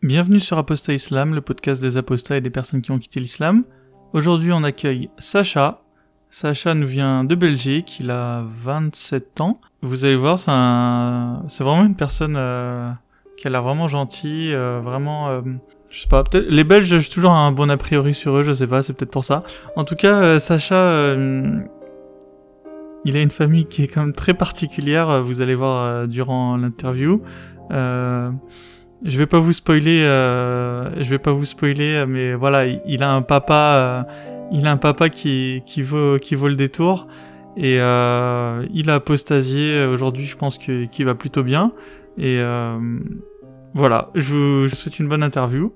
Bienvenue sur Apostat Islam, le podcast des apostats et des personnes qui ont quitté l'islam. Aujourd'hui, on accueille Sacha. Sacha nous vient de Belgique, il a 27 ans. Vous allez voir, c'est vraiment une personne qui a l'air vraiment gentille, je sais pas, peut-être les Belges, j'ai toujours un bon a priori sur eux, je sais pas, c'est peut-être pour ça. En tout cas, Sacha, il a une famille qui est quand même très particulière, vous allez voir durant l'interview. Je vais pas vous spoiler, mais voilà, il a un papa, qui vaut le détour, et il a apostasié aujourd'hui. Je pense qu'il va plutôt bien, et voilà, je vous souhaite une bonne interview.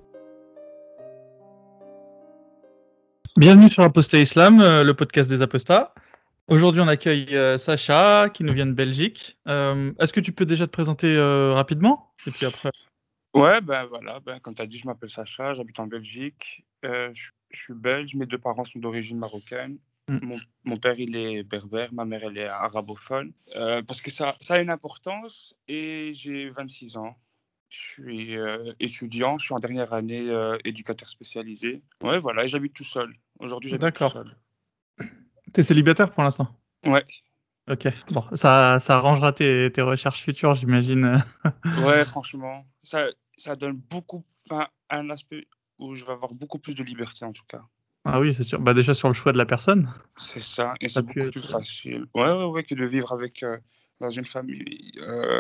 Bienvenue sur Apostat Islam, le podcast des apostats. Aujourd'hui, on accueille Sacha, qui nous vient de Belgique. Est-ce que tu peux déjà te présenter rapidement, et puis après. Ouais, comme tu as dit, je m'appelle Sacha, j'habite en Belgique. Je suis belge, mes deux parents sont d'origine marocaine. Mon père, il est berbère, ma mère, elle est arabophone. Parce que ça a une importance, et j'ai 26 ans. Je suis étudiant, je suis en dernière année éducateur spécialisé. Ouais, voilà, et j'habite tout seul. Aujourd'hui, j'habite tout D'accord. seul. T'es célibataire pour l'instant? Ouais. Ok, bon, ça arrangera tes recherches futures, j'imagine. Ouais, franchement, ça donne beaucoup, enfin, un aspect où je vais avoir beaucoup plus de liberté en tout cas. Ah oui, c'est sûr. Bah déjà sur le choix de la personne, C'est ça, et ça c'est peut beaucoup plus être. facile. Ouais, que de vivre avec dans une famille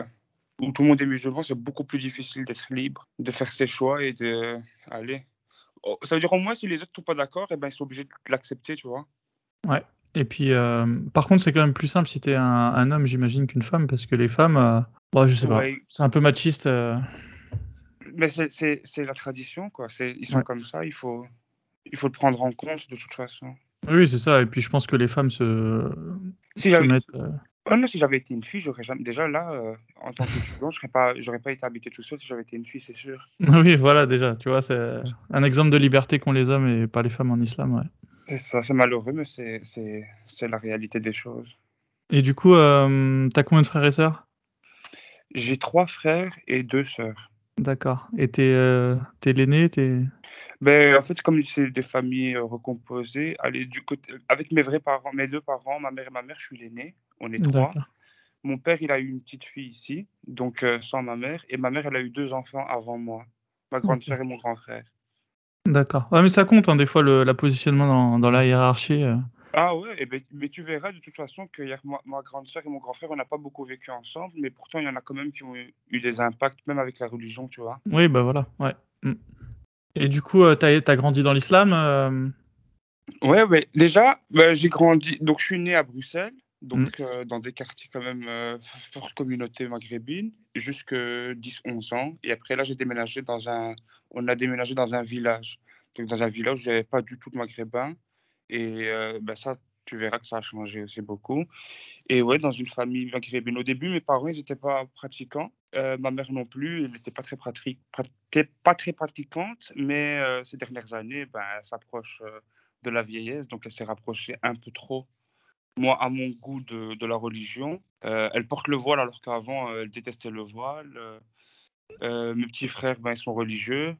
où tout le monde est musulman, c'est beaucoup plus difficile d'être libre, de faire ses choix et de aller. Oh, ça veut dire au moins si les autres sont pas d'accord, eh ben ils sont obligés de l'accepter, tu vois. Ouais. Et puis, par contre, c'est quand même plus simple si t'es un homme, j'imagine, qu'une femme, parce que les femmes, bon, je sais pas, Ouais, c'est un peu machiste. mais c'est la tradition quoi. Ils sont Ouais. comme ça, il faut le prendre en compte de toute façon. Oui, c'est ça. Et puis, je pense que les femmes Si se j'avais mettent. Oh non, si j'avais été une fille, j'aurais jamais. Déjà là, en tant qu'étudiant, j'aurais pas été habité tout seul si j'avais été une fille, c'est sûr. Oui, voilà, déjà, tu vois, c'est un exemple de liberté qu'ont les hommes et pas les femmes en islam, ouais. C'est ça, c'est malheureux, mais c'est la réalité des choses. Et du coup, t'as combien de frères et sœurs? J'ai 3 frères et 2 sœurs. D'accord. Et t'es l'aîné, Ben, en fait, comme c'est des familles recomposées, allez, du côté, avec mes vrais parents, mes deux parents, ma mère et ma mère, je suis l'aîné. On est 3. D'accord. Mon père, il a eu une petite fille ici, donc sans ma mère. Et ma mère, elle a eu 2 enfants avant moi, ma grande Ok. sœur et mon grand frère. D'accord. Ouais, mais ça compte, hein, des fois, la positionnement dans la hiérarchie. Ah ouais, et ben, mais tu verras de toute façon que ma grande sœur et mon grand frère, on n'a pas beaucoup vécu ensemble, mais pourtant il y en a quand même qui ont eu des impacts, même avec la religion, tu vois. Oui, bah voilà, ouais. Mm. Et du coup, t'as grandi dans l'islam Ouais, déjà, ben, j'ai grandi, donc je suis né à Bruxelles, Mm. donc dans des quartiers quand même forte communauté maghrébine, jusque 10 11 ans. Et après là, on a déménagé dans un village. Donc dans un village où j'avais pas du tout de maghrébin. Et ben ça, tu verras que ça a changé aussi beaucoup. Et ouais, dans une famille maghrébine. Au début, mes parents, ils n'étaient pas pratiquants. Ma mère non plus, elle n'était pas très pratiquante, mais ces dernières années, ben, elle s'approche de la vieillesse, donc elle s'est rapprochée un peu trop, moi, à mon goût de la religion. Elle porte le voile alors qu'avant, elle détestait le voile. Mes petits frères, ben, ils sont religieux.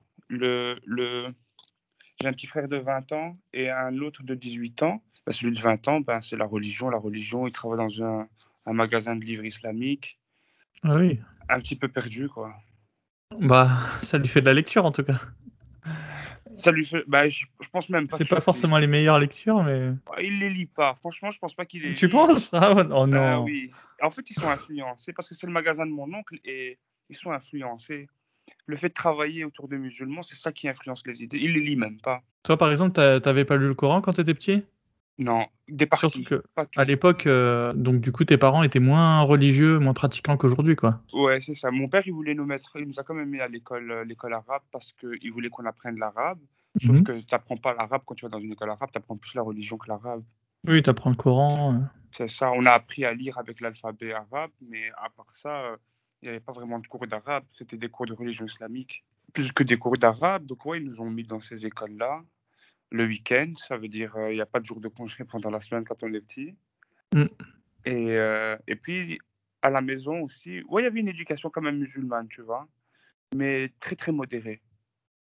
J'ai un petit frère de 20 ans et un autre de 18 ans. Ben, celui de 20 ans, ben, c'est la religion. La religion, il travaille dans un magasin de livres islamiques. Ah oui. Un petit peu perdu, quoi. Bah, ça lui fait de la lecture en tout cas. Ça lui fait. Ben, je pense même pas C'est qu'il pas fait. forcément les meilleures lectures, mais. Il les lit pas. Franchement, je pense pas qu'il les Tu lit. penses? Ah ouais, oh Ben non. oui. En fait, ils sont influencés parce que c'est le magasin de mon oncle et ils sont influencés. Le fait de travailler autour des musulmans, c'est ça qui influence les idées. Il les lit même pas. Toi, par exemple, t'avais pas lu le Coran quand t'étais petit? Non, des Surtout parties, que, pas à tout. l'époque, donc du coup, tes parents étaient moins religieux, moins pratiquants qu'aujourd'hui, quoi. Ouais, c'est ça. Mon père, il nous a quand même mis à l'école arabe parce qu'il voulait qu'on apprenne l'arabe. Sauf Mhm. que tu n'apprends pas l'arabe quand tu vas dans une école arabe, tu apprends plus la religion que l'arabe. Oui, t'apprends le Coran. C'est ça. On a appris à lire avec l'alphabet arabe, mais à part ça, il n'y avait pas vraiment de cours d'arabe. C'était des cours de religion islamique. Plus que des cours d'arabe. Donc, ouais, ils nous ont mis dans ces écoles-là. Le week-end, ça veut dire il n'y a pas de jour de congé pendant la semaine quand on est petit. Mm. Et puis, à la maison aussi, ouais, il y avait une éducation quand même musulmane, tu vois, mais très, très modérée.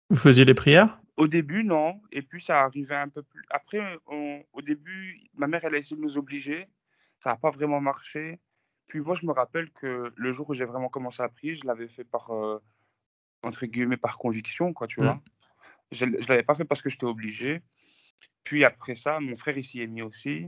Vous faisiez les prières? Au début, non. Et puis, ça arrivait un peu plus. Après, au début, ma mère, elle a essayé de nous obliger. Ça n'a pas vraiment marché. Puis moi, je me rappelle que le jour où j'ai vraiment commencé à prier, je l'avais fait par, entre guillemets, par conviction, quoi, tu Mm. vois. Je ne l'avais pas fait parce que j'étais obligé. Puis après ça, mon frère, il s'y est mis aussi.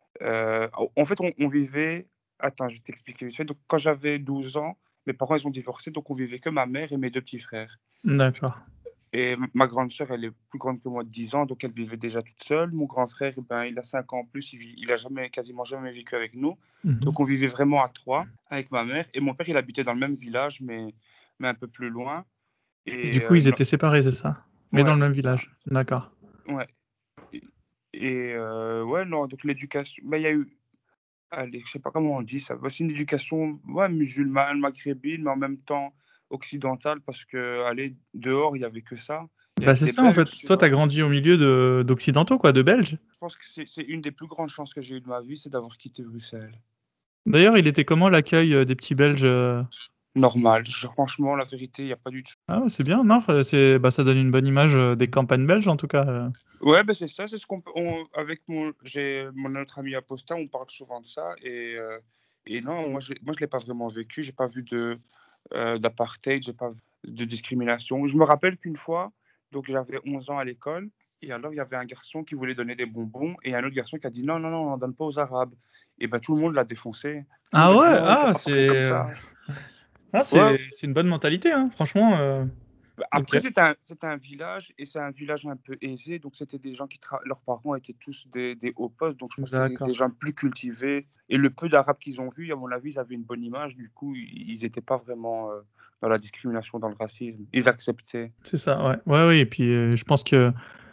En fait, on vivait. Attends, je vais t'expliquer vite fait. Donc, quand j'avais 12 ans, mes parents, ils ont divorcé. Donc, on vivait que ma mère et mes deux petits frères. D'accord. Et ma grande sœur, elle est plus grande que moi de 10 ans, donc elle vivait déjà toute seule. Mon grand frère, eh ben, il a 5 ans en plus, il a jamais, quasiment jamais vécu avec nous. Mhm. Donc on vivait vraiment à trois avec ma mère. Et mon père, il habitait dans le même village, mais un peu plus loin. Du Et coup, ils étaient séparés, c'est ça? Mais dans ouais, le même c'est ça. village. D'accord. Ouais. Et, ouais, non, donc l'éducation, ben, il y a eu, allez, je sais pas comment on dit ça. Ben, c'est une éducation ouais, musulmane, maghrébine, mais en même temps occidentale, parce que, allez, dehors, il y avait que ça. Il y Bah avait que c'est des ça en fait. Belges, tu Toi, t'as vois. grandi au milieu d'occidentaux, quoi, de Belges. Je pense que c'est une des plus grandes chances que j'ai eues de ma vie, c'est d'avoir quitté Bruxelles. D'ailleurs, il était comment l'accueil des petits Belges Normal. Franchement, la vérité, il n'y a pas du tout. Ah ouais, c'est bien, non? C'est, bah, ça donne une bonne image des campagnes belges en tout cas. Ouais, ben c'est ça, c'est ce avec mon autre ami Aposta, on parle souvent de ça. Et non, moi, je l'ai pas vraiment vécu. J'ai pas vu d'apartheid, j'ai pas vu de discrimination. Je me rappelle qu'une fois, donc j'avais 11 ans à l'école, et alors il y avait un garçon qui voulait donner des bonbons, et un autre garçon qui a dit non, non, non, on n'en donne pas aux Arabes. Et ben tout le monde l'a défoncé. Tout le monde Ah a dit ouais, non, il faut ah pas parler comme c'est, ça. ah Ouais, c'est une bonne mentalité, hein, franchement. bah, Ok. après, c'est un village et c'est un village un peu aisé. Donc, c'était des gens leurs parents étaient tous des hauts postes. Donc, je pense que c'était des D'accord. gens plus cultivés. Et le peu d'Arabes qu'ils ont vu, à mon avis, ils avaient une bonne image. Du coup, ils n'étaient pas vraiment dans la discrimination, dans le racisme. Ils acceptaient. C'est ça, ouais. Ouais, oui. Et puis, je pense que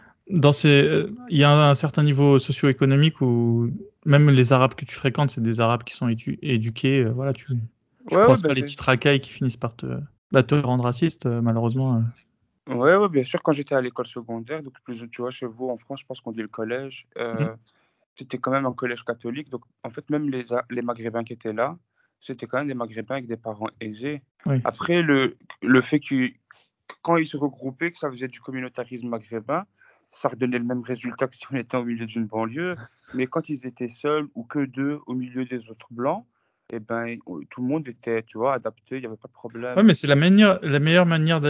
il y a un certain niveau socio-économique où même les Arabes que tu fréquentes, c'est des Arabes qui sont éduqués. Voilà, tu Ouais, ouais, croises ben, pas les petites racailles qui finissent par te rendre raciste, malheureusement. ouais, ouais, bien sûr, quand j'étais à l'école secondaire, donc plus, tu vois, chez vous en France, je pense qu'on dit le collège, Mm. c'était quand même un collège catholique. Donc, en fait, même les Maghrébins qui étaient là, c'était quand même des Maghrébins avec des parents aisés. Oui. Après, le fait quand ils se regroupaient, que ça faisait du communautarisme maghrébin, ça redonnait le même résultat que si on était au milieu d'une banlieue. Mais quand ils étaient seuls ou que deux au milieu des autres blancs, eh ben, tout le monde était, tu vois, adapté, il n'y avait pas de Ouais, problème. mais c'est la meilleure manière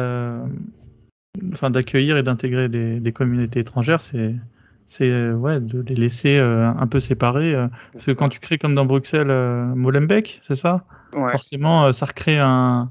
enfin, d'accueillir et d'intégrer des communautés étrangères, c'est ouais, de les laisser un peu séparés. C'est Parce que quand ça. tu crées comme dans Bruxelles, Molenbeek, c'est ça? Ouais. Forcément, ça recrée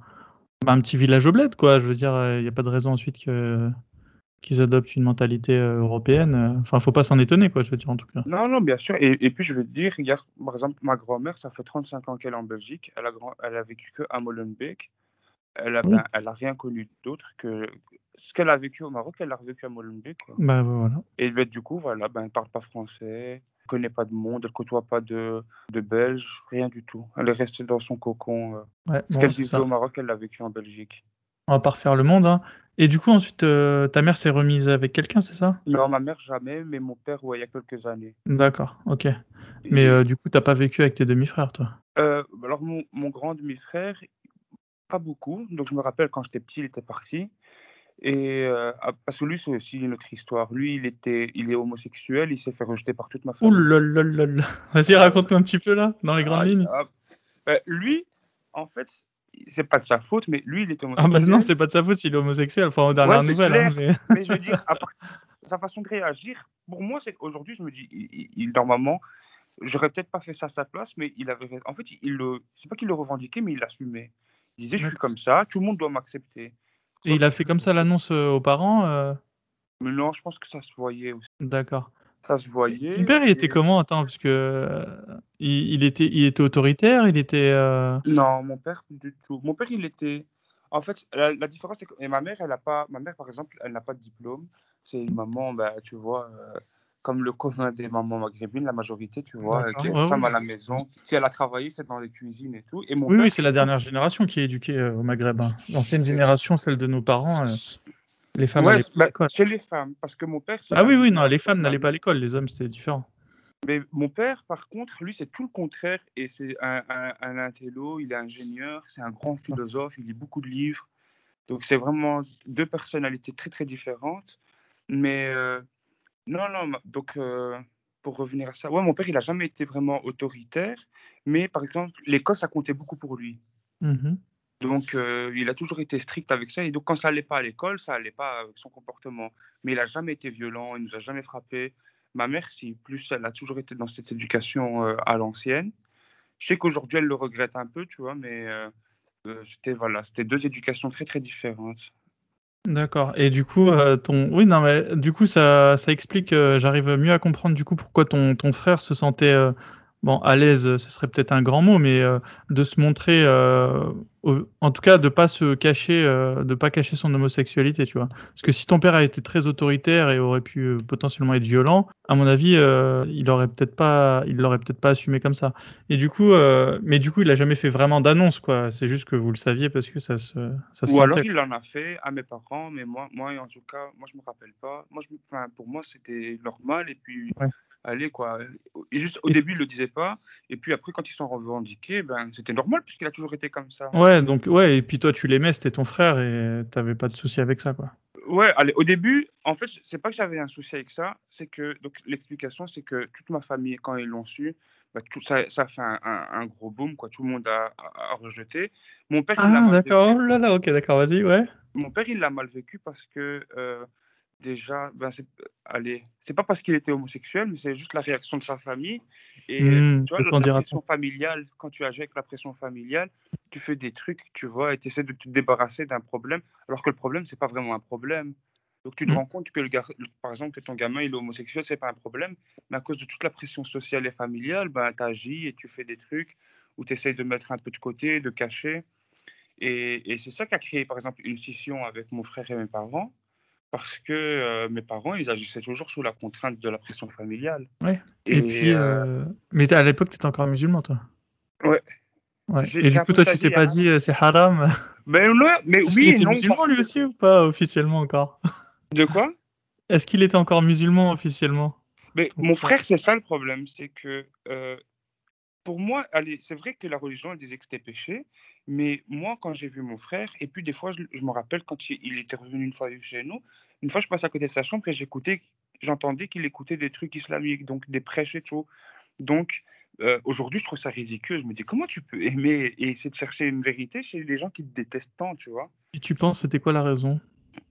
un petit village au bled, quoi. Je veux dire, il n'y a pas de raison ensuite qu'ils adoptent une mentalité européenne. Enfin, faut pas s'en étonner, quoi, je veux dire, en tout cas. Non, non, bien sûr. Et puis, je veux te dire, regarde, par exemple, ma grand-mère, ça fait 35 ans qu'elle est en Belgique. Elle a vécu que à Molenbeek. Oui. Elle a rien connu d'autre que ce qu'elle a vécu au Maroc, elle l'a revécu à Molenbeek, quoi. Bah voilà. Et ben, du coup, voilà, ben, elle parle pas français, elle connaît pas de monde, elle côtoie pas de Belges, rien du tout. Elle est restée dans son cocon. Ouais, Ce bon, qu'elle c'est vivait au ça. Maroc, elle l'a vécu en Belgique. On va pas refaire le monde, hein. Et du coup, ensuite, ta mère s'est remise avec quelqu'un, c'est ça? Non, ma mère jamais, mais mon père, ouais, il y a quelques années. D'accord, ok. Mais Et du coup, t'as pas vécu avec tes demi-frères, toi? alors, mon grand demi-frère, pas beaucoup. Donc, je me rappelle quand j'étais petit, il était parti. Parce que lui, c'est aussi une autre histoire. Lui, il est homosexuel, il s'est fait rejeter par toute ma Ouh famille. là là là là. Vas-y, raconte-moi un petit peu là, dans les grandes Aïe, lignes. lui, en fait, c'est pas de sa faute, mais lui, il était Ah bah non, homosexuel. c'est pas de sa faute s'il est homosexuel, enfin aux Ouais, dernières c'est nouvelles, hein, clair. mais... Mais je veux dire, sa façon de réagir, pour moi, c'est aujourd'hui, je me dis, normalement, j'aurais peut-être pas fait ça à sa place, mais il avait. En fait, c'est pas qu'il le revendiquait, mais il l'assumait. Il disait, je suis D'accord. comme ça, tout le monde doit m'accepter. Et il a fait comme ça l'annonce aux parents Mais non, je pense que ça se voyait aussi. D'accord. Ça se Et ton voyait. père, il était comment? Attends, parce que il était autoritaire, il était... Non, mon père, du tout. Mon père, il était. En fait, la différence, c'est que et ma mère, ma mère, par exemple, elle n'a pas de diplôme. C'est une maman, bah, tu vois, comme le commun des mamans maghrébines, la majorité, tu vois, qui D'accord. est Ouais, femme ouais. à la maison. Si elle a travaillé, c'est dans les cuisines et tout. Et mon Oui, oui, père, c'est la dernière génération qui est éduquée au Maghreb, hein. L'ancienne c'est. génération, celle de nos parents, les femmes Ouais, allaient pas à bah, l'école. chez les femmes, parce que mon père, c'est Ah oui, oui, non, l'arrière-grand les femmes n'allaient pas à personnellement. l'école, les hommes, c'était différent. Mais mon père, par contre, lui, c'est tout le contraire. Et c'est un intello, il est ingénieur, c'est un grand philosophe, il lit beaucoup de livres. Donc, c'est vraiment deux personnalités très, très différentes. Mais non, non, donc pour revenir à ça, ouais, mon père, il a jamais été vraiment autoritaire, mais par exemple, l'école, ça comptait beaucoup pour lui. Mhm. Donc, il a toujours été strict avec ça. Et donc, quand ça allait pas à l'école, ça allait pas avec son comportement. Mais il a jamais été violent, il nous a jamais frappé. Ma mère, si, plus, elle a toujours été dans cette éducation à l'ancienne. Je sais qu'aujourd'hui, elle le regrette un peu, tu vois, mais c'était voilà, c'était deux éducations très, très différentes. D'accord. Et du coup, oui, non, mais du coup, ça explique. J'arrive mieux à comprendre du coup pourquoi ton frère se sentait, bon, à l'aise. Ce serait peut-être un grand mot, mais de se montrer, en tout cas, de pas se cacher, de pas cacher son homosexualité, tu vois. Parce que si ton père a été très autoritaire et aurait pu potentiellement être violent, à mon avis, il l'aurait peut-être pas assumé comme ça. Et du coup, mais du coup, il a jamais fait vraiment d'annonce, quoi. C'est juste que vous le saviez parce que ça se Ou alors sentait. il en a fait à mes parents, mais moi en tout cas, moi je me rappelle pas. Enfin, pour moi c'était normal et puis Ouais. allez quoi. Et juste au début il le disait pas et puis après quand ils sont revendiqués, ben c'était normal puisqu'il a toujours été comme ça. Ouais, donc ouais, et puis toi tu l'aimais, c'était ton frère et t'avais pas de souci avec ça, quoi. Ouais, allez, au début, en fait, c'est pas que j'avais un souci avec ça, c'est que donc l'explication c'est que toute ma famille quand ils l'ont su, bah, tout ça a fait un gros boom quoi. Tout le monde a rejeté. Mon père il l'a Ah mal d'accord, oh vécu. là là, ok, d'accord, vas-y, ouais. Mon père il l'a mal vécu parce que déjà, ben allez, c'est pas parce qu'il était homosexuel, mais c'est juste la réaction de sa famille. Et tu vois, De qu'en la dira-t-on? pression familiale, quand tu agis avec la pression familiale, tu fais des trucs, tu vois, et tu essaies de te débarrasser d'un problème, alors que le problème, c'est pas vraiment un problème. Donc tu te Hmm. rends compte que par exemple, que ton gamin il est homosexuel, c'est pas un problème, mais à cause de toute la pression sociale et familiale, ben, tu agis et tu fais des trucs où tu essaies de mettre un peu de côté, de cacher. Et c'est ça qui a créé, par exemple, une scission avec mon frère et mes parents parce que mes parents, ils agissaient toujours sous la contrainte de la pression familiale. Ouais. Et Et puis, mais à l'époque t'étais encore musulman, toi. ouais, Ouais. Et j'ai du coup, toi, tu apostasie t'es il y a pas un dit an. c'est haram? Ben non, mais Parce qu'il oui et était non, musulman parce lui que... aussi ou pas officiellement encore? De quoi? Est-ce qu'il était encore musulman officiellement, Mais ton mon frère? frère, c'est ça le problème, c'est que pour moi, allez, c'est vrai que la religion, elle disait que c'était péché, mais moi, quand j'ai vu mon frère, et puis des fois, je me rappelle quand il était revenu une fois chez nous, une fois, je passais à côté de sa chambre et j'entendais qu'il écoutait des trucs islamiques, donc des prêches et tout. Donc, aujourd'hui, je trouve ça ridicule. Je me dis, comment tu peux aimer et essayer de chercher une vérité chez des gens qui te détestent tant, tu vois? Et tu penses c'était quoi la raison?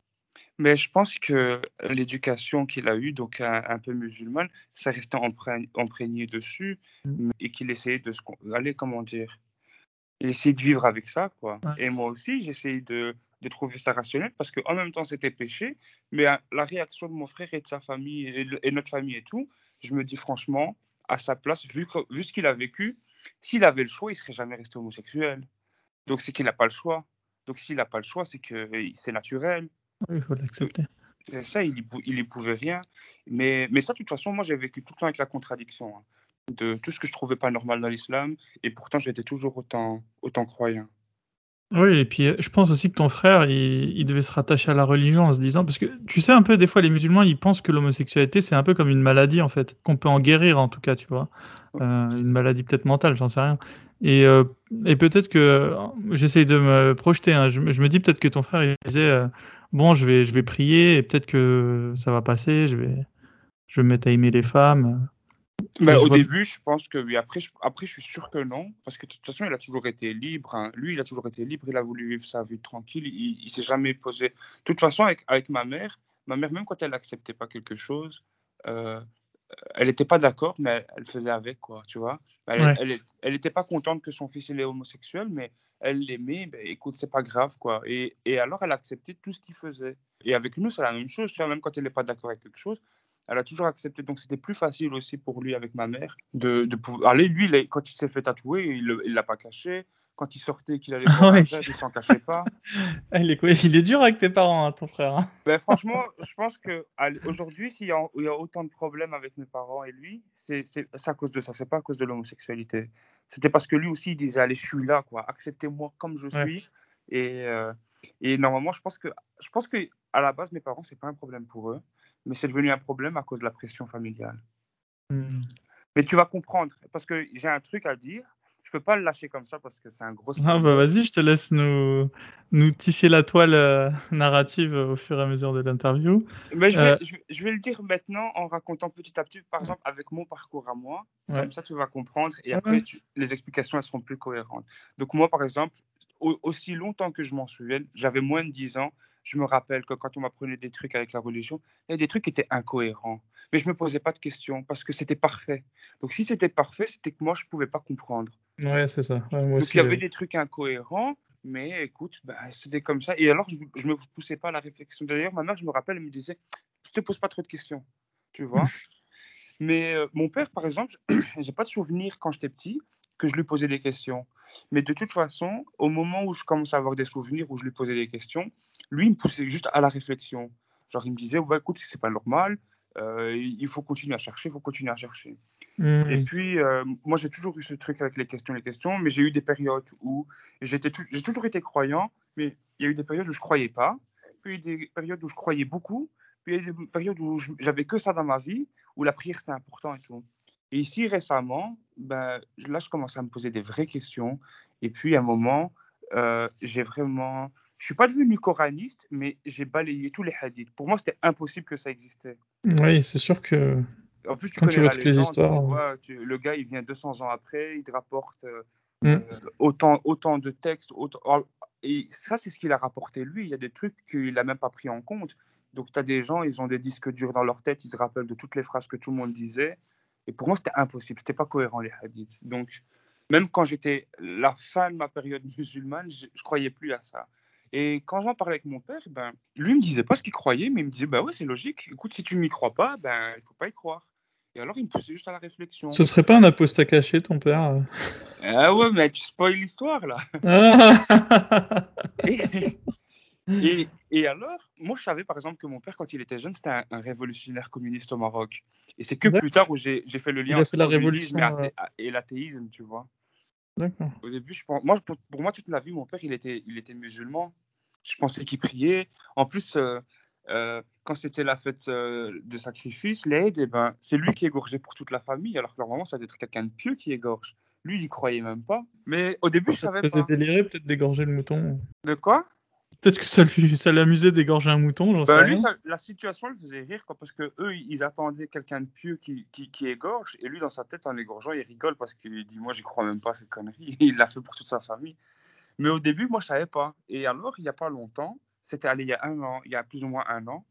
Mais je pense que l'éducation qu'il a eue, donc un peu musulmane, ça restait imprégné dessus Hmm. et qu'il essayait de allez, comment dire, il essayait de vivre avec ça, quoi. Ouais. Et moi aussi, j'essayais de trouver ça rationnel parce qu'en même temps, c'était péché, mais la réaction de mon frère et de sa famille et notre famille et tout, je me dis franchement, à sa place, vu ce qu'il a vécu, s'il avait le choix, il serait jamais resté homosexuel. Donc c'est qu'il n'a pas le choix. Donc s'il n'a pas le choix, c'est que c'est naturel. Ouais, il faut Donc, l'accepter. c'est ça, il y pouvait rien. Mais ça, de toute façon, moi, j'ai vécu tout le temps avec la contradiction, hein, de tout ce que je trouvais pas normal dans l'islam, et pourtant, j'étais toujours autant croyant. Oui, et puis je pense aussi que ton frère, il devait se rattacher à la religion en se disant, parce que tu sais un peu, des fois les musulmans, ils pensent que l'homosexualité, c'est un peu comme une maladie en fait, qu'on peut en guérir en tout cas, tu vois. Une maladie peut-être mentale, j'en sais rien. Et, euh, et peut-être que, j'essaye de me projeter, hein, je me dis peut-être que ton frère, il disait, bon, je vais prier et peut-être que ça va passer, je vais me mettre à aimer les femmes. Ben, Et je au vois. début, je pense que oui. Après, je suis sûr que non, parce que de toute façon, il a toujours été libre, hein. Lui, il a toujours été libre. Il a voulu vivre sa vie tranquille. Il s'est jamais posé. De toute façon, avec ma mère, même quand elle n'acceptait pas quelque chose, euh, elle n'était pas d'accord, mais elle faisait avec, quoi, tu vois. Ouais. Elle était pas contente que son fils il est homosexuel, mais elle l'aimait. Ben, écoute, c'est pas grave, quoi. Et alors, elle acceptait tout ce qu'il faisait. Et avec nous, c'est la même chose, tu vois. Même quand elle n'est pas d'accord avec quelque chose, elle a toujours accepté. Donc, c'était plus facile aussi pour lui avec ma mère de pouvoir. Allez, lui, quand il s'est fait tatouer, il l'a pas caché. Quand il sortait, qu'il allait boire Ah un ouais. verre, il s'en cachait pas. Il est dur avec tes parents, hein, ton frère, hein. Ben, franchement, je pense que aujourd'hui, il y a autant de problèmes avec mes parents et lui, c'est à cause de ça, c'est pas à cause de l'homosexualité. C'était parce que lui aussi, il disait, allez, je suis là, quoi, acceptez-moi comme je Ouais. suis. Et, euh, et normalement, je pense que à la base, mes parents, c'est pas un problème pour eux, mais c'est devenu un problème à cause de la pression familiale. Hmm. Mais tu vas comprendre, parce que j'ai un truc à dire. je peux pas le lâcher comme ça parce que c'est un gros Ah bah spoiler. vas-y, je te laisse nous tisser la toile narrative au fur et à mesure de l'interview. Mais Euh, je vais le dire maintenant en racontant petit à petit, par exemple, avec mon parcours à moi. ouais. Comme ça, tu vas comprendre et Ouais. après, les explications, elles seront plus cohérentes. Donc, moi, par exemple, aussi longtemps que je m'en souvienne, j'avais moins de 10 ans. Je me rappelle que quand on m'apprenait des trucs avec la religion, il y a des trucs qui étaient incohérents. Mais je me posais pas de questions parce que c'était parfait. Donc, si c'était parfait, c'était que moi, je pouvais pas comprendre. Ouais, c'est ça. Ouais, moi Donc, il aussi, y avait des trucs incohérents, mais écoute, bah, c'était comme ça. Et alors, je me poussais pas à la réflexion. D'ailleurs, ma mère, je me rappelle, elle me disait, je te pose pas trop de questions, tu vois. Mais mon père, par exemple, j'ai pas de souvenir quand j'étais petit que je lui posais des questions. Mais de toute façon, au moment où je commençais à avoir des souvenirs où je lui posais des questions, lui, il me poussait juste à la réflexion. Genre, il me disait, ouais, écoute, c'est pas normal, il faut continuer à chercher, il faut continuer à chercher. Et Hmm. puis, moi, j'ai toujours eu ce truc avec les questions, mais j'ai eu des périodes où j'ai toujours été croyant, mais il y a eu des périodes où je croyais pas, puis il y a eu des périodes où je croyais beaucoup, puis il y a eu des périodes où j'avais que ça dans ma vie, où la prière c'était important et tout. Et ici, récemment, ben, là, je commence à me poser des vraies questions, et puis à un moment, je suis pas devenu coraniste, mais j'ai balayé tous les hadiths. Pour moi, c'était impossible que ça existait. Oui, c'est sûr que En plus, tu quand tu connais vois la toutes les légende, tu histoires. vois, le gars, il vient 200 ans après, il te rapporte Hmm. autant de textes. Et ça, c'est ce qu'il a rapporté lui. Il y a des trucs qu'il n'a même pas pris en compte. Donc, tu as des gens, ils ont des disques durs dans leur tête, ils se rappellent de toutes les phrases que tout le monde disait. Et pour moi, c'était impossible, c'était pas cohérent les hadiths. Donc, même quand j'étais la fin de ma période musulmane, je croyais plus à ça. Et quand j'en parlais avec mon père, ben, lui me disait pas ce qu'il croyait, mais il me disait, bah ouais, c'est logique. Écoute, si tu n'y crois pas, ben, il faut pas y croire. Et alors, il me poussait juste à la réflexion. Ce serait pas un apostat caché, ton père? Ah ouais, mais tu spoil l'histoire, là. Ah. Et, et alors, moi, je savais, par exemple, que mon père, quand il était jeune, c'était un révolutionnaire communiste au Maroc. Et c'est que plus D'accord. tard où j'ai fait le lien Il a fait entre la communisme révolution. et l'athéisme, tu vois. D'accord. Au début, je pense, moi, pour moi, toute la vie, mon père, il était musulman. Je pensais qu'il priait. En plus, quand c'était la fête de sacrifice, l'Aïd, eh ben, c'est lui qui égorgeait pour toute la famille, alors que normalement, ça doit être quelqu'un de pieux qui égorge. Lui, il y croyait même pas. Mais au début, je Ça te savais faisait pas. délirer peut-être d'égorger le mouton. De quoi? Peut-être que ça l'amusait d'égorger un mouton, j'en sais Ben lui, rien. la situation le faisait rire, quoi, parce que eux, ils attendaient quelqu'un de pieux qui égorge, et lui, dans sa tête, en égorgeant, il rigole parce qu'il dit, moi, j'y crois même pas à cette connerie. Il l'a fait pour toute sa famille. Mais au début, moi, je savais pas. Et alors, il y a pas longtemps, c'était allé il y a un an, il y a plus ou moins un an,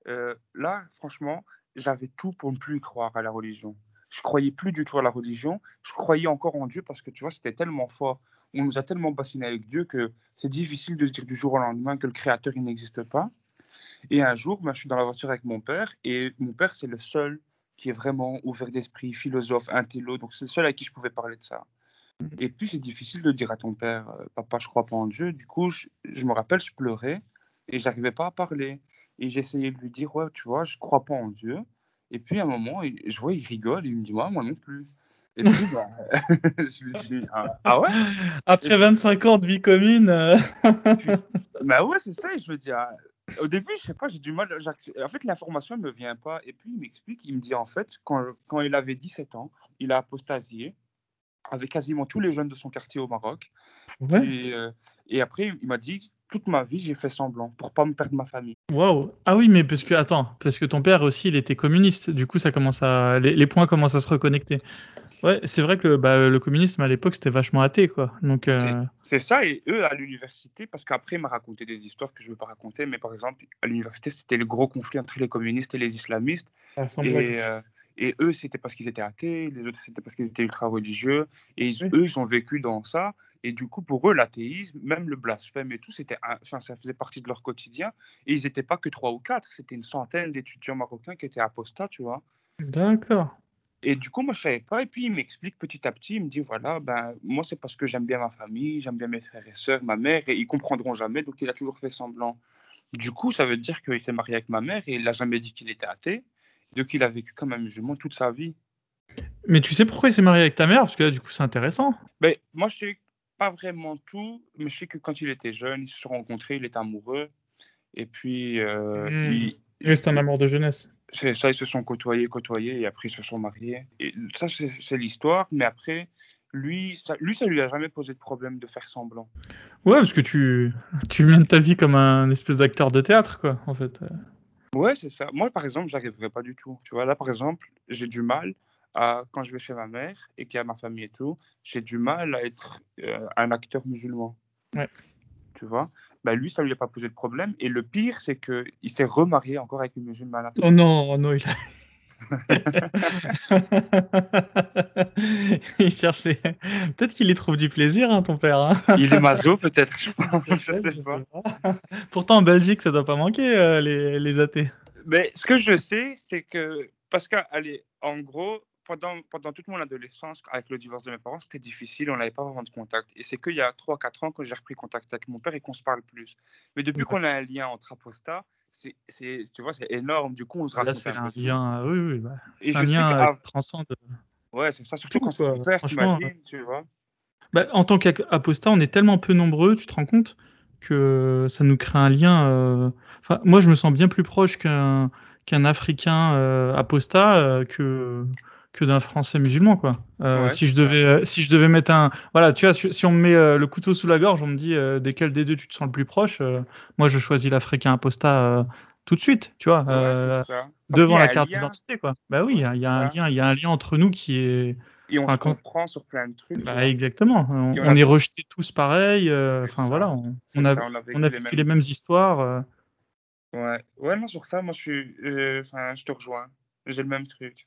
là, franchement, j'avais tout pour ne plus y croire à la religion. Je croyais plus du tout à la religion. Je croyais encore en Dieu parce que tu vois, c'était tellement fort. On nous a tellement bassiné avec Dieu que c'est difficile de se dire du jour au lendemain que le Créateur il n'existe pas. Et un jour, ben, je suis dans la voiture avec mon père et mon père c'est le seul qui est vraiment ouvert d'esprit, philosophe, intello. Donc c'est le seul à qui je pouvais parler de ça. Et puis c'est difficile de dire à ton père, papa, je crois pas en Dieu. Du coup, je me rappelle, je pleurais et j'arrivais pas à parler. Et j'essayais de lui dire, ouais, tu vois, je crois pas en Dieu. Et puis à un moment, je vois, il rigole et il me dit, ouais, moi non plus. Et puis, bah, je lui dis, ah ouais? Et Après 25 ans de vie commune. puis, bah ouais, c'est ça. Et je me dis, au début, je sais pas, j'ai du mal. En fait, l'information ne me vient pas. Et puis, il m'explique, il me dit, en fait, quand il avait 17 ans, il a apostasié avec quasiment tous les jeunes de son quartier au Maroc. Ouais. Puis, et après, il m'a dit, toute ma vie, j'ai fait semblant pour pas me perdre ma famille. Waouh. Ah oui, mais parce que attends, parce que ton père aussi, il était communiste. Du coup, ça commence à les points commencent à se reconnecter. Ouais, c'est vrai que bah, le communisme à l'époque c'était vachement athée quoi. Donc C'est ça, et eux, à l'université, parce qu'après, il m'a raconté des histoires que je ne veux pas raconter, mais par exemple, à l'université, c'était le gros conflit entre les communistes et les islamistes. ça ressemble à Et, et eux, c'était parce qu'ils étaient athées, les autres, c'était parce qu'ils étaient ultra-religieux. Et oui. eux, ils ont vécu dans ça. Et du coup, pour eux, l'athéisme, même le blasphème et tout, enfin, ça faisait partie de leur quotidien. Et ils n'étaient pas que trois ou quatre, c'était une centaine d'étudiants marocains qui étaient apostats, tu vois. D'accord. Et du coup, moi, je savais pas. Et puis, il m'explique petit à petit, il me dit, voilà, ben, moi, c'est parce que j'aime bien ma famille, j'aime bien mes frères et sœurs, ma mère, et ils comprendront jamais, donc il a toujours fait semblant. Du coup, ça veut dire qu'il s'est marié avec ma mère et il n'a jamais dit qu'il était athée. Donc, il a vécu comme un musulman toute sa vie. Mais tu sais pourquoi il s'est marié avec ta mère? Parce que là, du coup c'est intéressant. Mais moi, je sais pas vraiment tout, mais je sais que quand il était jeune, ils se sont rencontrés, il était amoureux. Et puis, Hmm. Oui, c'est un amour de jeunesse. c'est ça, ils se sont côtoyés, et après ils se sont mariés. Et ça, c'est l'histoire. Mais après, ça lui a jamais posé de problème de faire semblant. Ouais, parce que tu mènes ta vie comme un espèce d'acteur de théâtre, quoi, en fait. Ouais, c'est ça. Moi, par exemple, j'arriverais pas du tout. Tu vois, là, par exemple, j'ai du mal quand je vais chez ma mère et qu'il y a ma famille et tout, j'ai du mal à être un acteur musulman. Ouais. Tu vois, bah, lui, ça lui a pas posé de problème. Et le pire, c'est que il s'est remarié encore avec une musulmane Oh après. non, oh non, il a... il cherchait. Peut-être qu'il y trouve du plaisir, hein, ton père. Hein. Il est maso, peut-être, je pense, je Peut-être, sais je pas. sais pas. Pourtant, en Belgique, ça doit pas manquer, les athées. Mais ce que je sais, c'est que, parce que, allez, en gros, pendant toute mon adolescence, avec le divorce de mes parents, c'était difficile, on n'avait pas vraiment de contact. Et c'est qu'il y a 3 4 ans que j'ai repris contact avec mon père et qu'on se parle plus. Mais depuis Ouais. qu'on a un lien entre apostats, tu vois, c'est énorme. Du coup, on se Là, raconte c'est un un peu tout. lien. Oui, oui, bah, Et c'est un je sais que, lien qui transcende ouais, c'est ça, surtout tout, quand c'est ton quoi. père, Franchement. t'imagines, tu vois. Bah, en tant qu'apostat, on est tellement peu nombreux, tu te rends compte, que ça nous crée un lien. Enfin, moi, je me sens bien plus proche qu'un Africain apostat que d'un Français musulman, quoi. Ouais, Si c'est je ça. devais si je devais mettre un voilà, tu vois, si on me met le couteau sous la gorge, on me dit desquels des deux tu te sens le plus proche. Moi, je choisis l'Africain apostat tout de suite, tu vois, Ouais, c'est ça. Parce qu'il y devant a la un carte lien. d'identité, quoi. Bah oui, Ouais, c'est ça. il y a un lien entre nous qui est, Et on enfin, se quand comprend sur plein de trucs, tu bah vois. exactement. Et On est rejetés tous pareil. c'est Enfin ça. voilà, C'est ça, on a on a vécu les vécu les mêmes. mêmes histoires. Ouais, ouais, non, sur ça, moi, enfin, je te rejoins. J'ai le même truc.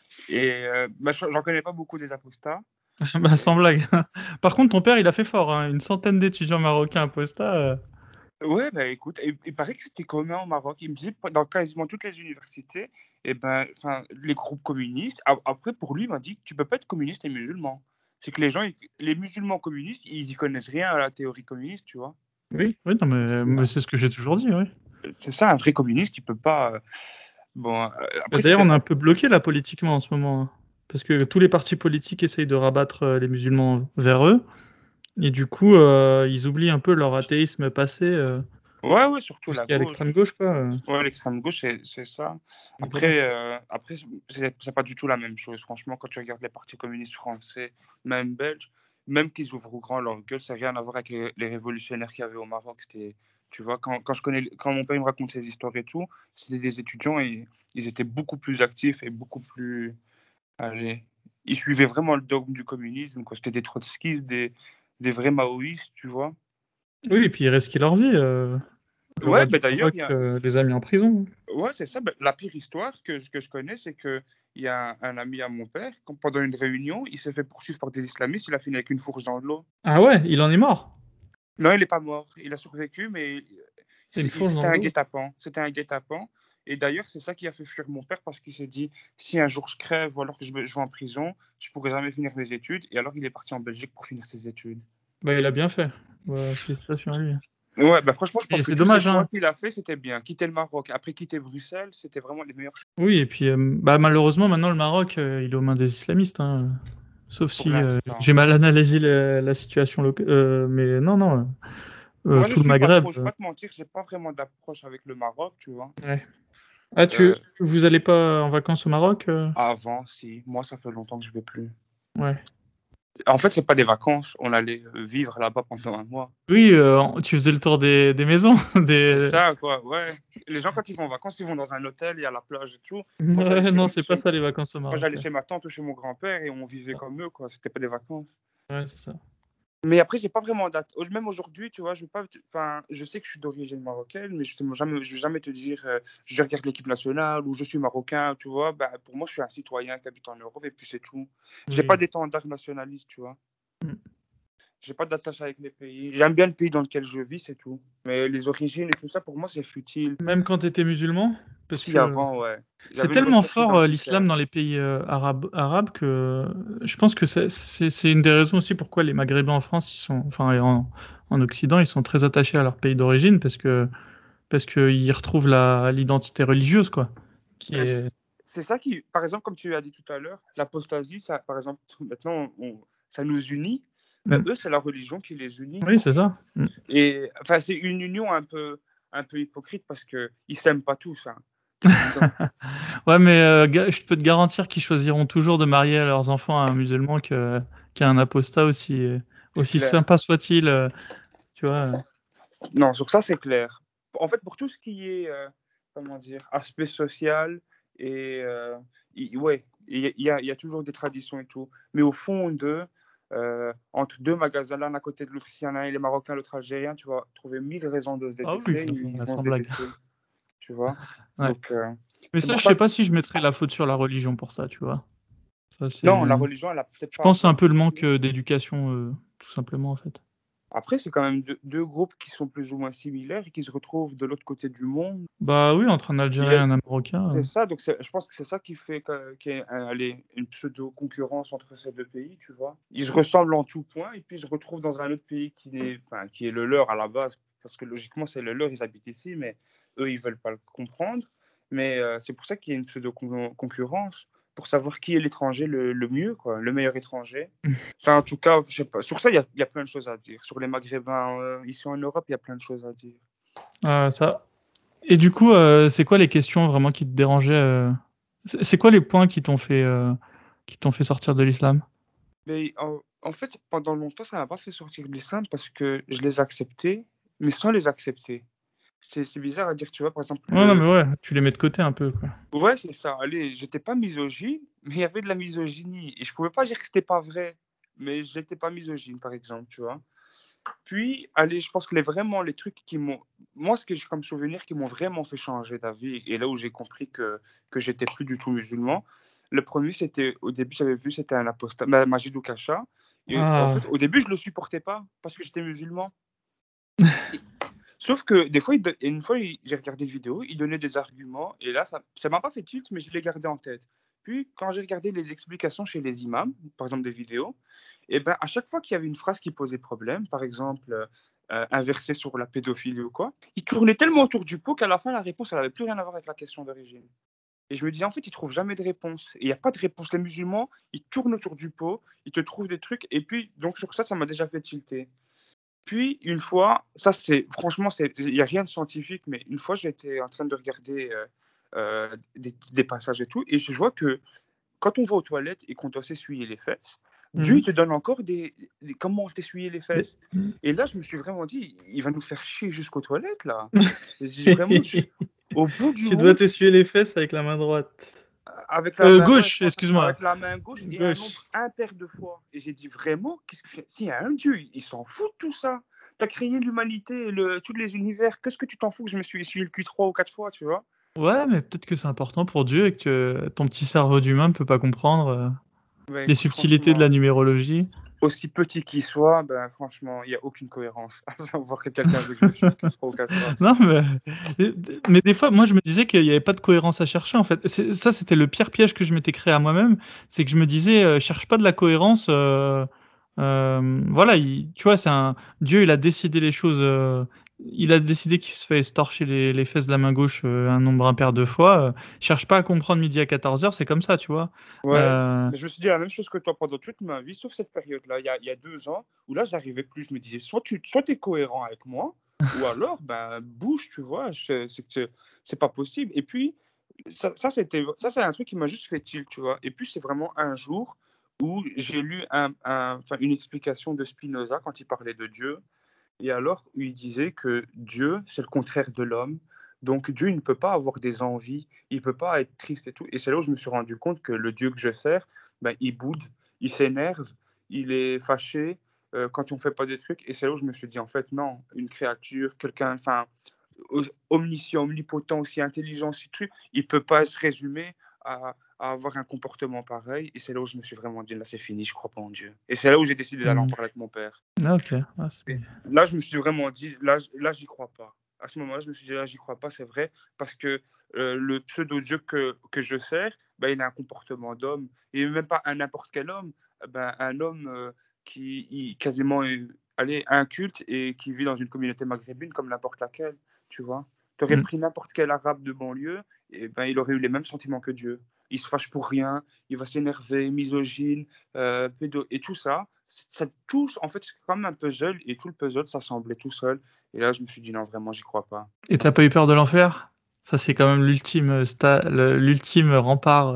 Et bah, j'en connais pas beaucoup des apostats. Bah sans Et, blague. Par contre, ton père, il a fait fort. Hein. Une centaine d'étudiants marocains apostats. ouais, bah écoute, il paraît que c'était commun au Maroc. Il me disait, dans quasiment toutes les universités, et ben, enfin, les groupes communistes. Après, pour lui, il m'a dit que tu peux pas être communiste et musulman. C'est que les musulmans communistes, ils y connaissent rien à la théorie communiste, tu vois. Oui, oui, non mais c'est ce que j'ai toujours dit. Oui. C'est ça, un vrai communiste, il peut pas. Bon, Bah, après, c'est d'ailleurs, on des est un peu bloqué là politiquement en ce moment, hein. Parce que tous les partis politiques essayent de rabattre les musulmans vers eux, et du coup, ils oublient un peu leur athéisme passé, Ouais, ouais, surtout la jusqu'à l'extrême gauche. gauche, quoi. Ouais, l'extrême gauche, c'est ça. Donc voilà. Après c'est pas du tout la même chose. Franchement, quand tu regardes les partis communistes français, même belges, même qu'ils ouvrent grand leur gueule, ça n'a rien à voir avec les révolutionnaires qu'il y avait au Maroc. Tu vois, quand mon père il me raconte ces histoires et tout, c'était des étudiants et ils étaient beaucoup plus actifs et beaucoup plus. Allez, ils suivaient vraiment le dogme du communisme, quoi. C'était des trotskistes, des vrais maoïstes, tu vois. Oui, et puis ils risquaient leur vie. Le Ouais, roi du ben d'ailleurs, Maroc les a mis en prison. ouais, c'est ça. Ben, la pire histoire que je connais, c'est qu'il y a un ami à mon père, pendant une réunion, il s'est fait poursuivre par des islamistes, il a fini avec une fourche dans l'eau. Ah ouais, il en est mort. Non, il n'est pas mort. Il a survécu, mais Et une fourche c'était dans un l'eau. guet-apens. C'était un guet-apens. Et d'ailleurs, c'est ça qui a fait fuir mon père parce qu'il s'est dit, si un jour je crève ou alors que je vais en prison, je pourrai jamais finir mes études. Et alors, il est parti en Belgique pour finir ses études. Bah, il a bien fait. Ouais, félicitations à lui. Ouais, bah franchement, je pense Et que c'est tous ces dommage, choix hein. qu'il a fait, c'était bien. Quitter le Maroc, après quitter Bruxelles, c'était vraiment les meilleurs choix Oui, et puis bah, malheureusement, maintenant, le Maroc, il est aux mains des islamistes. Hein. Sauf pour si l'instant. j'ai mal analysé la situation locale. Mais non, non. Moi, je Tout le suis pas Maghreb. trop, je vais pas te mentir, j'ai pas vraiment d'approche avec le Maroc, tu vois. Ouais. Ah, Euh, vous allez pas en vacances au Maroc Avant, si, moi, ça fait longtemps que je vais plus. Ouais. En fait, c'est pas des vacances, on allait vivre là-bas pendant un mois. Oui, tu faisais le tour des maisons. C'est Des... ça, quoi, ouais. Les gens, quand ils vont en vacances, ils vont dans un hôtel, il y a la plage et tout. Moi, Ouais, non, c'est pas ça les vacances au Maroc. j'allais chez ma tante ou chez mon grand-père et on vivait comme eux, quoi. C'était pas des vacances. Ouais, c'est ça. Mais après, j'ai pas vraiment date. Même aujourd'hui, tu vois, je vais pas, enfin, je sais que je suis d'origine marocaine, mais je vais jamais te dire, je regarde l'équipe nationale ou je suis marocain, tu vois. Bah, pour moi, je suis un citoyen qui habite en Europe et puis c'est tout. J'ai pas Oui. d'étendard nationaliste, tu vois. Mm. J'ai pas d'attache avec les pays. J'aime bien le pays dans lequel je vis, c'est tout. Mais les origines et tout ça, pour moi, c'est futile. Même quand tu étais musulman, parce Si que avant, ouais. c'est J'avais une tellement recherche fort identitaire. l'islam dans les pays arabes que je pense que c'est une des raisons aussi pourquoi les Maghrébins en France, ils sont, enfin en Occident, ils sont très attachés à leur pays d'origine parce que ils retrouvent l'identité religieuse quoi, qui Ben, est. c'est ça qui, par exemple, comme tu as dit tout à l'heure, l'apostasie, ça, par exemple, maintenant, ça nous unit. Ben, Mm. eux, c'est la religion qui les unit. Oui, c'est ça. Mm. Et enfin, c'est une union un peu hypocrite parce qu'ils s'aiment pas tous, hein. Ouais, mais je peux te garantir qu'ils choisiront toujours de marier leurs enfants à un musulman qu'à un apostat C'est aussi clair. sympa soit-il, tu vois. Non, sur ça, c'est clair. En fait, pour tout ce qui est, comment dire, aspect social, et ouais, il y a toujours des traditions et tout. Mais au fond entre deux magasins, l'un à côté de l'autre, s'il y en a un, il est marocain, l'autre algérien, tu vas trouver mille raisons de se Ah oui, détester, ils vont se sans blague. détester, tu vois. Ouais. Donc, Mais c'est ça, pour je sais ça. pas si je mettrais la faute sur la religion pour ça, tu vois. Ça, Non, c'est. la religion, elle a peut-être Je pas à pense que c'est un voir peu le manque dessus. d'éducation, tout simplement, en fait. Après, c'est quand même deux groupes qui sont plus ou moins similaires et qui se retrouvent de l'autre côté du monde. Bah oui, entre un Il y a- Algérien et un Marocain. C'est ça, donc je pense que c'est ça qui fait qu'il y ait allez, une pseudo-concurrence entre ces deux pays, tu vois. Ils se ressemblent en tout point et puis ils se retrouvent dans un autre pays qui est le leur à la base, parce que logiquement c'est le leur, ils habitent ici, mais eux ils veulent pas le comprendre. Mais c'est pour ça qu'il y a une pseudo-concurrence, pour savoir qui est l'étranger le mieux, quoi, le meilleur étranger. Enfin, en tout cas, je sais pas. Sur ça, il y a plein de choses à dire. Sur les Maghrébins ici en Europe, il y a plein de choses à dire. Ça. Et du coup, c'est quoi les questions vraiment qui te dérangeaient c'est quoi les points qui t'ont fait sortir de l'islam? Mais en fait, pendant longtemps, ça m'a pas fait sortir de l'islam parce que je les acceptais, mais sans les accepter. C'est bizarre à dire, tu vois, par exemple, Ouais, non, mais ouais, tu les mets de côté un peu, quoi. ouais, c'est ça. Allez, j'étais pas misogyne, mais il y avait de la misogynie. Et je pouvais pas dire que c'était pas vrai, mais j'étais pas misogyne, par exemple, tu vois. Puis, allez, je pense que vraiment les trucs qui m'ont. Moi, ce que j'ai comme souvenir qui m'ont vraiment fait changer d'avis, et là où j'ai compris que j'étais plus du tout musulman, le premier, c'était, au début, j'avais vu, c'était un apostat, Majidou Kacha. Et en fait, Ah, au début, je le supportais pas parce que j'étais musulman. Et- Sauf que des fois, une fois, j'ai regardé une vidéo, il donnait des arguments, et là, ça m'a pas fait tilt, mais je l'ai gardé en tête. Puis, quand j'ai regardé les explications chez les imams, par exemple des vidéos, et ben, à chaque fois qu'il y avait une phrase qui posait problème, par exemple un verset sur la pédophilie ou quoi, il tournait tellement autour du pot qu'à la fin, la réponse, elle n'avait plus rien à voir avec la question d'origine. Et je me disais, en fait, ils trouvent jamais de réponse. Et il n'y a pas de réponse. Les musulmans, ils tournent autour du pot, ils te trouvent des trucs, et puis, donc sur ça, ça m'a déjà fait tilter. Puis, une fois, ça, franchement, il n'y a rien de scientifique, mais une fois, j'étais en train de regarder des passages et tout, et je vois que quand on va aux toilettes et qu'on doit s'essuyer les fesses, Dieu, il mhm. te donne encore comment t'essuyer les Des- fesses. Et là, je me suis vraiment dit, il va nous faire chier jusqu'aux toilettes, là. Et j'ai dit, vraiment, au bout du Tu dois monde, t'essuyer les fesses avec la main droite. avec la main, ouais, je Gauche, pense que c'est ça, excuse-moi. avec la main gauche et un nombre Gauche. impair de fois. Et j'ai dit, vraiment, qu'est-ce que s'il y a un Dieu, il s'en fout de tout ça. T'as créé l'humanité, tous les univers, qu'est-ce que tu t'en fous que je me suis essuyé le cul 3 ou 4 fois, tu vois? Ouais, mais peut-être que c'est important pour Dieu et que ton petit cerveau d'humain ne peut pas comprendre Ouais, les écoute, subtilités de la franchement, numérologie. aussi petit qu'il soit, ben, franchement, il n'y a aucune cohérence à savoir que quelqu'un veut que je me suive que 3 ou 4 fois. Non, mais des fois, moi, je me disais qu'il n'y avait pas de cohérence à chercher, en fait. Ça, c'était le pire piège que je m'étais créé à moi-même. C'est que je me disais, cherche pas de la cohérence. Voilà, tu vois, Dieu, il a décidé les choses. Il a décidé qu'il se fait estorcher les fesses de la main gauche un nombre impair de fois. Cherche pas à comprendre midi à 14h, c'est comme ça, tu vois. Ouais, Euh, mais je me suis dit la même chose que toi pendant toute ma vie, sauf cette période-là, il y a 2 ans, où là, j'arrivais plus. Je me disais, soit tu es cohérent avec moi, ou alors, ben, bouge, tu vois, c'est pas possible. Et puis, ça, c'est un truc qui m'a juste fait tilt, tu vois. Et puis, c'est vraiment un jour où j'ai lu enfin, une explication de Spinoza quand il parlait de Dieu. Et alors, il disait que Dieu, c'est le contraire de l'homme. Donc, Dieu, il ne peut pas avoir des envies, il ne peut pas être triste et tout. Et c'est là où je me suis rendu compte que le Dieu que je sers, ben, il boude, il s'énerve, il est fâché quand on ne fait pas des trucs. Et c'est là où je me suis dit, en fait, non, une créature, quelqu'un, enfin, omniscient, omnipotent, aussi intelligent, aussi truc, il ne peut pas se résumer à avoir un comportement pareil. Et c'est là où je me suis vraiment dit, là, c'est fini, je ne crois pas en Dieu. Et c'est là où j'ai décidé d'aller en hmm. parler avec mon père. Ah, ok. Ah, Et là, je me suis vraiment dit, là j'y crois pas. À ce moment-là, je me suis dit, là, j'y crois pas, c'est vrai, parce que le pseudo-dieu que je sers, ben, il a un comportement d'homme, et même pas un n'importe quel homme, ben, un homme quasiment, allez, inculte et qui vit dans une communauté maghrébine comme n'importe laquelle, tu vois. Tu aurais Hmm. pris n'importe quel arabe de banlieue, et ben, il aurait eu les mêmes sentiments que Dieu. Il se fâche pour rien, il va s'énerver, misogyne, pédo, et tout ça, en fait, c'est comme un puzzle, et tout le puzzle s'assemblait tout seul. Et là, je me suis dit, non, vraiment, j'y crois pas. Et t'as pas eu peur de l'enfer? Ça, c'est quand même l'ultime rempart.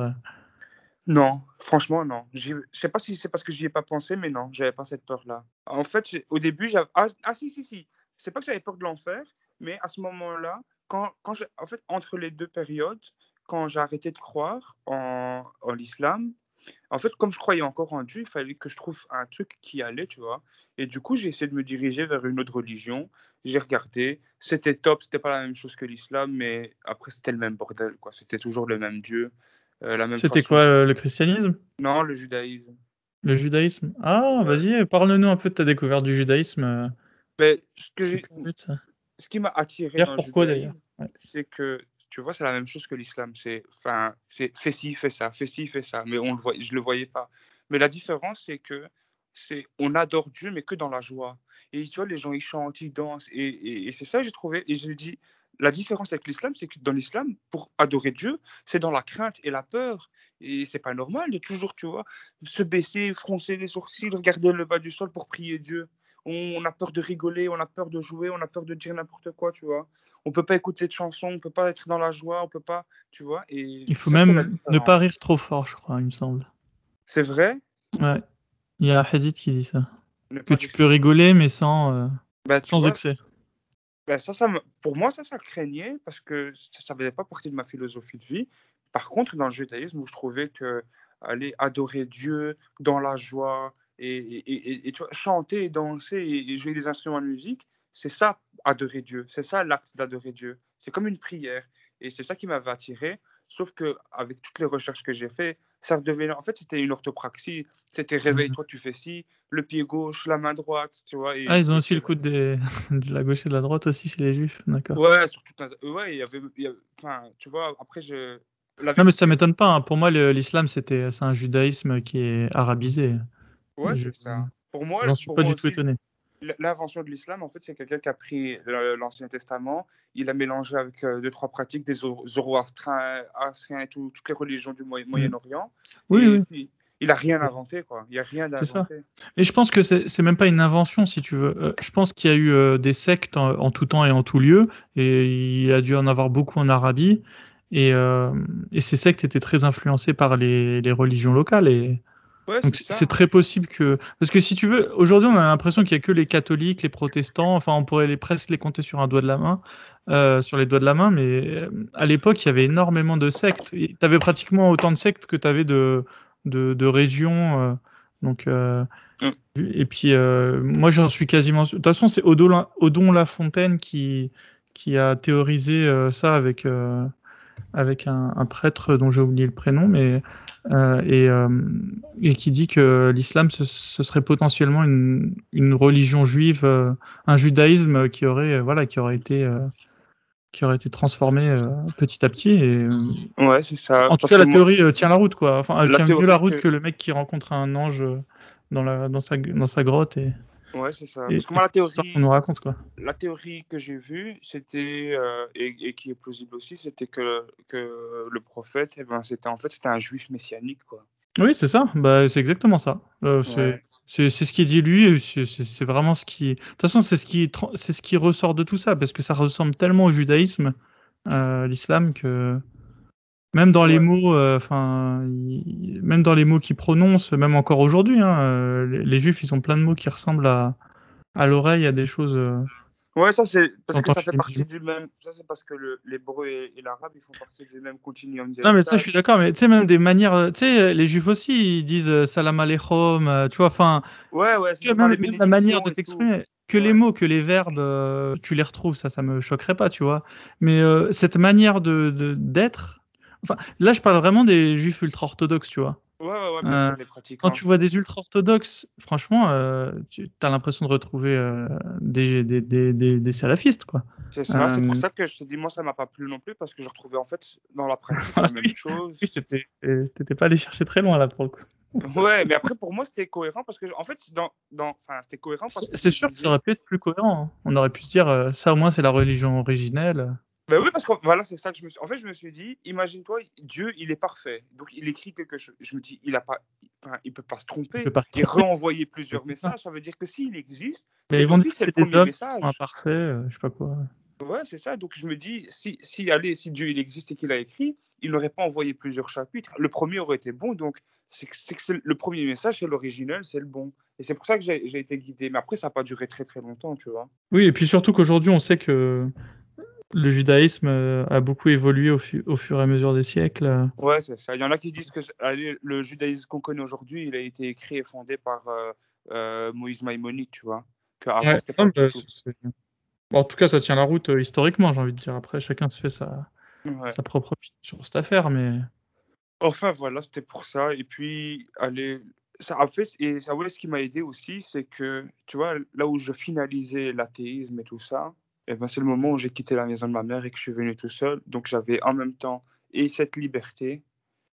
Non, franchement, non. Je sais pas si c'est parce que j'y ai pas pensé, mais non, j'avais pas cette peur-là. En fait, au début, j'avais. Si, si, si. C'est pas que j'avais peur de l'enfer, mais à ce moment-là, en fait, entre les deux périodes, quand j'ai arrêté de croire en l'islam, en fait, comme je croyais encore en Dieu, il fallait que je trouve un truc qui allait, tu vois. Et du coup, j'ai essayé de me diriger vers une autre religion. J'ai regardé, c'était top, c'était pas la même chose que l'islam, mais après, c'était le même bordel, quoi. C'était toujours le même Dieu, la même C'était façon. quoi le christianisme? Non, le judaïsme. Le judaïsme? Ah, Ouais. vas-y, parle-nous un peu de ta découverte du judaïsme. Mais Je suis curieux de ça. ce qui m'a attiré D'ailleurs, dans le pourquoi d'ailleurs? judaïsme, Ouais. c'est que, tu vois, c'est la même chose que l'islam. C'est fais ci, fais ça, fais ci, fais ça. Mais je le voyais pas. Mais la différence, c'est que on adore Dieu, mais que dans la joie. Et tu vois, les gens, ils chantent, ils dansent. Et c'est ça que j'ai trouvé. Et je dis, la différence avec l'islam, c'est que dans l'islam, pour adorer Dieu, c'est dans la crainte et la peur. Et c'est pas normal de toujours, tu vois, se baisser, froncer les sourcils, regarder le bas du sol pour prier Dieu. On a peur de rigoler, on a peur de jouer, on a peur de dire n'importe quoi, tu vois. On peut pas écouter de chansons, on peut pas être dans la joie, on peut pas, tu vois. Et Il faut ça, c'était la même ne pas différence. rire trop fort, je crois, il me semble. C'est vrai, Ouais, il y a un hadith qui dit ça. ne Que pas tu peux rire. rigoler, mais Bah, tu sans vois, excès. bah, pour moi, ça craignait parce que ça faisait pas partie de ma philosophie de vie. Par contre, dans le judaïsme, où je trouvais que aller adorer Dieu dans la joie et tu vois, chanter et danser et jouer des instruments de musique, c'est ça, adorer Dieu. C'est ça l'acte d'adorer Dieu. C'est comme une prière. Et c'est ça qui m'avait attiré. Sauf que avec toutes les recherches que j'ai fait, ça devenait, en fait, c'était une orthopraxie. C'était Mhm. réveille-toi, tu fais ci, le pied gauche, la main droite, tu vois. Ah, ils ont Et aussi le coup de la gauche et de la droite aussi chez les juifs, d'accord. ouais, surtout, ouais, enfin, tu vois, après, la Non, mais ça vérité, m'étonne pas, hein. Pour moi, l'islam, c'est un judaïsme qui est arabisé. ouais, Je, c'est ça. j'en suis Pour pas moi du tout aussi, étonné. l'invention de l'islam, en fait, c'est quelqu'un qui a pris l'Ancien Testament, il a mélangé avec deux, trois pratiques des zoroastriens et toutes les religions du Mm. Moyen-Orient, Oui, et oui, puis, il a rien inventé, quoi. Il n'y a rien c'est ça. d'inventé. Et je pense que c'est même pas une invention, si tu veux. Je pense qu'il y a eu des sectes en tout temps et en tout lieu, et il y a dû en avoir beaucoup en Arabie, et, euh, et ces sectes étaient très influencées par les religions locales, et Ouais, donc c'est c'est ça. très possible que... Parce que si tu veux, aujourd'hui on a l'impression qu'il y a que les catholiques, les protestants, enfin on pourrait presque les compter sur un doigt de la main, sur les doigts de la main, mais à l'époque il y avait énormément de sectes. Tu avais pratiquement autant de sectes que tu avais de régions. Donc, Mm. et puis moi j'en suis quasiment... De toute façon c'est Odon Lafontaine qui a théorisé ça avec un prêtre dont j'ai oublié le prénom, mais euh, et, euh, et qui dit que l'islam ce serait potentiellement une religion juive, un judaïsme qui aurait été transformé petit à petit. Et Ouais, c'est ça. en tout Parce cas, que la moi, théorie tient la route, quoi. Enfin, elle la tient mieux la théorie route que, que le mec qui rencontre un ange dans sa grotte ouais, c'est ça. et Parce que moi, toute l'histoire qu'on nous raconte, quoi. la théorie que j'ai vue, c'était, et qui est plausible aussi, c'était que le prophète, eh ben, c'était un juif messianique, quoi. Oui, c'est ça. Bah, c'est exactement ça. Ouais, C'est ce qu'il dit lui. Et c'est vraiment ce qui. De toute façon, c'est ce qui ressort de tout ça, parce que ça ressemble tellement au judaïsme, l'islam, que même dans les ouais. mots, même dans les mots qu'ils prononcent, même encore aujourd'hui, hein, les juifs, ils ont plein de mots qui ressemblent à l'oreille, à des choses Ouais, ça, c'est parce qu'on que entend ça chez fait les partie musulmans. du même. Ça, c'est parce que l'hébreu et l'arabe, ils font partie du même continuum Non, mais ça, je dialectal. suis d'accord, mais tu sais, même des manières, tu sais, les juifs aussi, ils disent salam alaikum, tu vois, enfin. Ouais, ouais, c'est Que ça, dans les même la manière de bénédictions et tout. t'exprimer, que les Ouais. mots, que les verbes, tu les retrouves, ça me choquerait pas, tu vois. Mais cette manière d'être, enfin, là, je parle vraiment des juifs ultra-orthodoxes, tu vois. Ouais, ouais, ouais, bien Euh, sûr, les Quand pratiquants. tu vois des ultra-orthodoxes, franchement, tu as l'impression de retrouver des salafistes, quoi. C'est ça, c'est pour Euh, ça que je te dis, moi, ça m'a pas plu non plus, parce que je retrouvais en fait dans la pratique ah les mêmes oui, oui, choses. t'étais pas allé chercher très loin, là, pour le coup. Ouais, mais après, pour moi, c'était cohérent parce que, en fait, enfin, c'était cohérent parce que je C'est me sûr que ça aurait disais, pu être plus cohérent, hein. On aurait pu se dire, ça au moins, c'est la religion originelle. ben oui, parce que voilà, c'est ça que en fait, je me suis dit, imagine-toi, Dieu, il est parfait. Donc, il écrit quelque chose. Je me dis, il a pas, enfin, il peut pas se Il peut tromper pas se et tromper. renvoyer Mais plusieurs c'est ça. messages. Ça veut dire que s'il existe, Mais c'est ils vont dire d'office, que c'est le c'est des premier hommes qui sont message. imparfaits, je sais pas quoi. Ouais, c'est ça. Donc je me dis, si Dieu il existe et qu'il a écrit, il n'aurait pas envoyé plusieurs chapitres. Le premier aurait été bon, donc le premier message, c'est l'original, c'est le bon. Et c'est pour ça que j'ai été guidé. Mais après, ça n'a pas duré très très longtemps, tu vois. Oui, et puis surtout qu'aujourd'hui, on sait que le judaïsme a beaucoup évolué au fur et à mesure des siècles. Ouais, c'est ça. Il y en a qui disent que allez, le judaïsme qu'on connaît aujourd'hui, il a été écrit et fondé par Moïse Maïmonide, tu vois. Qu'avant, Ouais, c'était pas non, du tout. bon, en tout cas, ça tient la route historiquement, j'ai envie de dire. Après, chacun se fait Ouais. sa propre opinion sur cette affaire, mais Enfin, voilà, c'était pour ça. Et puis, allez, ça, en fait, et ça, ouais, ce qui m'a aidé aussi, c'est que, tu vois, là où je finalisais l'athéisme et tout ça, eh ben, c'est le moment où j'ai quitté la maison de ma mère et que je suis venu tout seul. Donc, j'avais en même temps et cette liberté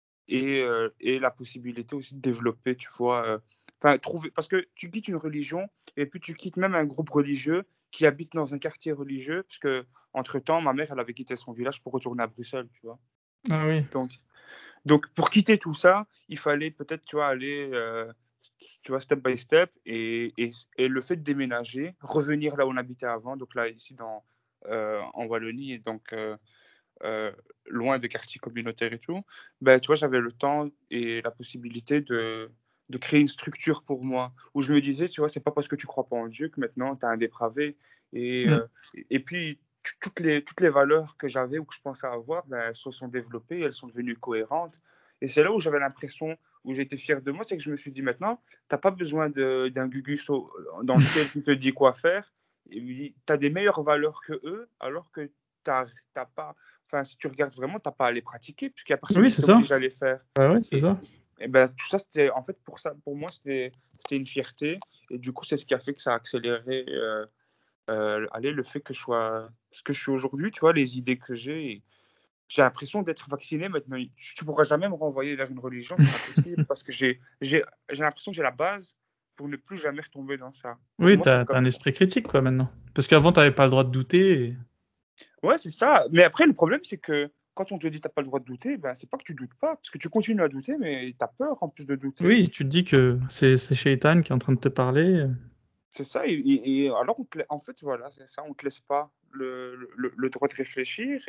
et la possibilité aussi de développer, tu vois, enfin, trouver, parce que tu quittes une religion et puis tu quittes même un groupe religieux qui habite dans un quartier religieux, parce que, entre-temps, ma mère, elle avait quitté son village pour retourner à Bruxelles, tu vois. ah oui. Donc, donc, pour quitter tout ça, il fallait peut-être, tu vois, aller, tu vois, step by step. Et le fait de déménager, revenir là où on habitait avant, donc là, ici, en Wallonie, et donc euh, loin des quartiers communautaires et tout, ben, tu vois, j'avais le temps et la possibilité de créer une structure pour moi, où je me disais, tu vois, c'est pas parce que tu crois pas en Dieu que maintenant tu es un dépravé. Et, Mm. euh, et puis, toutes les valeurs que j'avais ou que je pensais avoir, ben, elles se sont développées, elles sont devenues cohérentes. Et c'est là où j'avais l'impression, où j'étais fier de moi, c'est que je me suis dit, maintenant, t'as pas besoin d'un gugus dans le ciel qui te dit quoi faire. Tu as des meilleures valeurs que eux, alors que t'as pas, enfin, si tu regardes vraiment, tu n'as pas à les pratiquer, puisqu'il n'y a personne Oui, qui c'est ça. t'oblige à les faire. Ah ouais, c'est Et, ça. et ben, tout ça, c'était, en fait, pour ça, pour moi, c'était une fierté. Et du coup, c'est ce qui a fait que ça a accéléré allez, le fait que je sois ce que je suis aujourd'hui, tu vois, les idées que j'ai. J'ai l'impression d'être vacciné maintenant. Tu ne pourras jamais me renvoyer vers une religion, c'est impossible, parce que j'ai l'impression que j'ai la base pour ne plus jamais retomber dans ça. Pour Oui, moi, c'est t'as comme un ça. esprit critique, quoi, maintenant. Parce qu'avant, t'avais pas le droit de douter. Ouais, c'est ça. Mais après, le problème, c'est que quand on te dit t'as pas le droit de douter, ben, c'est pas que tu doutes pas, parce que tu continues à douter, mais tu as peur en plus de douter. Oui, tu te dis que c'est Shaitan qui est en train de te parler. C'est ça. Et alors, en fait, voilà, c'est ça, on te laisse pas le droit de réfléchir.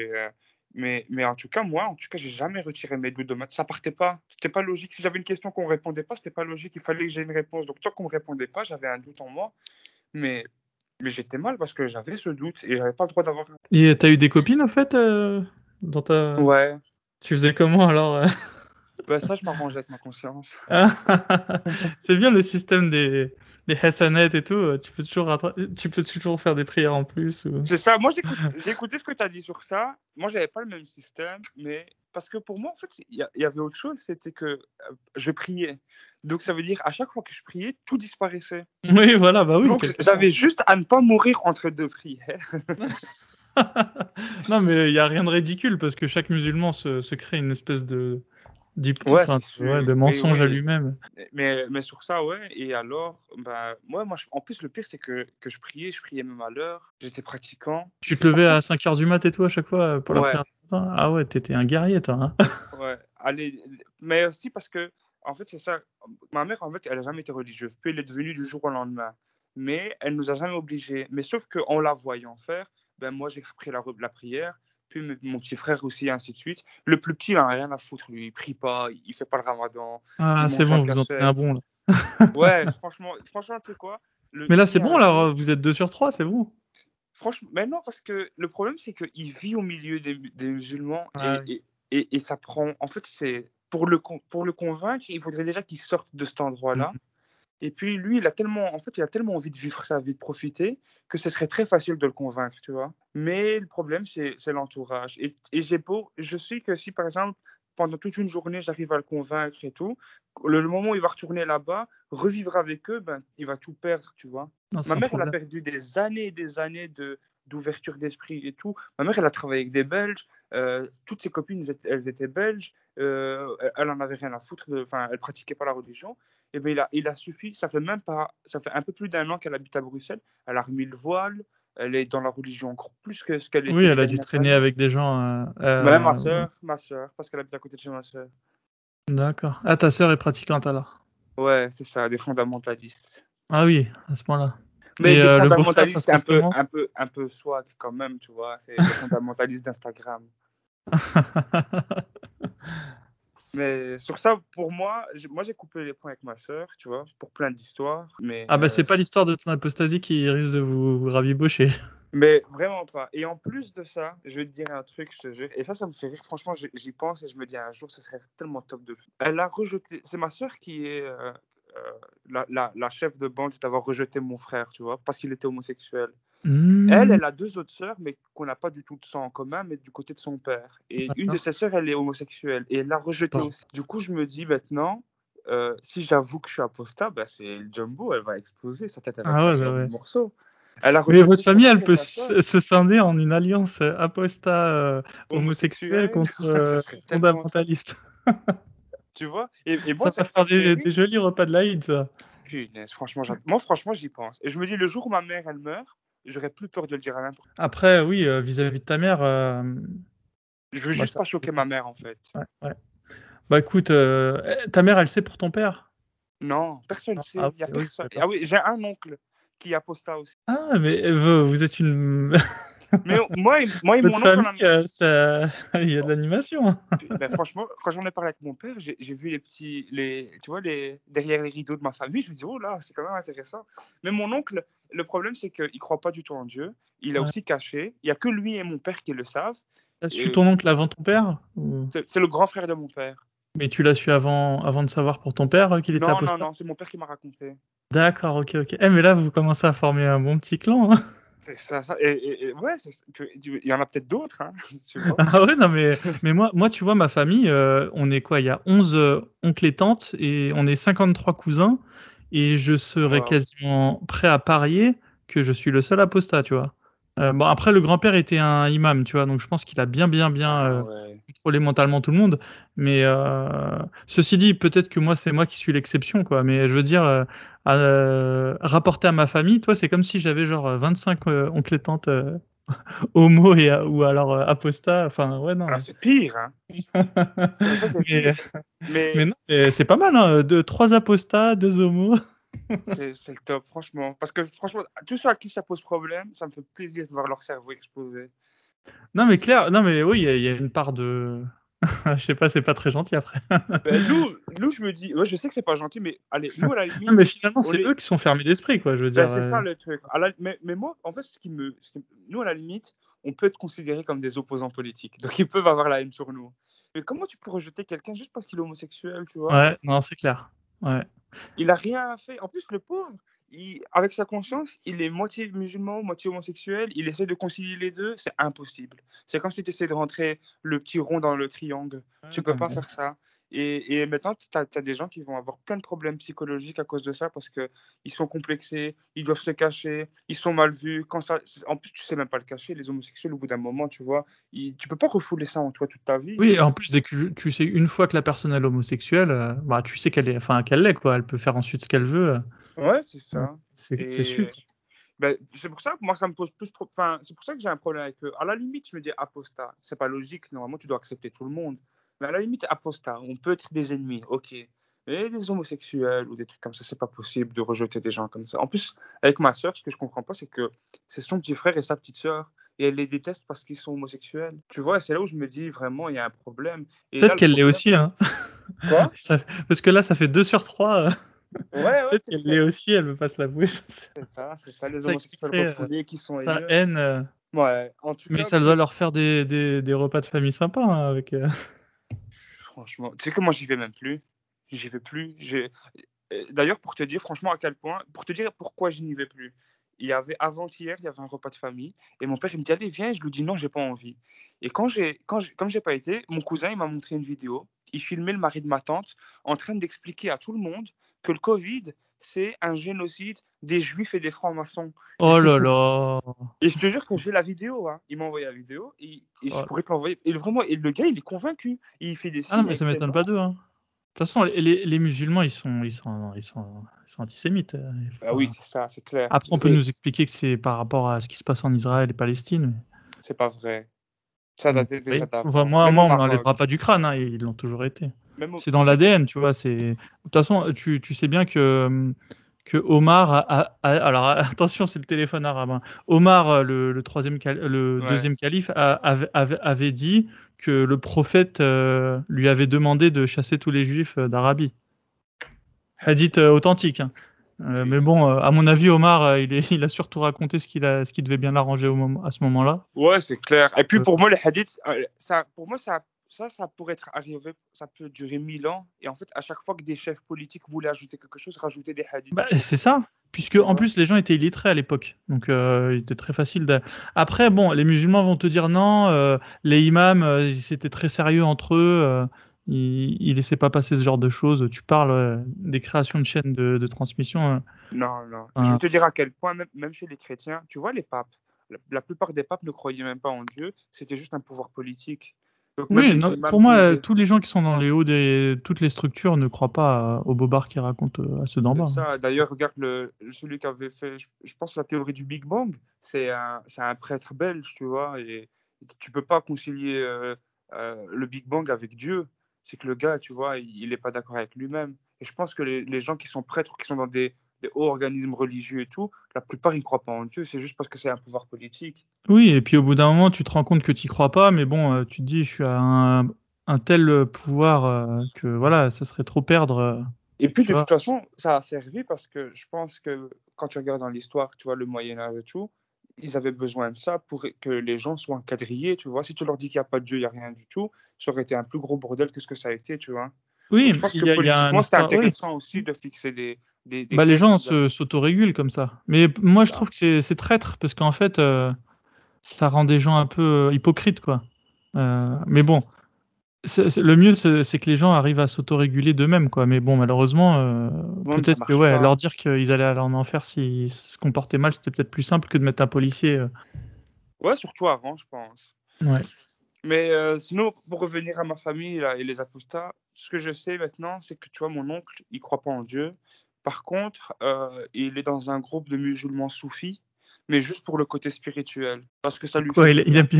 Mais en tout cas, moi, en tout cas, j'ai jamais retiré mes doutes de maths. Ça partait pas. C'était pas logique. Si j'avais une question qu'on répondait pas, c'était pas logique. Il fallait que j'ai une réponse. Donc, tant qu'on me répondait pas, j'avais un doute en moi. Mais, mais j'étais mal parce que j'avais ce doute et j'avais pas le droit d'avoir. Et t'as eu des copines, en fait, dans ta... Ouais. Tu faisais comment, alors Ben, ça, je m'arrangeais avec ma conscience. Ah, c'est bien le système des Hassanet et tout. Tu peux toujours faire des prières en plus. C'est ça. Moi, j'ai écouté ce que tu as dit sur ça. Moi, j'avais pas le même système, mais parce que pour moi, en fait, il y avait autre chose. C'était que je priais. Donc, ça veut dire, à chaque fois que je priais, tout disparaissait. Oui, voilà, bah oui, Donc, quelque part. j'avais juste à ne pas mourir entre deux prières. Non, mais il y a rien de ridicule parce que chaque musulman se crée une espèce Ouais, enfin, c'est ouais, sûr. de Et mensonge à oui. lui-même. Mais sur ça, ouais. Et alors, bah, moi, en plus, le pire, c'est que je priais même à l'heure. J'étais pratiquant. Tu te Par levais à contre, 5 heures du mat et tout à chaque fois pour la ouais. prière du matin. Ah ouais, t'étais un guerrier, toi, hein. Ouais, allez, mais aussi parce que, en fait, c'est ça. Ma mère, en fait, elle n'a jamais été religieuse. Puis elle est devenue du jour au lendemain. Mais elle nous a jamais obligés. Mais sauf qu'en la voyant faire, ben moi, j'ai repris la prière. Puis mon petit frère aussi, et ainsi de suite. Le plus petit, il n'en a rien à foutre, lui. Il prie pas, il fait pas le ramadan, il Ah, c'est mange en bon, vous en tenez un cachette. bon, là. Ouais, franchement, tu sais quoi? Le Mais là, c'est petit, bon, un alors, jour, vous êtes 2 sur 3, c'est bon. franchement, mais non, parce que le problème, c'est qu'il vit au milieu des musulmans Ah et, oui. et, et ça prend. En fait, c'est pour le convaincre, il faudrait déjà qu'il sorte de cet endroit-là. Mhm. Et puis lui, il a tellement envie de vivre sa vie, de profiter, que ce serait très facile de le convaincre, tu vois. Mais le problème, c'est l'entourage. Et je sais que si par exemple, pendant toute une journée, j'arrive à le convaincre et tout, le moment où il va retourner là-bas, revivre avec eux, ben, il va tout perdre, tu vois. Non, Ma c'est un mère, elle a problème. perdu des années et des années d'ouverture d'esprit et tout. Ma mère, elle a travaillé avec des Belges. Toutes ses copines, elles étaient belges. Elle en avait rien à foutre. Enfin, elle pratiquait pas la religion. Et ben, il a suffi. Ça fait même pas. Ça fait un peu plus d'un an qu'elle habite à Bruxelles. Elle a remis le voile. Elle est dans la religion encore plus que ce qu'elle Oui, était les elle a dû dernières traîner années. avec des gens. Même Ouais. ma soeur, parce qu'elle habite à côté de chez ma soeur. D'accord. Ah, ta sœur est pratiquante alors. Ouais, c'est ça, des fondamentalistes. Ah oui, à ce point-là. Mais Et des le beau-frère, ça se fondamentalistes passe comment? un peu swag quand même, tu vois. C'est les fondamentalistes d'Instagram. Mais sur ça, pour moi, moi j'ai coupé les points avec ma sœur, tu vois, pour plein d'histoires. Ah bah c'est pas l'histoire de ton apostasie qui risque de vous rabibocher. Mais vraiment pas. Et en plus de ça, je vais te dire un truc, je te jure. Et ça me fait rire. Franchement, j'y pense et je me dis un jour, ce serait tellement top de. Elle a rejeté. C'est ma sœur qui est la chef de bande d'avoir rejeté mon frère, tu vois, parce qu'il était homosexuel. Hmm, Elle a deux autres sœurs, mais qu'on n'a pas du tout de sang en commun, mais du côté de son père. Et une de d'accord. ses sœurs, elle est homosexuelle. Et elle l'a rejeté Bon. aussi. Du coup, je me dis maintenant, si j'avoue que je suis apostat, bah, c'est le Jumbo, elle va exploser. Sa tête, elle va Ah ouais, éclater ouais, en mille ouais. morceaux. Elle a Mais rejeté votre son famille, elle frère et peut sa sœur. se scinder en une alliance apostat homosexuelle Homosexuel, contre ce serait tellement top. fondamentaliste. Tu vois? Et moi, Ça va ça faire me fait des rire. jolis repas de l'Aïd, ça. Punaise, franchement, moi, franchement, j'y pense. Et je me dis, le jour où ma mère, elle meurt, j'aurais plus peur de le dire à n'importe qui. Après, oui, vis-à-vis de ta mère, Je veux bah, juste ça. pas choquer ma mère, en fait. Ouais, ouais. Bah écoute, ta mère, elle sait pour ton père? Non, personne ne Non. sait. Ah Il y a oui, oui, personne. d'accord. Ah oui, j'ai un oncle qui aposta aussi. Ah, mais vous êtes une. Mais moi et Votre mon oncle, famille, ça. Il y a de l'animation, hein. ben, franchement, quand j'en ai parlé avec mon père, j'ai vu tu vois, derrière les rideaux de ma famille, je me dis, oh là, c'est quand même intéressant. Mais mon oncle, le problème, c'est qu'il ne croit pas du tout en Dieu. Il a Ouais. aussi caché. Il n'y a que lui et mon père qui le savent. T'as su Et ton oncle avant ton père? c'est le grand frère de mon père. Mais tu l'as su avant de savoir pour ton père qu'il était Non, non, apostat? non, c'est mon père qui m'a raconté. D'accord, ok, ok. Eh, mais là, vous commencez à former un bon petit clan, hein. C'est ça. Et ouais, il y en a peut-être d'autres, hein, tu vois. Ah ouais, non, mais moi, tu vois, ma famille, on est quoi? Il y a 11 oncles et tantes et on est 53 cousins et je serais Waouh. quasiment prêt à parier que je suis le seul apostat, tu vois. Bon, après, le grand-père était un imam, tu vois, donc je pense qu'il a bien Ah ouais. contrôlé mentalement tout le monde. Mais ceci dit, peut-être que moi, c'est moi qui suis l'exception, quoi. Mais je veux dire, rapporté à ma famille, toi, c'est comme si j'avais genre 25 oncles et tantes homo ou alors apostat. Enfin, ouais, Ah, non. c'est pire, hein. Mais ça, c'est Mais, pire. Mais mais non, c'est pas mal, hein. Trois apostats, deux homos. c'est le top, franchement. Parce que franchement, tous ceux à qui ça pose problème, ça me fait plaisir de voir leur cerveau exploser. Non, mais clair, non, mais oui, il y a une part de. Je sais pas, c'est pas très gentil après. Ben, nous, je me dis, ouais, je sais que c'est pas gentil, mais allez, nous, à la Non, mais limite, finalement, on c'est est. eux qui sont fermés d'esprit, quoi, je veux Ben, dire. c'est ça le truc. Mais moi, en fait, nous, à la limite, on peut être considérés comme des opposants politiques. Donc, ils peuvent avoir la haine sur nous. Mais comment tu peux rejeter quelqu'un juste parce qu'il est homosexuel, tu vois? Ouais, non, c'est clair. Ouais. Il a rien fait. En plus, le pauvre, avec sa conscience, il est moitié musulman, moitié homosexuel. Il essaie de concilier les deux. C'est impossible. C'est comme si tu essaies de rentrer le petit rond dans le triangle. Ouais, Tu peux non, pas mais. faire ça. Et maintenant, tu as des gens qui vont avoir plein de problèmes psychologiques à cause de ça parce qu'ils sont complexés, ils doivent se cacher, ils sont mal vus. En plus, tu sais même pas le cacher. Les homosexuels, au bout d'un moment, tu vois, tu peux pas refouler ça en toi toute ta vie. Oui, en plus, dès que tu sais une fois que la personne est homosexuelle, bah, tu sais qu'elle est, enfin, qu'elle l'est, quoi. Elle peut faire ensuite ce qu'elle veut. Ouais, c'est Ouais. ça. C'est sûr. Et ben, c'est pour ça que moi, ça me pose Enfin, c'est pour ça que j'ai un problème avec eux. À la limite, je me dis apostat. C'est pas logique. Normalement, tu dois accepter tout le monde. Mais à la limite, apostat. On peut être des ennemis, ok. Mais les homosexuels ou des trucs comme ça, c'est pas possible de rejeter des gens comme ça. En plus, avec ma sœur, ce que je comprends pas, c'est que c'est son petit frère et sa petite sœur. Et elle les déteste parce qu'ils sont homosexuels. Tu vois, c'est là où je me dis vraiment, il y a un problème. Et là, Peut-être le qu'elle l'est problème. aussi, hein. Quoi? Parce que là, ça fait 2 sur 3. Ouais, ouais, Peut-être qu'elle l'est aussi, elle veut pas se l'avouer. c'est ça, les Ça homosexuels expliquerait refoulés qui sont sa haineux. haine. Ouais, en tout Mais cas, ça doit leur faire des repas de famille sympas, hein, avec. franchement, tu sais que moi, j'y vais même plus. J'y vais plus. D'ailleurs, pour te dire franchement à quel point, pour te dire pourquoi je n'y vais plus. Avant-hier, il y avait un repas de famille et mon père il me dit allez viens, je lui dis non, j'ai pas envie. Et comme j'ai pas été, mon cousin il m'a montré une vidéo. Il filmait le mari de ma tante en train d'expliquer à tout le monde que le Covid c'est un génocide des juifs et des francs-maçons. Oh là là. Et je te jure que j'ai la vidéo, hein. Il m'a envoyé la vidéo et je Oh. pourrais te l'envoyer. Et vraiment, et le gars il est convaincu. Il fait des Ah non, signes mais ça avec ses m'étonne pas mains. d'eux, hein. De toute façon, les musulmans, ils sont antisémites. Il faut Ah oui, pas. c'est ça, c'est clair. Après, on peut nous expliquer que c'est par rapport à ce qui se passe en Israël et Palestine. C'est pas vrai. Ça datait déjà Oui. Enfin, d'avant. Même au on me l'enlèvera Maroc. pas du crâne, hein, ils l'ont toujours été. C'est Tu dans sais que. l'ADN, tu vois. De toute façon, tu sais bien que que Omar alors attention, c'est le téléphone arabe, hein. Omar, le Ouais. deuxième calife, avait dit que le prophète lui avait demandé de chasser tous les juifs d'Arabie. Hadith authentique, hein. Mais bon, à mon avis, Omar, il a surtout raconté ce qui devait bien l'arranger à ce moment-là. Ouais, c'est clair. Et puis Euh, pour moi, les hadiths, pour moi, ça pourrait être arrivé, ça peut durer 1000 ans. Et en fait, à chaque fois que des chefs politiques voulaient ajouter quelque chose, rajoutaient des hadiths Bah, pour, c'est ça, puisque tu en vois. plus les gens étaient illettrés à l'époque, donc il était très facile de. Après, bon, les musulmans vont te dire non, les imams, ils étaient très sérieux entre eux, ils laissaient pas passer ce genre de choses. Tu parles des créations de chaînes de transmission. Non, non. Je vais Enfin, te dire à quel point, même chez les chrétiens, tu vois, les papes, la plupart des papes ne croyaient même pas en Dieu, c'était juste un pouvoir politique. Donc même oui, les non, pour imams qui moi, ont des... tous les gens qui sont dans les hauts des toutes les structures ne croient pas aux bobards qui racontent à ceux d'en C'est bas, hein. ça. D'ailleurs, regarde celui qui avait fait, je pense, la théorie du Big Bang. C'est un prêtre belge, tu vois, et tu peux pas concilier le Big Bang avec Dieu. C'est que le gars, tu vois, il est pas d'accord avec lui-même. Et je pense que les gens qui sont prêtres ou qui sont dans des hauts organismes religieux et tout, la plupart, ils ne croient pas en Dieu. C'est juste parce que c'est un pouvoir politique. Oui, et puis au bout d'un moment, tu te rends compte que tu crois pas, mais bon, tu te dis, je suis à un tel pouvoir que voilà, ça serait trop perdre, Et puis, tu de vois. toute façon, ça a servi parce que je pense que quand tu regardes dans l'histoire, tu vois, le Moyen-Âge et tout, ils avaient besoin de ça pour que les gens soient quadrillés, tu vois. Si tu leur dis qu'il n'y a pas de Dieu, il n'y a rien du tout, ça aurait été un plus gros bordel que ce que ça a été, tu vois. Oui, Donc, je pense que il y a une politiquement, c'était histoire, oui. intéressant aussi de fixer des Bah, les règles gens vis-à-vis de s'autorégulent comme ça. Mais moi, je trouve ça. que c'est traître parce qu'en fait, ça rend des gens un peu hypocrites, quoi. Mais bon, le mieux, c'est que les gens arrivent à s'autoréguler d'eux-mêmes, quoi. Mais bon, malheureusement, Bon, mais ça peut-être que marche ouais, pas. leur dire qu'ils allaient aller en enfer s'ils se comportaient mal, c'était peut-être plus simple que de mettre un policier. Ouais, surtout avant, je pense. Ouais. Mais sinon, pour revenir à ma famille là, et les apostats, ce que je sais maintenant, c'est que tu vois, mon oncle, il croit pas en Dieu. Par contre, il est dans un groupe de musulmans soufis, mais juste pour le côté spirituel, parce que ça lui fait Quoi, du il aime bien, bien.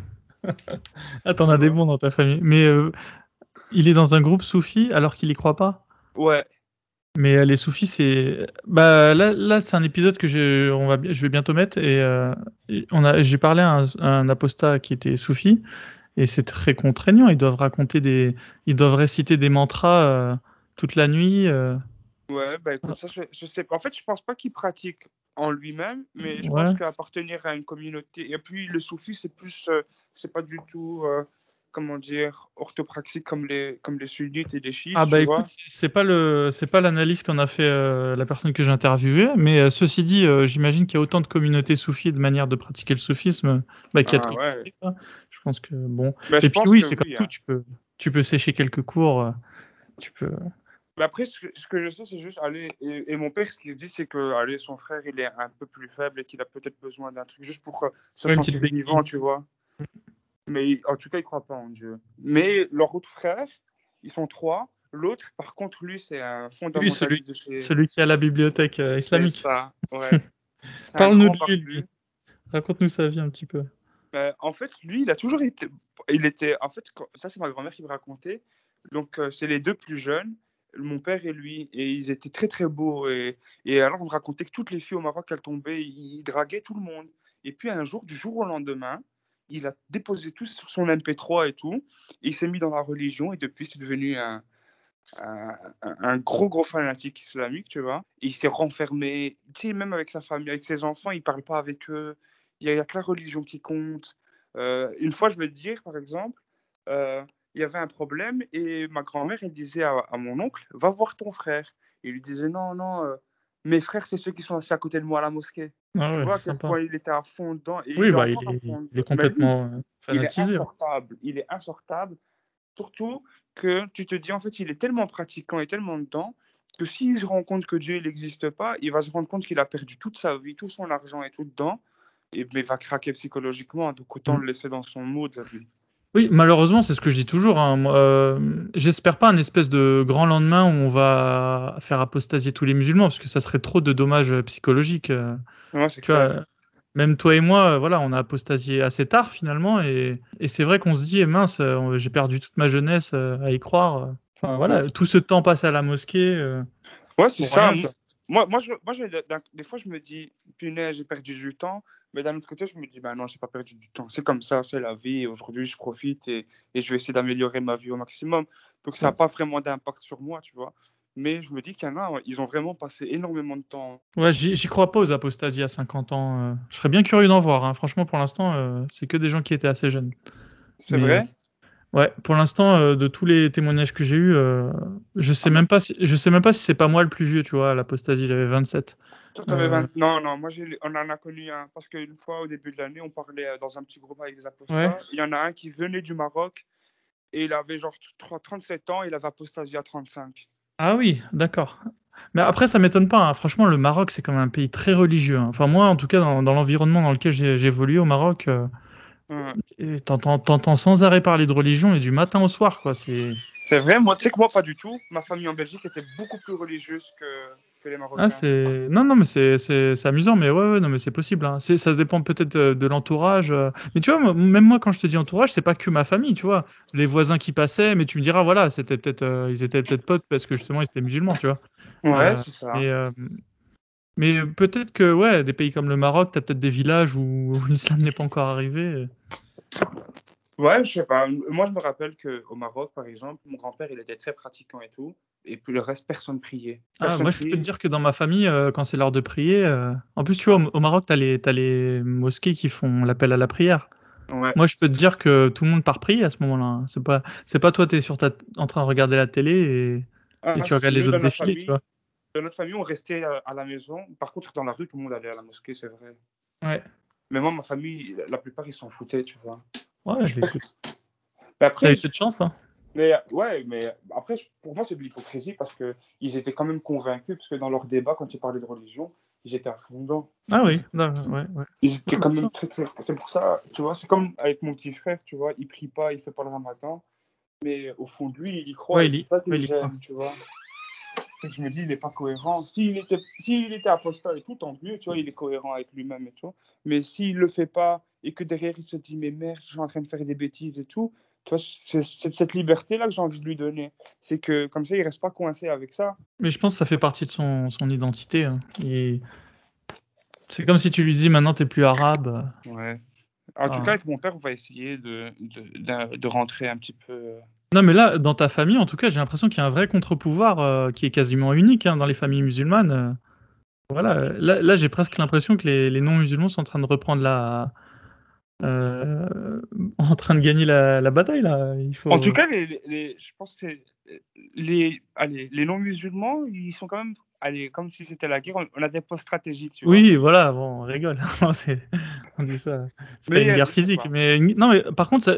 Ah, t'en tu as des vois. bons dans ta famille. Mais il est dans un groupe soufi alors qu'il y croit pas. Ouais, Mais les soufis, c'est bah là c'est un épisode que je vais bientôt mettre et j'ai parlé à un apostat qui était soufi et c'est très contraignant. Ils doivent réciter des mantras toute la nuit. ouais, bah écoute, ça, je sais pas. En fait, je pense pas qu'il pratique en lui-même, mais je pense Ouais. qu'appartenir à une communauté. Et puis, le soufi, c'est plus, c'est pas du tout, comment dire, orthopraxique comme les sunnites et les chiites, Ah tu bah écoute, vois. c'est pas l'analyse qu'en a fait la personne que j'ai interviewée, mais ceci dit, j'imagine qu'il y a autant de communautés soufis et de manières de pratiquer le soufisme bah, qu'il y a de Ah ouais. communautés, quoi. Je pense que bon. Ben, Et je puis pense oui, que c'est comme oui, tout, hein. tu peux sécher quelques cours, tu peux. Mais après, ce que je sais, c'est juste, allez, et mon père, ce qu'il se dit, c'est que, allez, son frère, il est un peu plus faible et qu'il a peut-être besoin d'un truc juste pour se Ouais, une petite sentir béquille. vivant, tu vois. Mais en tout cas, il croit pas en Dieu. Mais leur autre frère, ils sont trois. L'autre, par contre, lui, c'est un Oui, fondamentaliste de chez. celui qui a la bibliothèque C'est islamique. ça, ouais. C'est un Parle-nous grand de lui. barbu. Raconte-nous sa vie un petit peu. En fait, lui, il a toujours été. Il était. En fait, ça, c'est ma grand-mère qui me racontait. Donc, c'est les deux plus jeunes, mon père et lui. Et ils étaient très, très beaux. Et alors, on me racontait que toutes les filles au Maroc, elles tombaient. Il draguait tout le monde. Et puis, un jour, du jour au lendemain, il a déposé tout sur son MP3 et tout. Et il s'est mis dans la religion. Et depuis, c'est devenu un gros, gros fanatique islamique, tu vois. Et il s'est renfermé. Tu sais, même avec sa famille, avec ses enfants, il parle pas avec eux. Il y a que la religion qui compte. Une fois, je vais te dire, par exemple, euh, il y avait un problème et ma grand-mère, elle disait à mon oncle, va voir ton frère. Et il lui disait, non, non, mes frères, c'est ceux qui sont assis à côté de moi à la mosquée. Ah Tu ouais, vois à quel sympa. point il était à fond dedans. Et Oui, il est bah encore à fond il est dedans. Mais lui, complètement il est fanatisé, hein. insortable. Il est insortable. Surtout que tu te dis, en fait, il est tellement pratiquant et tellement dedans que s'il se rend compte que Dieu n'existe pas, il va se rendre compte qu'il a perdu toute sa vie, tout son argent et tout dedans, mais il va craquer psychologiquement. Donc autant Mm. le laisser dans son mood, lui. Oui, malheureusement, c'est ce que je dis toujours, hein. Moi, j'espère pas un espèce de grand lendemain où on va faire apostasier tous les musulmans, parce que ça serait trop de dommages psychologiques. Ouais, c'est Tu vois, clair. même toi et moi, voilà, on a apostasié assez tard finalement, et c'est vrai qu'on se dit, eh mince, j'ai perdu toute ma jeunesse à y croire. Enfin Ouais, voilà, tout ce temps passé à la mosquée ouais c'est pour ça. rien, quoi. Des fois, je me dis, punaise, j'ai perdu du temps. Mais d'un autre côté, je me dis, ben non, j'ai pas perdu du temps. C'est comme ça, c'est la vie. Et aujourd'hui, je profite et je vais essayer d'améliorer ma vie au maximum. Donc, ça n'a pas vraiment d'impact sur moi, tu vois. Mais je me dis qu'il y en a, ouais, ils ont vraiment passé énormément de temps. Ouais, j'y crois pas aux apostasies à 50 ans. Je serais bien curieux d'en voir, hein. Franchement, pour l'instant, c'est que des gens qui étaient assez jeunes. C'est Mais vrai? ouais, pour l'instant, de tous les témoignages que j'ai eus, Ah, moi, je sais même pas si c'est pas moi le plus vieux, tu vois, à l'apostasie, j'avais 27. toi, t'avais Euh, 20. Non, non, on en a connu un. Parce qu'une fois, au début de l'année, on parlait dans un petit groupe avec des ouais. apostats. Il y en a un qui venait du Maroc et il avait genre 37 ans, il avait apostasié à 35. Ah oui, d'accord. Mais après, ça m'étonne pas, hein. Franchement, le Maroc, c'est quand même un pays très religieux, hein. Enfin, moi, en tout cas, dans l'environnement dans lequel j'ai évolué au Maroc, Ouais. et t'entends sans arrêt parler de religion et du matin au soir, quoi. C'est vrai, moi, tu sais que moi, pas du tout. Ma famille en Belgique était beaucoup plus religieuse que les Ah, Marocains. non, non, mais c'est amusant, mais ouais, non, mais c'est possible, hein. Ça dépend peut-être de l'entourage. Mais tu vois, même moi, quand je te dis entourage, c'est pas que ma famille, tu vois. Les voisins qui passaient, mais tu me diras, voilà, ils étaient peut-être potes parce que justement, ils étaient musulmans, tu vois. Ouais, Euh, c'est ça. mais, euh, mais peut-être que, ouais, des pays comme le Maroc, t'as peut-être des villages où l'islam n'est pas encore arrivé. Ouais, je sais pas. Moi, je me rappelle qu'au Maroc, par exemple, mon grand-père, il était très pratiquant et tout. Et puis le reste, personne priait. Ah, Personne moi, je peux te priait. dire que dans ma famille, quand c'est l'heure de prier, en plus, tu vois, Ah, au Maroc, t'as les mosquées qui font l'appel à la prière. ouais. Moi, je peux te dire que tout le monde part prier à ce moment-là, hein. C'est pas toi, en train de regarder la télé et tu regardes les Nous, autres défiler, tu vois. dans notre famille, on restait à la maison. Par contre, dans la rue, tout le monde allait à la mosquée, c'est vrai. Ouais. Mais moi, ma famille, la plupart, ils s'en foutaient, tu vois. Ouais, Je bah, pense- écoute, Mais t'as eu après, cette chance, hein. ouais, mais après, pour moi, c'est de l'hypocrisie parce que ils étaient quand même convaincus, parce que dans leur débat, quand ils parlaient de religion, ils étaient à fond dedans. Ah Ils, oui, non, ouais, ouais. ils étaient Ouais, quand bien même sûr. très, très. C'est pour ça, tu vois, c'est comme avec mon petit frère, tu vois, il prie pas, il fait pas le ramadan, mais au fond de lui, il y croit et c'est ça que Ouais, il y croit. j'aime, tu vois. C'est que je me dis, il n'est pas cohérent. S'il était apostat et tout, tant mieux, tu vois, il est cohérent avec lui-même et tout. Mais s'il le fait pas et que derrière il se dit, mais merde, je suis en train de faire des bêtises et tout, tu vois, c'est cette liberté-là que j'ai envie de lui donner. C'est que comme ça, il reste pas coincé avec ça. Mais je pense que ça fait partie de son identité, hein. C'est comme si tu lui dis maintenant t'es plus arabe. Ouais. En tout cas, Enfin, avec mon père, on va essayer de rentrer un petit peu. non, mais là, dans ta famille, en tout cas, j'ai l'impression qu'il y a un vrai contre-pouvoir qui est quasiment unique, hein, dans les familles musulmanes. Voilà, là j'ai presque l'impression que les non-musulmans sont en train de reprendre euh, en train de gagner la bataille là. Il En tout faut. cas, je pense que c'est les non-musulmans, ils sont quand même, allez, comme si c'était la guerre, on a des postes stratégiques, tu vois. Oui, voilà, bon, on rigole. On dit ça. C'est pas Mais une guerre je sais physique, pas. mais non, mais par contre,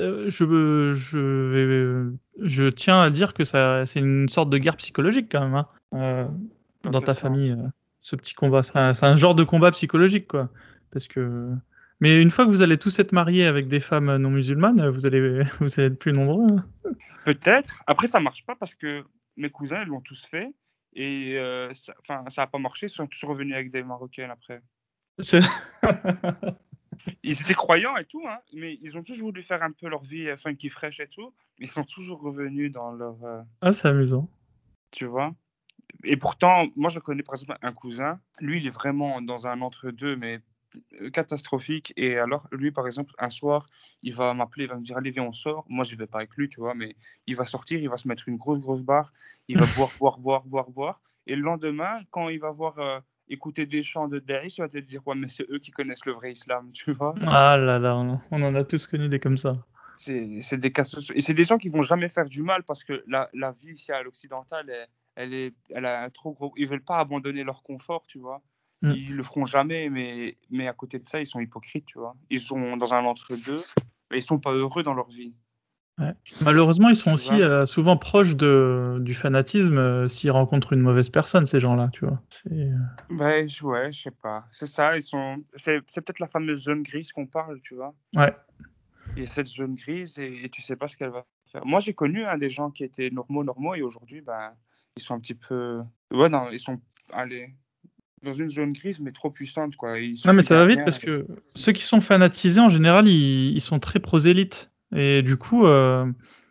je tiens à dire que c'est une sorte de guerre psychologique quand même, hein, Dans dans quel ta famille, sens? ce petit combat. C'est un genre de combat psychologique, quoi. Parce que, mais une fois que vous allez tous être mariés avec des femmes non musulmanes, vous allez être plus nombreux, hein. Peut-être. Après, ça marche pas parce que mes cousins, ils l'ont tous fait. Et enfin, ça a pas marché. Ils sont tous revenus avec des Marocaines après. C'est- Ils étaient croyants et tout, hein, mais ils ont tous voulu faire un peu leur vie funky fresh et tout. Ils sont toujours revenus dans leur. Ah, c'est amusant. Tu vois? Et pourtant, moi, je connais par exemple un cousin. Lui, il est vraiment dans un entre-deux, mais catastrophique. Et alors, lui, par exemple, un soir, il va m'appeler, il va me dire, allez, viens, on sort. Moi, je vais pas avec lui, tu vois, mais il va sortir, il va se mettre une grosse, grosse barre, il va boire, boire, boire, boire, boire. Et le lendemain, quand il va voir écouter des chants de Daesh, il va te dire, ouais, mais c'est eux qui connaissent le vrai islam, tu vois. Ah là là, on en a tous connu des comme ça. C'est des cas sociaux. Et c'est des gens qui vont jamais faire du mal parce que la vie ici à l'occidental, elle a un trop gros. Ils veulent pas abandonner leur confort, tu vois. Mm. Ils le feront jamais, mais à côté de ça, ils sont hypocrites, tu vois. Ils sont dans un entre-deux, mais ils sont pas heureux dans leur vie, Ouais. Malheureusement, ils sont tu aussi vois. souvent proches du fanatisme s'ils rencontrent une mauvaise personne, ces gens-là, tu vois. Ben, ouais, je sais pas. C'est ça, c'est peut-être la fameuse zone grise qu'on parle, tu vois. Ouais. Il y a cette zone grise et tu sais pas ce qu'elle va faire. Moi, j'ai connu des gens qui étaient normaux, et aujourd'hui, ben, ils sont un petit peu. Ouais, non, ils sont. Allez, dans une zone grise, mais trop puissante, quoi. Il Non, mais suffit ça d'un va vite rien. parce que ceux qui sont fanatisés, en général, ils sont très prosélytes. Et du coup,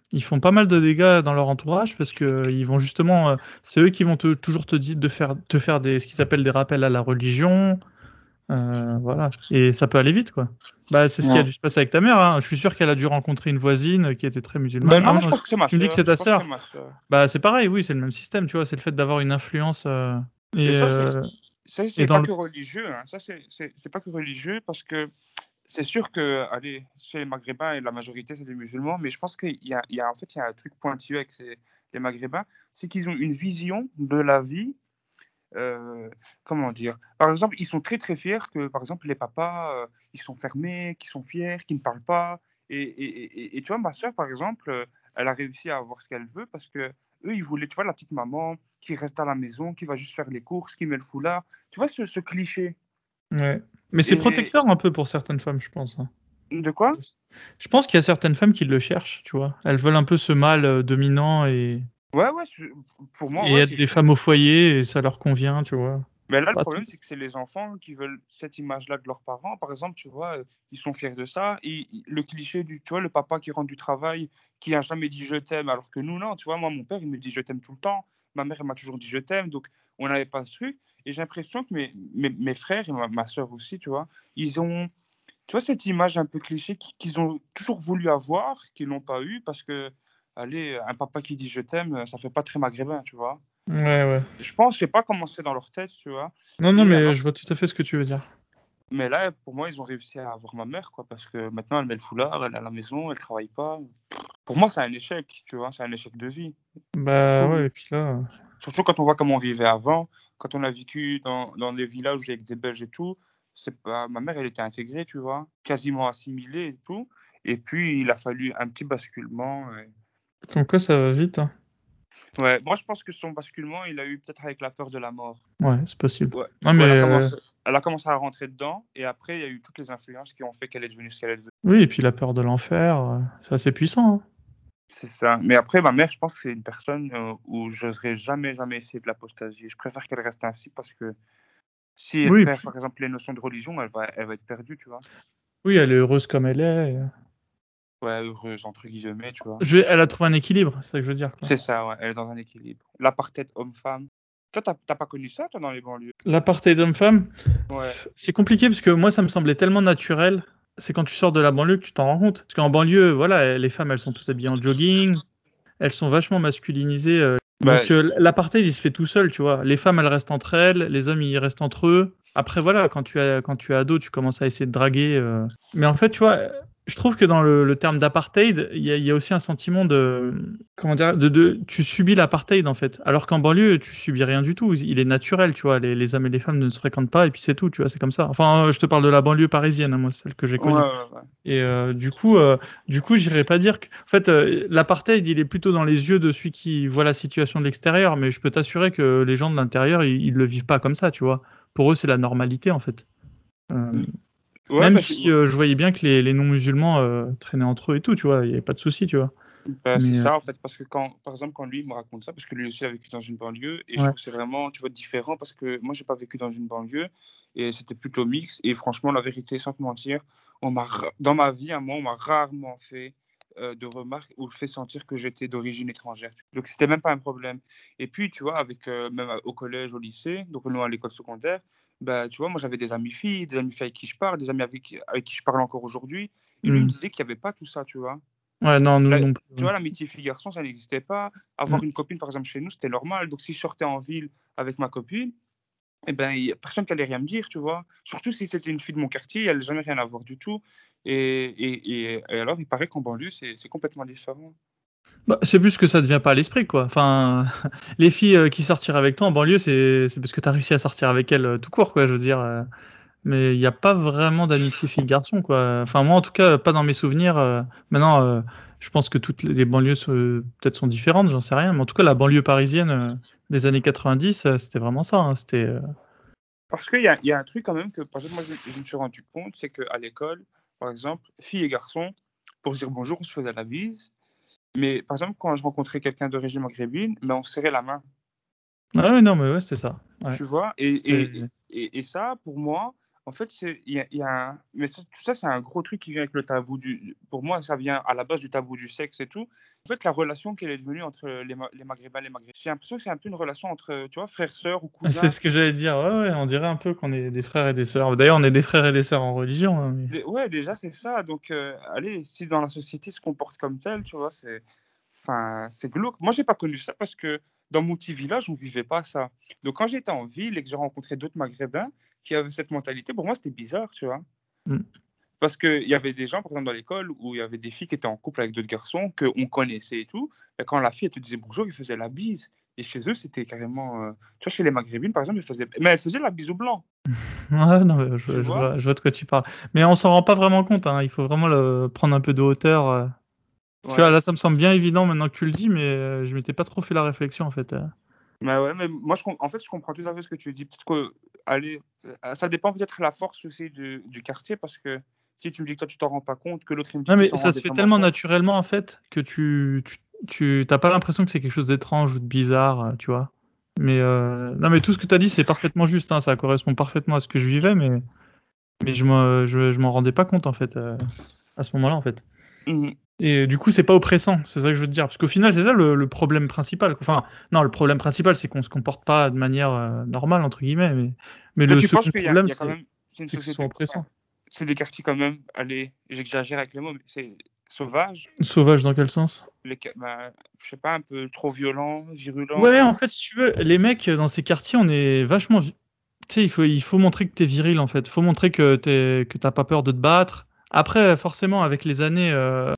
Ils font pas mal de dégâts dans leur entourage parce que ils vont justement, c'est eux qui vont toujours te dire te faire ce qu'ils appellent des rappels à la religion, voilà. Et ça peut aller vite, quoi. Bah, c'est ce qui a Ouais. dû se passer avec ta mère, hein. Je suis sûr qu'elle a dû rencontrer une voisine qui était très musulmane. Ben Ah non, moi je non, pense que c'est ma tu me dis que sœur. c'est Je ta pense que c'est sœur. ma sœur. Bah, c'est pareil, oui, c'est le même système, tu vois. C'est le fait d'avoir une influence. Et, Et euh, ça, et c'est dans pas le. que religieux. Hein. Ça, c'est pas que religieux parce que c'est sûr que, allez, chez les Maghrébins et la majorité, c'est des musulmans, mais je pense en fait, il y a un truc pointilleux avec les Maghrébins, c'est qu'ils ont une vision de la vie. Comment dire? Par exemple, ils sont très très fiers que, par exemple, les papas, ils sont fermés, qu'ils sont fiers, qu'ils ne parlent pas. Et tu vois, ma soeur, par exemple, elle a réussi à avoir ce qu'elle veut parce que eux, ils voulaient, tu vois, la petite maman qui reste à la maison, qui va juste faire les courses, qui met le foulard. Tu vois, ce cliché. Ouais. Mais c'est Et protecteur un peu pour certaines femmes, je pense, hein. de quoi? Je pense qu'il y a certaines femmes qui le cherchent, tu vois. Elles veulent un peu ce mâle dominant Ouais, ouais, pour moi, et ouais, être c'est des sûr. femmes au foyer et ça leur convient, tu vois. Mais là, le Pas tout. problème, c'est que c'est les enfants qui veulent cette image-là de leurs parents. Par exemple, tu vois, ils sont fiers de ça. Le cliché du, tu vois, le papa qui rentre du travail, qui a jamais dit je t'aime, alors que nous, non. Tu vois, moi, mon père, il me dit je t'aime tout le temps. Ma mère, elle m'a toujours dit je t'aime. Donc, on n'avait pas ce truc. Et j'ai l'impression que mes frères et ma soeur aussi, tu vois, ils ont, tu vois, cette image un peu cliché qu'ils ont toujours voulu avoir, qu'ils n'ont pas eu, parce que, allez, un papa qui dit je t'aime, ça fait pas très maghrébin, tu vois. Ouais, ouais. Je pense, je sais pas comment c'est dans leur tête, tu vois. Non, non, Et mais alors, je vois tout à fait ce que tu veux dire. mais là, pour moi, ils ont réussi à avoir ma mère, quoi, parce que maintenant, elle met le foulard, elle est à la maison, elle travaille pas. Pour moi, c'est un échec, tu vois, c'est un échec de vie. Bah ouais, Surtout, et puis là, surtout quand on voit comment on vivait avant, quand on a vécu dans des villages avec des Belges et tout, c'est pas, ma mère, elle était intégrée, tu vois, quasiment assimilée et tout. Et puis, il a fallu un petit basculement. comme quoi ça va vite, hein. Ouais, moi, je pense que son basculement, il a eu peut-être avec la peur de la mort. Ouais, c'est possible. Ouais, Non, où mais elle a commencé à rentrer dedans, et après, il y a eu toutes les influences qui ont fait qu'elle est devenue ce qu'elle est devenue. oui, et puis la peur de l'enfer, c'est assez puissant, hein. C'est ça. Mais après, ma mère, je pense que c'est une personne où j'oserais jamais, jamais essayer de l'apostasie. Je préfère qu'elle reste ainsi parce que si elle Oui, et perd, puis, par exemple, les notions de religion, elle va être perdue, tu vois. oui, elle est heureuse comme elle est. Ouais, heureuse, entre guillemets, tu vois. Elle a trouvé un équilibre, c'est ça que je veux dire, quoi. C'est ça, ouais. Elle est dans un équilibre. L'apartheid homme-femme. Toi, t'as pas connu ça, toi, dans les banlieues? L'apartheid homme-femme, Ouais. c'est compliqué parce que moi, ça me semblait tellement naturel. C'est quand tu sors de la banlieue que tu t'en rends compte. Parce qu'en banlieue, voilà, les femmes, elles sont toutes habillées en jogging, elles sont vachement masculinisées. Bah, Donc l'apartheid, il se fait tout seul, tu vois. Les femmes, elles restent entre elles, les hommes, ils restent entre eux. Après, voilà, quand tu es ado, tu commences à essayer de draguer. Mais en fait, tu vois, je trouve que dans le terme d'apartheid, il y a aussi un sentiment de, comment dire, tu subis l'apartheid en fait. Alors qu'en banlieue, tu subis rien du tout. Il est naturel, tu vois. Les hommes et les femmes ne se fréquentent pas et puis c'est tout, tu vois. C'est comme ça. Enfin, je te parle de la banlieue parisienne, hein, moi, celle que j'ai ouais, connue. ouais, ouais. Et du coup, j'irais pas dire que, en fait, l'apartheid, il est plutôt dans les yeux de celui qui voit la situation de l'extérieur, mais je peux t'assurer que les gens de l'intérieur, ils le vivent pas comme ça, tu vois. Pour eux, c'est la normalité, en fait. Euh, Ouais, même bah, si je voyais bien que les non-musulmans traînaient entre eux et tout, tu vois, il y avait pas de souci, tu vois. bah, c'est Mais ça, en fait, parce que quand, par exemple, quand lui il me raconte ça, parce que lui aussi a vécu dans une banlieue, et je ouais, trouve que c'est vraiment, tu vois, différent, parce que moi, j'ai pas vécu dans une banlieue, et c'était plutôt mix, et franchement, la vérité, sans te mentir, dans ma vie, à moi, on m'a rarement fait de remarques ou fait sentir que j'étais d'origine étrangère. Donc, c'était même pas un problème. Et puis, tu vois, avec, même au collège, au lycée, donc nous, à l'école secondaire, bah, tu vois, moi, j'avais des amis filles, des amis filles avec qui je parle, des amis avec qui je parle encore aujourd'hui, et lui, il me hmm. disait qu'il n'y avait pas tout ça, tu vois. Ouais, non, nous La- non plus, Tu hein. vois, l'amitié fille-garçon, ça n'existait pas. Hmm. Avoir une copine, par exemple, chez nous, c'était normal. Donc, si je sortais en ville avec ma copine, eh ben, il y a personne qui allait rien me dire, tu vois. Surtout si c'était une fille de mon quartier, elle n'allait jamais rien avoir du tout. Et alors, il paraît qu'en banlieue, c'est complètement différent. Bah, c'est plus que ça devient pas à l'esprit, quoi. Enfin, les filles qui sortirent avec toi en banlieue, c'est parce que t'as réussi à sortir avec elles tout court, quoi, je veux dire. Mais il n'y a pas vraiment d'amitié fille-garçon, quoi. Enfin, moi, en tout cas, pas dans mes souvenirs. Maintenant, je pense que toutes les banlieues peut-être sont différentes, j'en sais rien. Mais en tout cas, la banlieue parisienne des années 90, c'était vraiment ça, hein. C'était, Parce il y a un truc quand même que, par exemple, moi, je me suis rendu compte, c'est qu'à l'école, par exemple, filles et garçons, pour se dire bonjour, on se faisait la bise. Mais par exemple, quand je rencontrais quelqu'un d'origine maghrébine, ben, on se serrait la main. ah ouais, non, mais ouais, c'était ça. Ouais. Tu vois, C'est, et ça, pour moi, En fait, il y a mais tout ça, c'est un gros truc qui vient avec le tabou pour moi, ça vient à la base du tabou du sexe et tout. En fait, la relation qu'elle est devenue entre les Maghrébins et les Maghrébines, j'ai l'impression que c'est un peu une relation entre, tu vois, frères, sœurs ou C'est cousins. ce que j'allais dire. Ouais, on dirait un peu qu'on est des frères et des sœurs. D'ailleurs, on est des frères et des sœurs en religion, hein, mais... Ouais, déjà, c'est ça. Donc, allez, si dans la société se comporte comme tel, tu vois, enfin, c'est glauque. Moi, j'ai pas connu ça parce que dans mon petit village, on vivait pas ça. Donc, quand j'étais en ville et que j'ai rencontré d'autres Maghrébins qui avaient cette mentalité, pour moi, c'était bizarre, tu vois. Mm. Parce qu'il y avait des gens, par exemple, dans l'école, où il y avait des filles qui étaient en couple avec d'autres garçons, qu'on connaissait et tout. Et quand la fille, elle te disait bonjour, ils faisaient la bise. Et chez eux, c'était carrément. Tu vois, chez les Maghrébines, par exemple, mais elle faisait la bise au blanc, Ouais, non, mais tu vois. je vois de quoi tu parles. Mais on s'en rend pas vraiment compte, hein. Il faut vraiment prendre un peu de hauteur. Tu vois, Ouais. là, ça me semble bien évident maintenant que tu le dis, mais je m'étais pas trop fait la réflexion, en fait. Mais ouais, mais moi, en fait, je comprends tout à fait ce que tu dis. Peut-être que, allez, ça dépend peut-être de la force aussi du quartier, parce que si tu me dis que toi, tu t'en rends pas compte, que l'autre, il me dit Non, qu'il mais s'en ça rendait se fait vraiment tellement compte. naturellement, en fait, que tu t'as pas l'impression que c'est quelque chose d'étrange ou de bizarre, tu vois. Mais non, mais tout ce que tu as dit, c'est parfaitement juste, hein, ça correspond parfaitement à ce que je vivais, mais je m'en rendais pas compte, en fait, à ce moment-là, en fait. Mhm. Et du coup, c'est pas oppressant, c'est ça que je veux te dire. Parce qu'au final, c'est ça le problème principal. Enfin, non, le problème principal, c'est qu'on se comporte pas de manière normale, entre guillemets. Mais Toi, le tu penses second il problème, y a quand même, c'est une c'est que ce soit société, enfin, oppressant. c'est des quartiers quand même, allez, j'exagère avec les mots, mais c'est sauvage. Sauvage dans quel sens? Bah, je sais pas, un peu trop violent, virulent. Ouais, en fait, si tu veux, les mecs dans ces quartiers, on est vachement. Tu sais, il faut montrer que t'es viril, en fait. Faut montrer que t'as pas peur de te battre. Après, forcément, avec les années,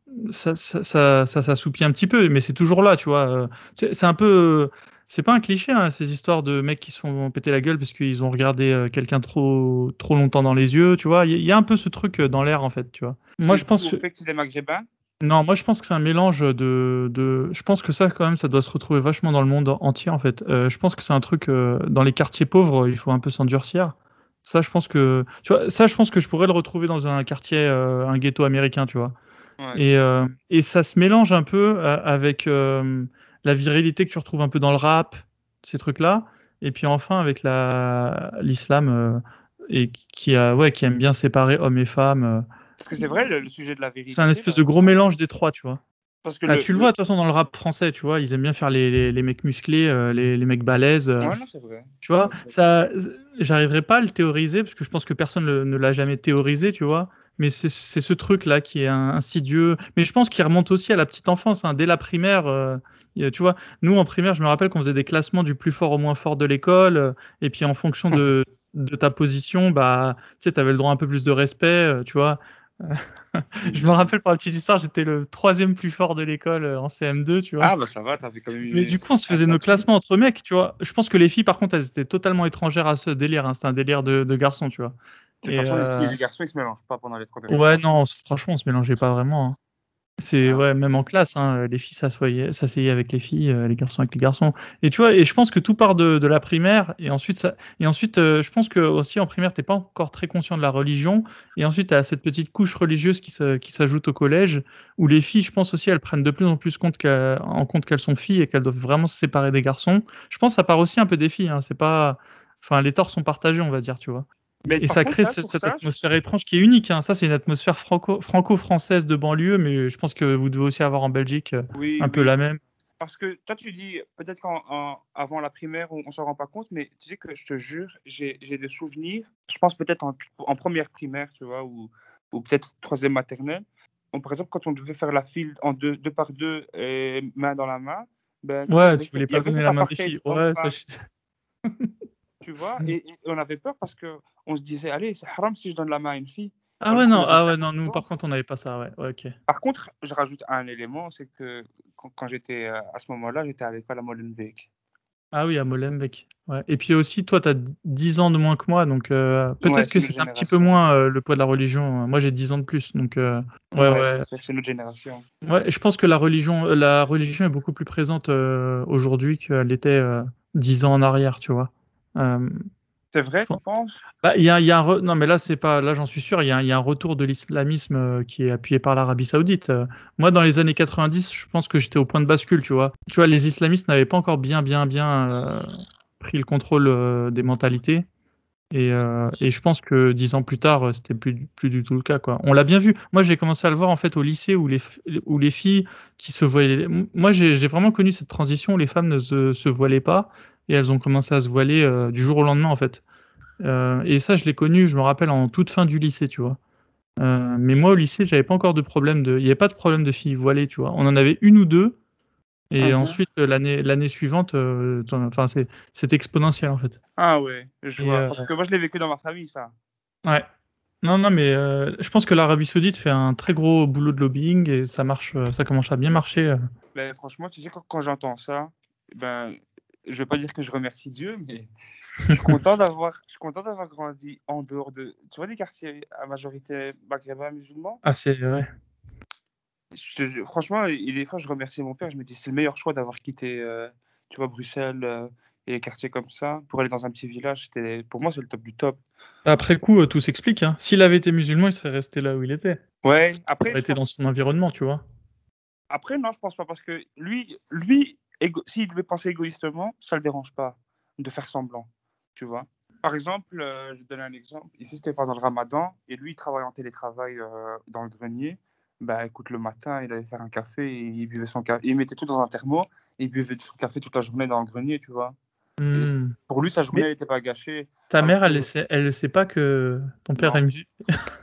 ça s'assoupit un petit peu, mais c'est toujours là, tu vois. C'est un peu, c'est pas un cliché, hein, ces histoires de mecs qui se font péter la gueule parce qu'ils ont regardé quelqu'un trop longtemps dans les yeux, tu vois. Il y a un peu ce truc dans l'air, en fait, tu vois. Moi, C'est je dû pense au que fait que c'est des Maghrébins. non, moi je pense que c'est un mélange je pense que ça quand même ça doit se retrouver vachement dans le monde entier en fait. Je pense que c'est un truc dans les quartiers pauvres, il faut un peu s'endurcir. Ça, je pense que tu vois, ça je pense que je pourrais le retrouver dans un quartier, un ghetto américain, tu vois. Ouais. Et ça se mélange un peu avec la virilité que tu retrouves un peu dans le rap, ces trucs-là. Et puis enfin avec l'islam et qui aime bien séparer hommes et femmes. Parce que c'est vrai, le sujet de la C'est un virilité, espèce là. de gros mélange des trois, tu vois. Parce que Ah, tu le vois de toute façon dans le rap français, tu vois, ils aiment bien faire les mecs musclés, les mecs balèzes, Ouais, non, c'est vrai. tu vois. Ça, j'arriverai pas à le théoriser parce que je pense que personne ne l'a jamais théorisé, tu vois. Mais c'est ce truc-là qui est insidieux. Mais je pense qu'il remonte aussi à la petite enfance, hein, dès la primaire. Tu vois, nous en primaire, je me rappelle qu'on faisait des classements du plus fort au moins fort de l'école, et puis en fonction de ta position, bah, tu sais, t'avais le droit à un peu plus de respect, tu vois. Je me rappelle pour la petite histoire, j'étais le troisième plus fort de l'école en CM2, tu vois. Ah, bah ça va, t'avais quand même Mais du coup, on se un faisait nos statut. classements entre mecs, tu vois. Je pense que les filles, par contre, elles étaient totalement étrangères à ce délire, hein. C'était un délire de garçons, tu vois. De toute Et façon, les filles et les garçons, ils se mélangent pas pendant les cours de ouais, récré. non, franchement, on se mélangeait pas vraiment, hein. C'est Ah, ouais, même en classe, hein, les filles s'asseyaient avec les filles, les garçons avec les garçons. Et tu vois, et je pense que tout part de la primaire, et ensuite, je pense que aussi en primaire, t'es pas encore très conscient de la religion, et ensuite t'as cette petite couche religieuse qui s'ajoute au collège, où les filles, je pense aussi, elles prennent de plus en plus en compte qu'elles sont filles et qu'elles doivent vraiment se séparer des garçons. Je pense que ça part aussi un peu des filles, hein, c'est pas, enfin, les torts sont partagés, on va dire, tu vois. mais Et par ça contre, crée ça, pour cette ça, atmosphère étrange qui est unique, hein. Ça, c'est une atmosphère franco-française de banlieue, mais je pense que vous devez aussi avoir en Belgique oui, un peu oui. la même. Parce que toi, tu dis, peut-être avant la primaire, on s'en rend pas compte, mais tu sais que je te jure, j'ai des souvenirs, je pense peut-être en première primaire, tu vois, ou peut-être troisième maternelle. Par exemple, quand on devait faire la file en deux par deux, main dans la main, ben, tu vois, Ouais, tu voulais il y pas avait donner cet la main des apartheid filles. Ouais, ça, homme-femme, tu vois, et on avait peur parce que on se disait, allez, c'est haram si je donne la main à une fille, alors qu'on avait Ah ouais, 5 ou non, 6 nous, ans. par contre, on n'avait pas ça, ouais, ok. Par contre, je rajoute un élément, c'est que quand j'étais à ce moment-là, j'étais à l'école à Molenbeek. Ah oui, à Molenbeek. Ouais. Et puis aussi, toi, t'as 10 ans de moins que moi, donc Ouais, peut-être c'est que notre c'est un petit peu génération. moins le poids de la religion. Moi, j'ai 10 ans de plus, donc Ouais, c'est ouais. sûr, c'est notre génération. Ouais, je pense que la religion est beaucoup plus présente aujourd'hui qu'elle l'était 10 ans en arrière, tu vois. Euh, C'est je vrai, tu pense. penses? Bah, il y a non, mais là, c'est pas, là, j'en suis sûr, il y a un retour de l'islamisme qui est appuyé par l'Arabie Saoudite. Moi, dans les années 90, je pense que j'étais au point de bascule, tu vois. Tu vois, les islamistes n'avaient pas encore bien pris le contrôle des mentalités. Et je pense que 10 ans plus tard, c'était plus du tout le cas, quoi. On l'a bien vu. Moi, j'ai commencé à le voir en fait au lycée où les filles qui se voilaient. Moi, j'ai vraiment connu cette transition où les femmes ne se voilaient pas et elles ont commencé à se voiler du jour au lendemain, en fait. Et ça, je l'ai connu, je me rappelle, en toute fin du lycée, tu vois. Mais moi, au lycée, j'avais pas encore de problème il y avait pas de problème de filles voilées, tu vois. On en avait une ou deux, et Mhm. ensuite, l'année suivante, enfin, c'est exponentiel, en fait. Ah ouais, je Et vois. Parce que moi, je l'ai vécu dans ma famille, ça. ouais. Non, non, mais je pense que l'Arabie Saoudite fait un très gros boulot de lobbying et ça marche, ça commence à bien marcher. Mais franchement, tu sais, quand j'entends ça, ben, je vais pas dire que je remercie Dieu, mais je suis content d'avoir grandi en dehors tu vois, des quartiers à majorité maghrébin musulman. Ah, c'est vrai. Franchement, et des fois, je remercie mon père. Je me dis, c'est le meilleur choix d'avoir quitté, tu vois, Bruxelles et les quartiers comme ça pour aller dans un petit village. Pour moi, c'est le top du top. Après coup, tout s'explique, hein. S'il avait été musulman, il serait resté là où il était. Ouais. Il aurait été dans son environnement, tu vois. Après, non, je pense pas parce que s'il devait penser égoïstement, ça le dérange pas de faire semblant, tu vois. Par exemple, je vais te donner un exemple. Ici, c'était pendant le Ramadan et lui, il travaille en télétravail dans le grenier. Bah, écoute, le matin, il allait faire un café et il buvait son café. Il mettait tout dans un thermo et il buvait son café toute la journée dans le grenier, tu vois. Et Hmm. pour lui, sa journée, Mais elle n'était pas gâchée. ta Alors mère, que, elle sait pas que ton père est non. musulman.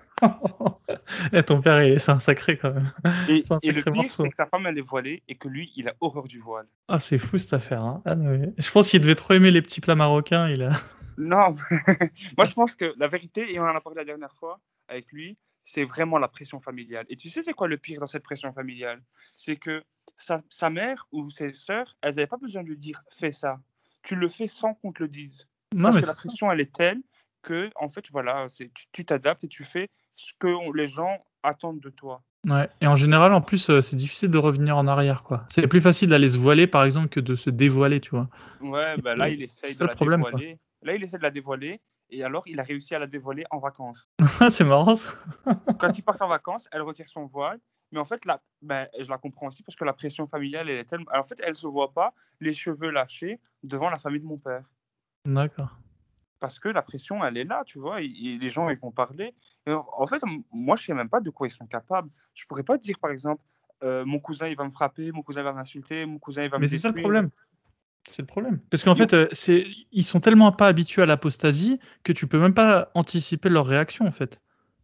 Et ton père, c'est un sacré quand même. C'est un Et le sacré pire, c'est morceau. que sa femme, elle est voilée et que lui, il a horreur du voile. Ah, c'est fou cette affaire, hein. Ah, non, mais je pense qu'il devait trop aimer les petits plats marocains. Non, moi je pense que la vérité, et on en a parlé la dernière fois avec lui, c'est vraiment la pression familiale. Et tu sais, c'est quoi le pire dans cette pression familiale? C'est que sa mère ou ses sœurs, elles n'avaient pas besoin de lui dire fais ça. Tu le fais sans qu'on te le dise. Non, Parce mais que la c'est ça. pression, elle est telle que, en fait, voilà, tu t'adaptes et tu fais ce que les gens attendent de toi. Ouais. Et en général, en plus, c'est difficile de revenir en arrière, quoi. C'est plus facile d'aller se voiler, par exemple, que de se dévoiler, tu vois. Ouais, bah là, Et il c'est essaye de ça le la problème, quoi. dévoiler. Là, il essaie de la dévoiler. Et alors, il a réussi à la dévoiler en vacances. C'est marrant, ça. Quand ils partent en vacances, elle retire son voile. Mais en fait, là, ben, je la comprends aussi parce que la pression familiale, elle est tellement. Alors, en fait, elle ne se voit pas les cheveux lâchés devant la famille de mon père. D'accord. Parce que la pression, elle est là, tu vois. Et les gens, ils vont parler. Et en fait, moi, je ne sais même pas de quoi ils sont capables. Je ne pourrais pas te dire, par exemple, mon cousin, il va me frapper, mon cousin va m'insulter, mon cousin, il va me Mais c'est ça le détruire. problème. C'est le problème. Parce qu'en Et- fait, ils sont tellement pas habitués à l'apostasie que tu peux même pas anticiper leur réaction, en fait.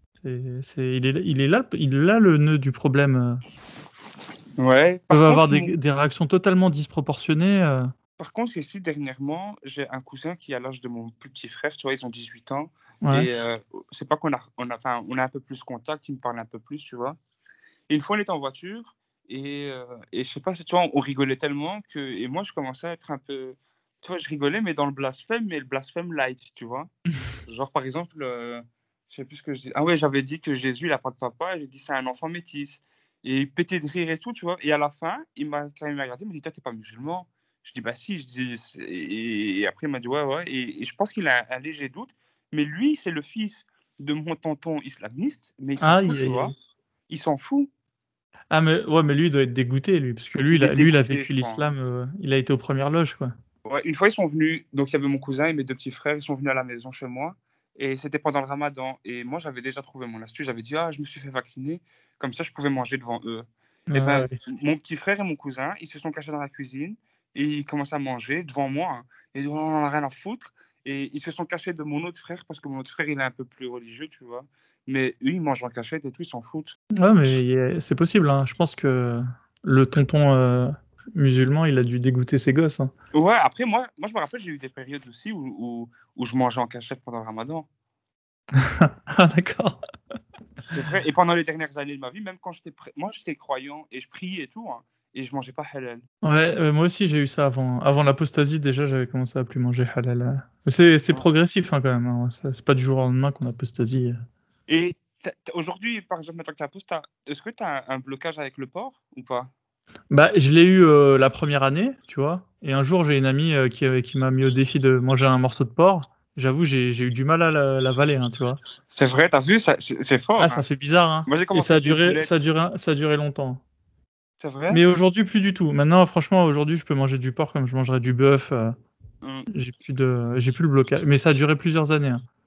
Il est là le nœud du problème. Ouais. Ils peuvent avoir des réactions totalement disproportionnées. Par contre, ici, dernièrement, j'ai un cousin qui a l'âge de mon plus petit frère, tu vois, ils ont 18 ans. Ouais. Et c'est pas enfin, on a un peu plus contact, il me parle un peu plus, tu vois. Et une fois, on était en voiture, et je sais pas, tu vois, on rigolait tellement que. Et moi, je commençais à être un peu. Tu vois, je rigolais, mais dans le blasphème, mais le blasphème light, tu vois. Genre, par exemple, je sais plus ce que je dis. Ah ouais, j'avais dit que Jésus, il a pas de papa, et j'ai dit c'est un enfant métis. Et il pétait de rire et tout, tu vois. Et à la fin, quand il m'a regardé, il m'a dit, toi, t'es pas musulman. Je dis, bah si. Je dis, et après, il m'a dit, ouais, ouais. Et je pense qu'il a un léger doute. Mais lui, c'est le fils de mon tonton islamiste, mais il s'en fout, Aïe, tu aïe, vois. aïe. Il s'en fout. Ah, mais ouais, mais lui, il doit être dégoûté, lui, parce que lui, Il est il a dégoûté, vécu je pense. l'islam, il a été aux premières loges, quoi. Ouais, une fois, ils sont venus. Donc, il y avait mon cousin et mes deux petits frères. Ils sont venus à la maison chez moi. Et c'était pendant le ramadan. Et moi, j'avais déjà trouvé mon astuce. J'avais dit, ah, je me suis fait vacciner. Comme ça, je pouvais manger devant eux. Et Ouais, ben, ouais. mon petit frère et mon cousin, ils se sont cachés dans la cuisine. Et ils commençaient à manger devant moi, hein. Et ils ont on en a rien à foutre. Et ils se sont cachés de mon autre frère parce que mon autre frère, il est un peu plus religieux, tu vois. Mais eux, ils mangent en cachette et tout, ils s'en foutent. Ouais, mais c'est possible, hein. Je pense que le tonton musulman, il a dû dégoûter ses gosses, hein. Ouais, après, moi, je me rappelle, j'ai eu des périodes aussi où je mangeais en cachette pendant le ramadan. Ah, d'accord. C'est vrai. Et pendant les dernières années de ma vie, même quand moi, j'étais croyant et je priais et tout, hein, et je mangeais pas halal. Ouais, moi aussi j'ai eu ça avant l'apostasie déjà j'avais commencé à plus manger halal. Mais c'est Ouais. progressif hein, quand même. Hein. C'est pas du jour au lendemain qu'on apostasie. Et aujourd'hui, par exemple, maintenant que tu as posté, est-ce que tu as un blocage avec le porc ou pas? Bah je l'ai eu la première année, tu vois. Et un jour j'ai une amie qui m'a mis au défi de manger un morceau de porc. J'avoue j'ai eu du mal à l'avaler, hein, tu vois. C'est vrai, t'as vu, c'est Ah fort, ça hein. fait bizarre hein. Moi, j'ai Et commencé avec des boulettes. ça a duré longtemps. C'est vrai? Mais aujourd'hui plus du tout. Maintenant franchement aujourd'hui je peux manger du porc comme je mangerais du bœuf. Hum. J'ai plus le blocage. Mais ça a duré plusieurs années, hein.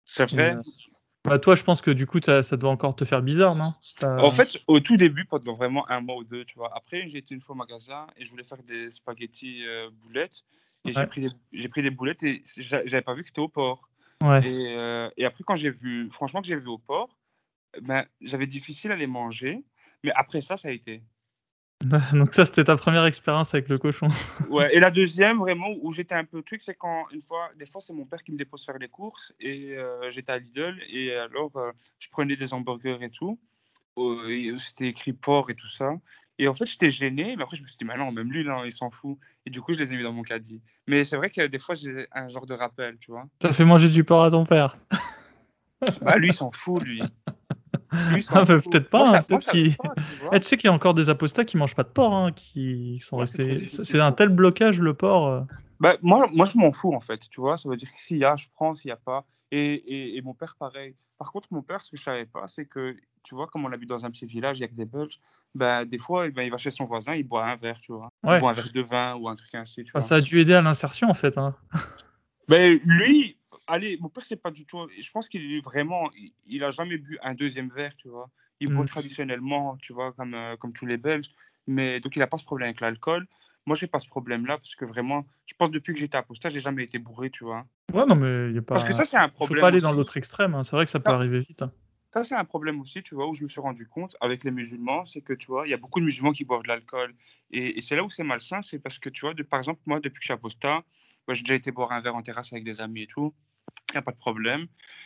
C'est Et, vrai. bah toi, je pense que du coup, ça doit encore te faire bizarre, non? En fait, au tout début, pendant vraiment un mois ou deux, tu vois. Après, j'ai été une fois au magasin et je voulais faire des spaghettis boulettes. Et Ouais, j'ai pris des boulettes et j'avais pas vu que c'était au porc. ouais. Et après, quand j'ai vu, franchement, que j'ai vu au porc, ben, j'avais difficile à les manger. Mais après ça, ça a été. Donc ça, c'était ta première expérience avec le cochon. Ouais, et la deuxième, vraiment, où j'étais un peu truc, c'est quand, des fois, c'est mon père qui me dépose faire les courses et j'étais à Lidl et alors je prenais des hamburgers et tout. Et c'était écrit porc et tout ça. Et en fait, j'étais gêné, mais après, je me suis dit, mais non, même lui, là, il s'en fout. Et du coup, je les ai mis dans mon caddie. Mais c'est vrai que des fois, j'ai un genre de rappel, tu vois. T'as fait manger du porc à ton père. Bah, lui, il s'en fout, lui. Lui, il Ah, s'en bah, fout. peut-être pas, hein, Moi, peut-être je savais qu'il... pas, tu Eh, vois. tu sais qu'il y a encore des apostats qui mangent pas de porc, hein, qui sont Ouais, c'est trop restés... difficile C'est un pour tel blocage, le porc. Bah, moi, je m'en fous, en fait, tu vois. Ça veut dire que s'il y a, je prends, s'il y a pas. Et mon père, pareil. Par contre, mon père, ce que je savais pas, c'est que, tu vois, comme on habite dans un petit village, il y a que des Belges, bah, des fois, eh ben, il va chez son voisin, il boit un verre, tu vois. Il Ouais, boit un verre de vin ou un truc ainsi, tu bah, vois. ça a dû aider à l'insertion, en fait. Hein. Mais lui, allez, mon père, c'est pas du tout. Je pense qu'il est vraiment. Il a jamais bu un deuxième verre, tu vois. Il boit Hmm. traditionnellement, tu vois, comme tous les Belges. Mais donc, il a pas ce problème avec l'alcool. Moi, j'ai pas ce problème-là parce que vraiment, je pense depuis que j'étais apostat, j'ai jamais été bourré, tu vois. Ouais, non, mais y a Parce que pas... ça, c'est un Il faut pas problème aller dans aussi. l'autre extrême. Hein. C'est vrai que ça peut Ça, arriver vite. Hein. ça, c'est un problème aussi, tu vois, où je me suis rendu compte avec les musulmans, c'est que, tu vois, il y a beaucoup de musulmans qui boivent de l'alcool. Et c'est là où c'est malsain, c'est parce que, tu vois, par exemple, moi, depuis que je suis apostat, bah, j'ai déjà été boire un verre en terrasse avec des amis et tout. Il n'y a pas de problème.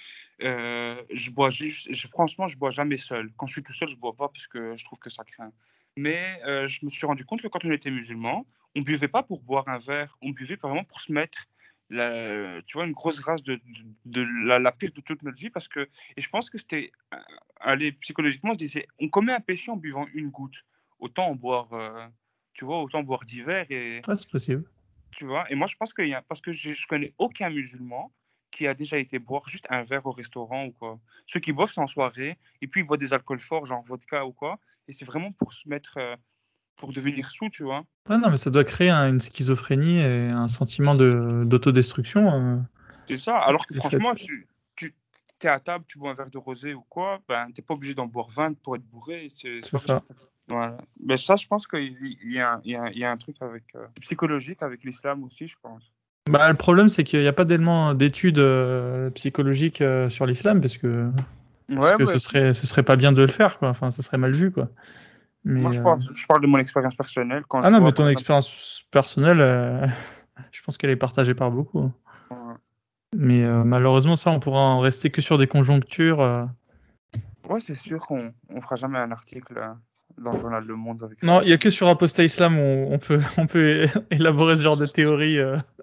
Je bois juste, franchement, je bois jamais seul. Quand je suis tout seul, je bois pas parce que je trouve que ça craint. Mais je me suis rendu compte que quand on était musulman, on buvait pas pour boire un verre, on buvait vraiment pour se mettre, tu vois, une grosse race de la pire de toute notre vie parce que, et je pense que c'était, allez, psychologiquement, je disais, on commet un péché en buvant une goutte. Autant en boire, tu vois, autant boire d'hiver et Ouais, c'est possible. tu vois? Et moi, je pense qu'il y a parce que je connais aucun musulman qui a déjà été boire juste un verre au restaurant ou quoi. Ceux qui boivent, c'est en soirée et puis ils boivent des alcools forts, genre vodka ou quoi et c'est vraiment pour se mettre, pour devenir sous, tu vois? Ouais, non, mais ça doit créer une schizophrénie et un sentiment d'autodestruction. C'est ça. Alors que Le fait. franchement, tu es à table, tu bois un verre de rosé ou quoi, ben, tu pas obligé d'en boire 20 pour être bourré, c'est C'est pas parce que ça. voilà. Mais ça, je pense qu'il y a il y a un truc avec, psychologique avec l'islam aussi, je pense. Bah, le problème, c'est qu'il n'y a pas tellement d'études psychologiques sur l'islam, parce Ouais, que ouais. ce serait pas bien de le faire, quoi. Enfin, ce serait mal vu, quoi. Moi, Mais je parle de mon expérience personnelle quand ah je non, mais vois, par ton exemple, expérience personnelle, je pense qu'elle est partagée par beaucoup. Hein. euh, Mais malheureusement, ça, on pourra en rester que sur des conjonctures. ouais, c'est sûr qu'on on fera jamais un article dans le journal Le Monde avec ça, Non, je il y a pense. que sur Apostat Islam où on peut élaborer ce genre de théorie.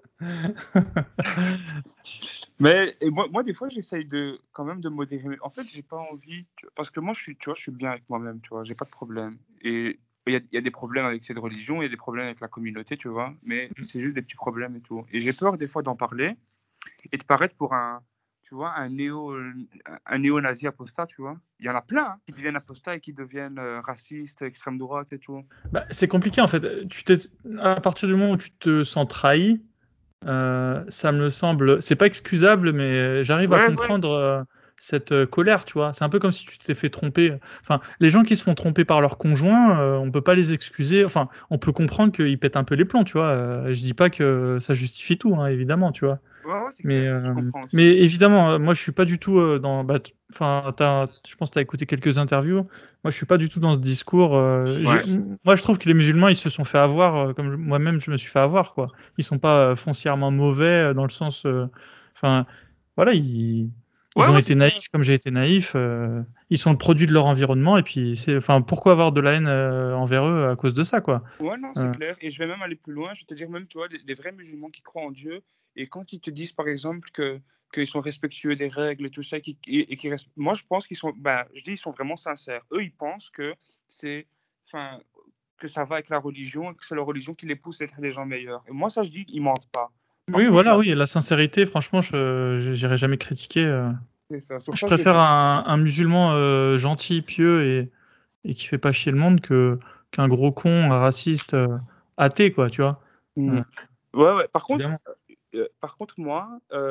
Mais et moi, des fois, j'essaye de quand même de modérer. En fait, j'ai pas envie, parce que moi, tu vois, je suis bien avec moi-même, tu vois, j'ai pas de problème. Et il y a des problèmes avec cette religion, il y a des problèmes avec la communauté, tu vois, mais c'est juste des petits problèmes et tout. Et j'ai peur des fois d'en parler et de paraître pour un, tu vois, un néo-nazi apostat, tu vois. Il y en a plein hein, qui deviennent apostats et qui deviennent racistes, extrême droite et tout. Bah, c'est compliqué en fait. À partir du moment où tu te sens trahi, ça me semble, c'est pas excusable, mais j'arrive à Ouais, ouais, comprendre cette colère, tu vois. C'est un peu comme si tu t'es fait tromper. Enfin, les gens qui se font tromper par leur conjoint, on peut pas les excuser. Enfin, on peut comprendre qu'ils pètent un peu les plombs, tu vois. Je dis pas que ça justifie tout, hein, évidemment, tu vois. ouais, ouais, c'est Mais, clair, je comprends mais aussi. évidemment, moi, je suis pas du tout dans. Bah, enfin, je pense que tu as écouté quelques interviews. Moi, je suis pas du tout dans ce discours. Ouais. Moi, je trouve que les musulmans, ils se sont fait avoir, comme moi-même, je me suis fait avoir, quoi. Ils sont pas foncièrement mauvais dans le sens. Enfin, voilà, Ouais, ils ont ouais, été c'est clair. naïfs comme j'ai été naïf. Ils sont le produit de leur environnement et puis enfin, pourquoi avoir de la haine envers eux à cause de ça, quoi. Ouais, non, c'est Euh, clair. Et je vais même aller plus loin. Je vais te dire même, tu vois, des vrais musulmans qui croient en Dieu. Et quand ils te disent, par exemple, qu'ils sont respectueux des règles et tout ça, moi, je pense qu'ils sont, ben, je dis, ils sont vraiment sincères. Eux, ils pensent que c'est, enfin, que ça va avec la religion et que c'est la religion qui les pousse à être des gens meilleurs. Et moi, ça, je dis, ils mentent pas. Par oui, contre, voilà, oui, la sincérité, franchement, j'irai jamais critiquer. c'est ça. Sur Je ça, je vais préfère dire, un musulman gentil, pieux et qui fait pas chier le monde qu'un gros con, un raciste, athée, quoi, tu vois. hmm. Euh, Ouais, ouais. Évidemment. Par contre, moi,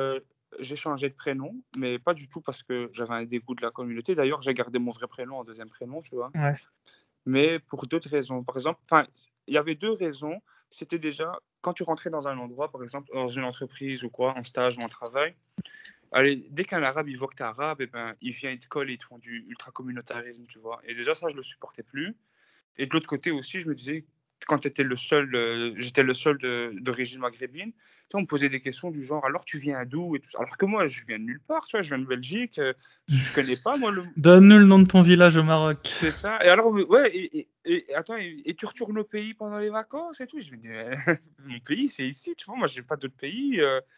j'ai changé de prénom, mais pas du tout parce que j'avais un dégoût de la communauté. D'ailleurs, j'ai gardé mon vrai prénom en deuxième prénom, tu vois. Ouais. Mais pour d'autres raisons. Par exemple, enfin, il y avait deux raisons. C'était déjà quand tu rentrais dans un endroit, par exemple, dans une entreprise ou quoi, en stage ou en travail. Allez, dès qu'un arabe il voit que t'es arabe, et ben, il vient, il te colle et ils te font du ultra-communautarisme, tu vois. Et déjà, ça, je le supportais plus. Et de l'autre côté aussi, je me disais, quand étais le seul, j'étais le seul d'origine maghrébine, tu sais, on me posait des questions du genre, alors tu viens d'où et tout ça. Alors que moi, je viens de nulle part, tu vois, je viens de Belgique, je connais pas, moi, Donne-nous le nom de ton village au Maroc. c'est ça. Et alors, ouais, attends, et tu retournes au pays pendant les vacances et tout. Je me dis, mais, mon pays, c'est ici, tu vois, moi, j'ai pas d'autre pays.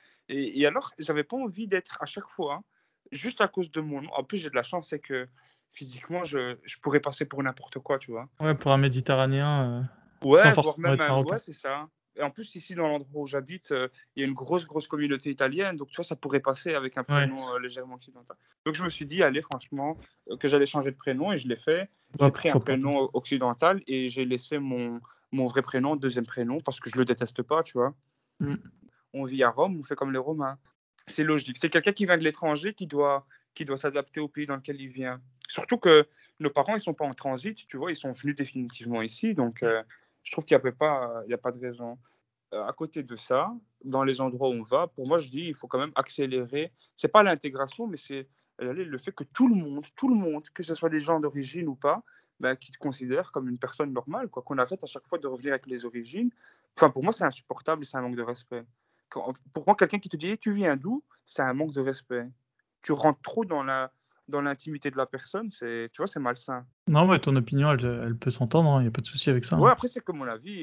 Et alors, j'avais pas envie d'être à chaque fois, hein, juste à cause de mon nom. En plus, j'ai de la chance, c'est que physiquement, je pourrais passer pour n'importe quoi, tu vois. Ouais, pour un Méditerranéen, sans Ouais, voire forcément même être un. Ouais, marocain. c'est ça. Et en plus, ici, dans l'endroit où j'habite, il y a une grosse communauté italienne. Donc, tu vois, ça pourrait passer avec un Ouais. prénom légèrement occidental. Donc, je me suis dit, allez, franchement, que j'allais changer de prénom et je l'ai fait. Bah, J'ai pris un pourquoi pas. prénom occidental et j'ai laissé mon vrai prénom, deuxième prénom, parce que je le déteste pas, tu vois. Mm. On vit à Rome, on fait comme les Romains. C'est logique. C'est quelqu'un qui vient de l'étranger qui doit s'adapter au pays dans lequel il vient. Surtout que nos parents, ils sont pas en transit, tu vois, ils sont venus définitivement ici. Donc, je trouve qu'il n'y a pas de raison. À côté de ça, dans les endroits où on va, pour moi, je dis, il faut quand même accélérer. C'est pas l'intégration, mais c'est le fait que tout le monde, que ce soit des gens d'origine ou pas, ben, qui te considèrent comme une personne normale, quoi. Qu'on arrête à chaque fois de revenir avec les origines. Enfin, pour moi, c'est insupportable et c'est un manque de respect. Pour moi, quelqu'un qui te dit, Eh, tu viens d'où? C'est un manque de respect. Tu rentres trop dans l'intimité de la personne, tu vois, c'est malsain. Non, mais ton opinion, elle peut s'entendre, il n'y a pas de souci avec ça. Ouais, Hein. après, c'est que mon avis,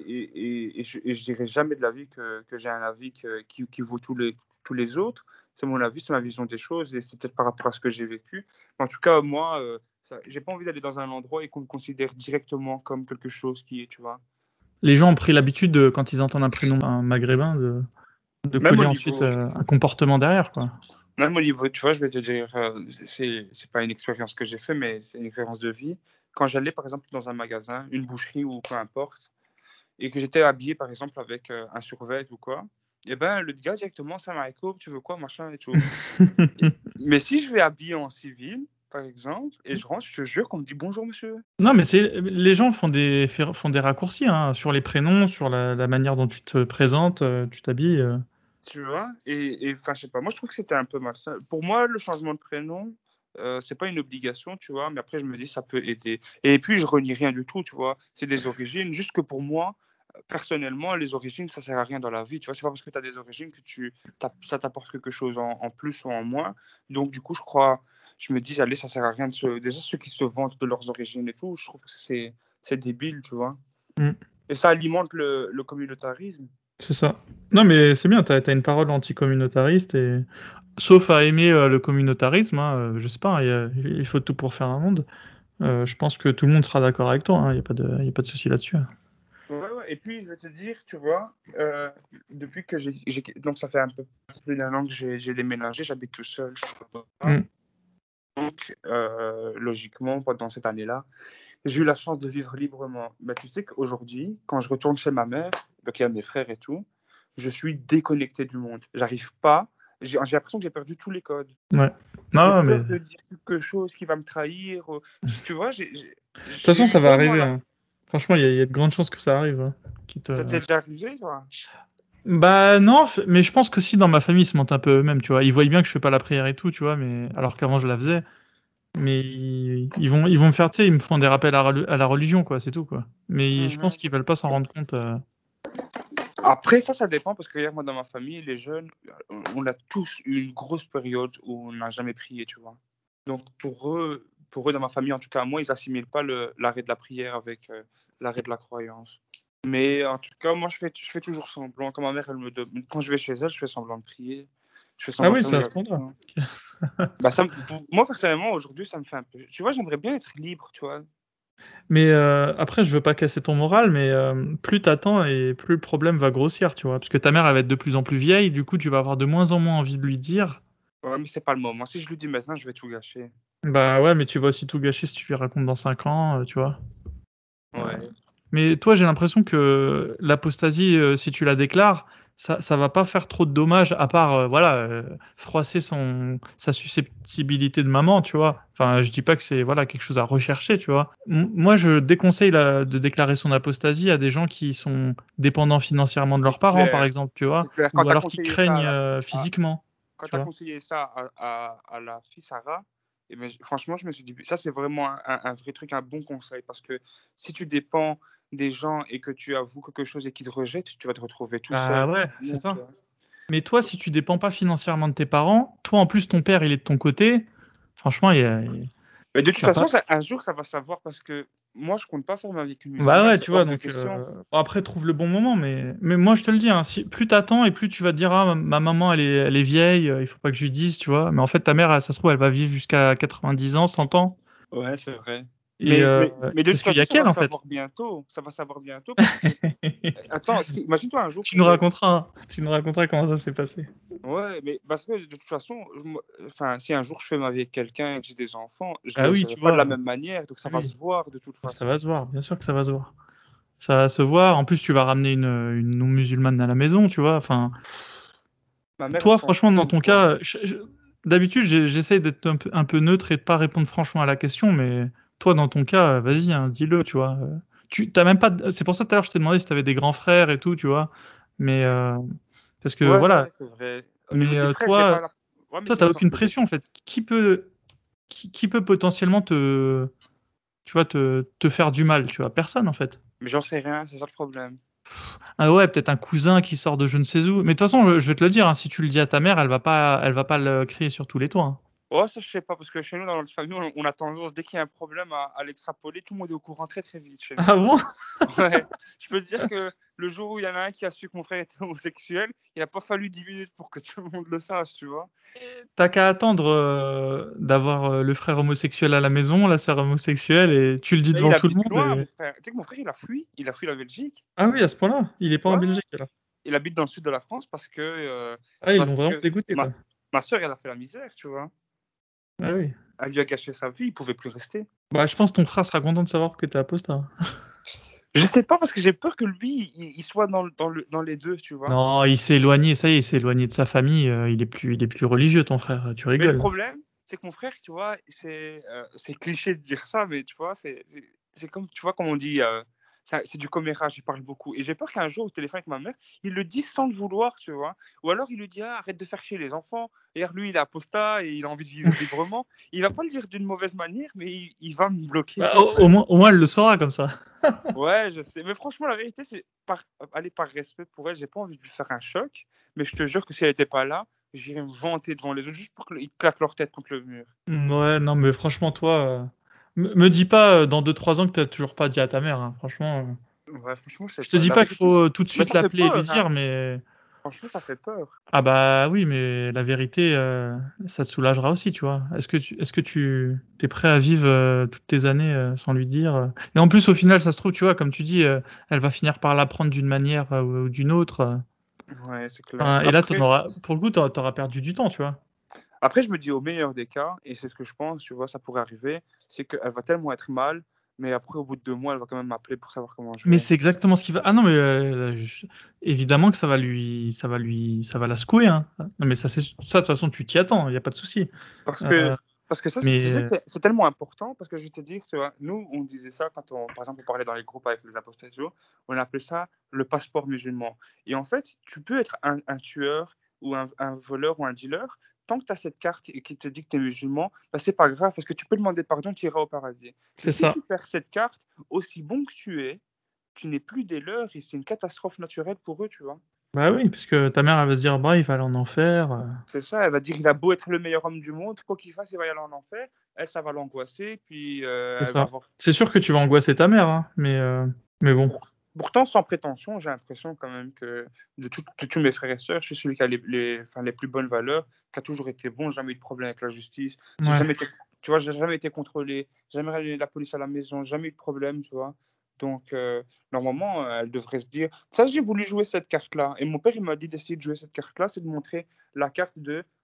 et je dirais jamais de l'avis que j'ai un avis qui vaut tous les autres. C'est mon avis, c'est ma vision des choses, et c'est peut-être par rapport à ce que j'ai vécu. Mais en tout cas, moi, j'ai pas envie d'aller dans un endroit et qu'on me considère directement comme quelque chose qui est, tu vois. Les gens ont pris l'habitude, quand ils entendent un prénom un maghrébin, de Même coller au ensuite niveau, un comportement derrière, quoi. même au niveau, tu vois, je vais te dire, c'est pas une expérience que j'ai fait, mais c'est une expérience de vie. Quand j'allais, par exemple, dans un magasin, une boucherie ou peu importe, et que j'étais habillé par exemple avec un survêt ou quoi, et ben le gars directement, ça alaikum, tu veux quoi, machin et tout. Mais si je vais habillé en civil, par exemple, et je rentre, je te jure qu'on me dit bonjour monsieur. Non, mais les gens font des raccourcis hein, sur les prénoms, sur la manière dont tu te présentes, tu t'habilles. Tu vois, enfin, je sais pas, moi je trouve que c'était un peu malsain. Pour moi, le changement de prénom, c'est pas une obligation, tu vois, mais après je me dis ça peut aider. Et puis je renie rien du tout, tu vois, c'est des origines, juste que pour moi, personnellement, les origines, ça sert à rien dans la vie, tu vois, c'est pas parce que tu as des origines que ça t'apporte quelque chose en plus ou en moins. Donc du coup, je me dis, allez, ça sert à rien déjà ceux qui se vantent de leurs origines et tout, je trouve que c'est débile, tu vois. Mm, Et ça alimente le communautarisme. c'est ça. Non, mais c'est bien, t'as une parole anticommunautariste et sauf à aimer le communautarisme, hein, je sais pas, il faut tout pour faire un monde. Je pense que tout le monde sera d'accord avec toi, il y a pas de souci là-dessus. Hein. Ouais, ouais. Et puis, je vais te dire, tu vois, depuis que donc ça fait un peu plus d'un an que j'ai déménagé, j'habite tout seul. Je suis pas. Mm. Donc, logiquement, pendant cette année-là, j'ai eu la chance de vivre librement. Mais tu sais qu'aujourd'hui, quand je retourne chez ma mère, donc il y a mes frères et tout, je suis déconnecté du monde. J'arrive pas. J'ai l'impression que j'ai perdu tous les codes. Ouais. J'ai Non, mais peur de de dire quelque chose qui va me trahir. Tu vois, toute j'ai façon, eu ça va vraiment arriver. la. Hein. Franchement, il y a de grandes chances que ça arrive. Hein, Ça t'est déjà arrivé, toi? Bah non, mais je pense que si dans ma famille ils se mentent un peu eux-mêmes, tu vois. Ils voient bien que je fais pas la prière et tout, tu vois, mais alors qu'avant je la faisais. Mais ils vont me faire, tu sais, ils me font des rappels à la religion, quoi, c'est tout, quoi. Mais je pense Mhm. qu'ils veulent pas s'en rendre compte. Après, ça dépend parce que regarde, moi, dans ma famille, les jeunes, on a tous eu une grosse période où on n'a jamais prié, tu vois. Donc, pour eux, dans ma famille, en tout cas, moi, ils assimilent pas l'arrêt de la prière avec l'arrêt de la croyance. Mais en tout cas, moi, je fais toujours semblant. Quand ma mère, quand je vais chez elle, je fais semblant de prier. Je fais Ah semblant de oui, faire c'est à mes ce point-là. ablutions. Bah, moi, personnellement, aujourd'hui, ça me fait un peu. Tu vois, j'aimerais bien être libre, tu vois. Mais après, je veux pas casser ton moral, mais plus t'attends et plus le problème va grossir, tu vois. Parce que ta mère, elle va être de plus en plus vieille, du coup, tu vas avoir de moins en moins envie de lui dire. Ouais, mais c'est pas le moment. Si je lui dis maintenant, je vais tout gâcher. Bah ouais, mais tu vas aussi tout gâcher si tu lui racontes dans 5 ans, tu vois. Euh, Ouais. mais toi, j'ai l'impression que l'apostasie, si tu la déclares, ça va pas faire trop de dommages à part froisser sa susceptibilité de maman, tu vois. Enfin, je dis pas que c'est voilà quelque chose à rechercher, tu vois. Moi, je déconseille de déclarer son apostasie à des gens qui sont dépendants financièrement de C'est leurs parents, par clair. exemple, tu vois, C'est clair. Quand ou tu as alors qui conseillé ça craignent à- physiquement, quand tu tu vois. conseillé ça à la fille Sarah, et ben, franchement, je me suis dit, ça, c'est vraiment un vrai truc, un bon conseil. Parce que si tu dépends des gens et que tu avoues quelque chose et qu'ils te rejettent, tu vas te retrouver tout Bah seul. ouais, c'est Non, tu ça. vois. Mais toi, si tu dépends pas financièrement de tes parents, toi en plus ton père il est de ton côté, franchement Mais de toute y a pas. façon, un jour, ça va savoir parce que moi, je compte pas faire ma vie avec une Bah musulmane, ouais, c'est tu vois, hors de donc question. bon, après trouve le bon moment, mais moi je te le dis, hein, si plus t'attends et plus tu vas te dire ah ma maman elle est vieille, il faut pas que je lui dise, tu vois. Mais en fait ta mère, ça se trouve elle va vivre jusqu'à 90 ans, 100 ans, Ouais, c'est vrai. et Mais de toute parce qu'il y façon, a ça va qu'elle en fait. savoir bientôt. Ça va savoir bientôt parce que, attends, imagine-toi un jour Tu que nous j'ai. raconteras, tu nous raconteras comment ça s'est passé. Ouais, mais parce que de toute façon, enfin, si un jour je fais ma vie avec quelqu'un et que j'ai des enfants, je Ah les oui, gérerai tu pas de la vois, même manière, donc ça va oui, se voir de toute ça façon. va se voir, bien sûr que ça va se voir. Ça va se voir. En plus, tu vas ramener une non-musulmane à la maison, tu vois. Enfin, Ma mère, elle toi, s'en franchement, fout dans une ton fois. cas, d'habitude, j'essaye d'être un peu neutre et de pas répondre franchement à la question, mais toi, dans ton cas, vas-y, hein, dis-le, tu vois. Tu t'as même pas. C'est pour ça tout à l'heure, je t'ai demandé si t'avais des grands frères et tout, tu vois. Mais parce que Ouais, voilà. c'est vrai. Au niveau Mais des frères, j'ai toi, pas la. Ouais, mais toi, j'ai t'as pas peur aucune que des. pression en fait. Qui peut potentiellement tu vois, te faire du mal, tu vois. Personne en fait. Mais j'en sais rien, c'est ça le problème. Ah ouais, peut-être un cousin qui sort de je ne sais où. Mais de toute façon, je vais te le dire, hein, si tu le dis à ta mère, elle va pas le crier sur tous les toits, hein. Oh, ça, je sais pas, parce que chez nous, dans notre famille, on a tendance, dès qu'il y a un problème, à l'extrapoler. Tout le monde est au courant très très vite chez nous. Ah bon? Ouais, je peux te dire que le jour où il y en a un qui a su que mon frère était homosexuel, il n'a pas fallu 10 minutes pour que tout le monde le sache, tu vois. T'as qu'à attendre d'avoir le frère homosexuel à la maison, la sœur homosexuelle, et tu le dis Mais il devant tout le habite monde. loin, mon frère. Tu sais que mon frère, il a fui la Belgique. Ah oui, à ce point-là, il est pas Ouais, en ouais. Belgique alors. Il habite dans le sud de la France Ah, ils l'ont vraiment dégoûté, quoi. ma soeur, elle a fait la misère, tu vois. Ah oui. Elle lui a gâché sa vie, il pouvait plus rester. Bah, je pense que ton frère sera content de savoir que t'es apostat. Je sais pas, parce que j'ai peur que lui, il soit dans les deux, tu vois. Non, il s'est éloigné, ça y est, il s'est éloigné de sa famille. Il est plus religieux, ton frère. Tu Mais le rigoles. problème, c'est que mon frère, tu vois, c'est cliché de dire ça, mais tu vois, c'est comme, tu vois, comme on dit, c'est du commérage, il parle beaucoup. Et j'ai peur qu'un jour, au téléphone avec ma mère, il le dise sans le vouloir, tu vois. Ou alors il lui dit, ah, arrête de faire chier les enfants. Et lui, il est apostat et il a envie de vivre librement. Il va pas le dire d'une mauvaise manière, mais il va me bloquer, Bah, en fait. au moins, elle le saura comme ça. Ouais, je sais. Mais franchement, la vérité, c'est aller par respect pour elle. J'ai pas envie de lui faire un choc. Mais je te jure que si elle était pas là, j'irais me vanter devant les autres juste pour qu'ils claquent leur tête contre le mur. Ouais, non, mais franchement, toi, me dis pas dans 2 3 ans que t'as toujours pas dit à ta mère, hein. Franchement, Ouais, franchement, je sais je te pas. dis La pas qu'il vérité, faut tout de mais suite ça fait l'appeler et lui peur, dire, hein. mais Franchement, ça fait peur. ah bah oui, mais la vérité, ça te soulagera aussi, tu vois. Est-ce que tu t'es prêt à vivre toutes tes années sans lui dire Et en plus, au final, ça se trouve, tu vois, comme tu dis, elle va finir par l'apprendre d'une manière ou d'une autre. Ouais, c'est clair. Enfin, et là, pour le coup, t'auras perdu du temps, tu vois. Après, je me dis au meilleur des cas, et c'est ce que je pense, tu vois, ça pourrait arriver, c'est qu'elle va tellement être mal, mais après, au bout de 2 mois, elle va quand même m'appeler pour savoir comment je Mais vais. c'est exactement ce qu'il va. Ah non, mais évidemment que ça va la secouer, hein. Non, mais ça, de toute façon, tu t'y attends, il y a pas de souci. Parce que, Euh, parce que ça, tu sais mais que c'est tellement important, parce que je vais te dire, tu vois, nous, on disait ça quand par exemple, on parlait dans les groupes avec les apostasios, on appelait ça le passeport musulman. Et en fait, tu peux être un tueur ou un voleur ou un dealer, tant que tu as cette carte qui te dit que tu es musulman, bah, c'est pas grave, parce que tu peux demander pardon, tu iras au paradis. Mais c'est si ça. tu perds cette carte, aussi bon que tu n'es plus des leurs et c'est une catastrophe naturelle pour eux, tu vois. Bah oui, parce que ta mère, elle va se dire, bah, il va aller en enfer. C'est ça, elle va dire il a beau être le meilleur homme du monde, quoi qu'il fasse, il va y aller en enfer. Elle, ça va l'angoisser, puis C'est elle va ça. avoir. C'est sûr que tu vas angoisser ta mère, hein, mais bon. Pourtant, sans prétention, j'ai l'impression quand même que de tous mes frères et sœurs, je suis celui qui a enfin, les plus bonnes valeurs, qui a toujours été bon, jamais eu de problème avec la justice. J'ai Ouais. jamais été, tu vois, j'ai jamais été contrôlé, jamais allé la police à la maison, jamais eu de problème, tu vois. Donc, normalement, elle devrait se dire, ça, j'ai voulu jouer cette carte-là. Et mon père, il m'a dit d'essayer de jouer cette carte-là, c'est de montrer la carte de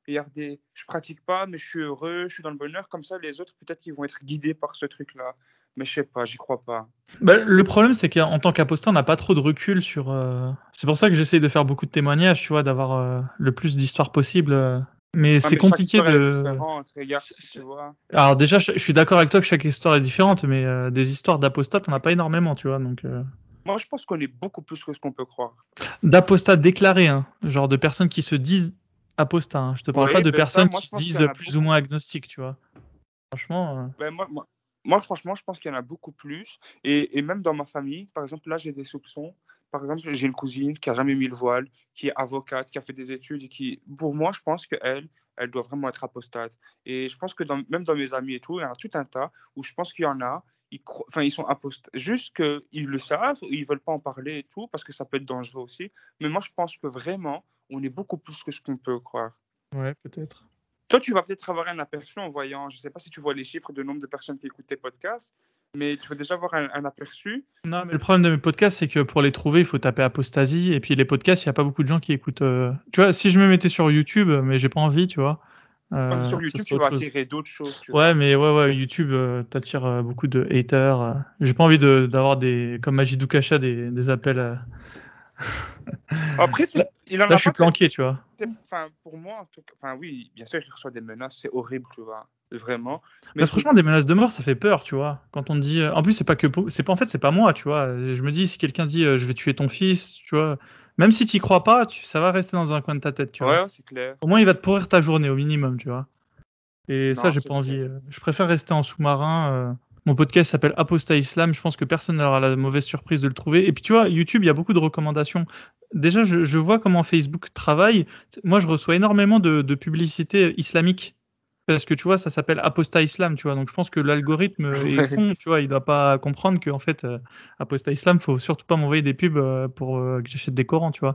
regardez, je pratique pas, mais je suis heureux, je suis dans le bonheur. Comme ça, les autres, peut-être qu'ils vont être guidés par ce truc-là. Mais je sais pas, j'y crois pas. Bah, le problème, c'est qu'en tant qu'apostat, on n'a pas trop de recul sur. C'est pour ça que j'essaye de faire beaucoup de témoignages, tu vois, d'avoir le plus d'histoires possible. Mais Ouais, c'est mais chaque compliqué histoire, elle est de. différente. Regarde, c'est- tu c'est- vois. Alors déjà, je suis d'accord avec toi que chaque histoire est différente, mais des histoires d'apostats, on n'a pas énormément, tu vois. Donc Moi, je pense qu'on est beaucoup plus que ce qu'on peut croire. d'apostats déclarés, hein, genre de personnes qui se disent apostats. Hein. Je te parle pas Oui, de ben ça, personnes moi, qui je se pense qu'il y disent en a plus ou beaucoup. moins agnostiques, tu vois. Franchement. Ben, moi, franchement, je pense qu'il y en a beaucoup plus. Et même dans ma famille, par exemple, là, j'ai des soupçons. Par exemple, j'ai une cousine qui a jamais mis le voile, qui est avocate, qui a fait des études et qui, pour moi, je pense qu'elle, elle doit vraiment être apostate. Et je pense que même dans mes amis et tout, il y en a tout un tas où je pense qu'il y en a, enfin, ils sont apostates. Juste qu'ils le savent, ils veulent pas en parler et tout, parce que ça peut être dangereux aussi. Mais moi, je pense que vraiment, on est beaucoup plus que ce qu'on peut croire. Ouais, peut-être. Toi, tu vas peut-être avoir un aperçu en voyant, je ne sais pas si tu vois les chiffres de nombre de personnes qui écoutent tes podcasts, mais tu vas déjà avoir un aperçu. Non, mais le problème de mes podcasts, c'est que pour les trouver, il faut taper apostasie. Et puis les podcasts, il n'y a pas beaucoup de gens qui écoutent. Tu vois, si je me mettais sur YouTube, mais j'ai pas envie, tu vois, Ouais, mais sur ça YouTube, serait tu autre vas chose. attirer d'autres choses, tu Ouais, vois. mais ouais, YouTube, t'attires beaucoup de haters. J'ai pas envie d'avoir comme Magidou Kacha des appels. Après, Là, il en là, a je suis pas. planqué, tu vois. Enfin, pour moi, en tout cas, enfin, oui, bien sûr, il reçoit des menaces, c'est horrible, tu vois, vraiment. Mais Mais franchement, des menaces de mort, ça fait peur, tu vois. Quand on te dit, en plus, c'est pas que, c'est pas, en fait, c'est pas moi, tu vois. Je me dis, si quelqu'un dit, je vais tuer ton fils, tu vois, même si t'y crois pas, ça va rester dans un coin de ta tête, tu vois. ouais, c'est clair. Au moins, il va te pourrir ta journée au minimum, tu vois. Et ça, Non, j'ai c'est pas envie. clair. Je préfère rester en sous-marin. Mon podcast s'appelle Apostat Islam. Je pense que personne n'aura la mauvaise surprise de le trouver. Et puis, tu vois, YouTube, il y a beaucoup de recommandations. Déjà, je vois comment Facebook travaille. Moi, je reçois énormément de publicités islamiques. Parce que tu vois, ça s'appelle Apostat Islam, tu vois. Donc je pense que l'algorithme est Ouais. con, tu vois. Il doit pas comprendre qu'en fait, Apostat Islam, faut surtout pas m'envoyer des pubs pour que j'achète des Corans, tu vois.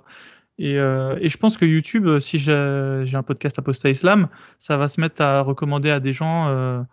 Et je pense que YouTube, si j'ai un podcast Apostat Islam, ça va se mettre à recommander à des gens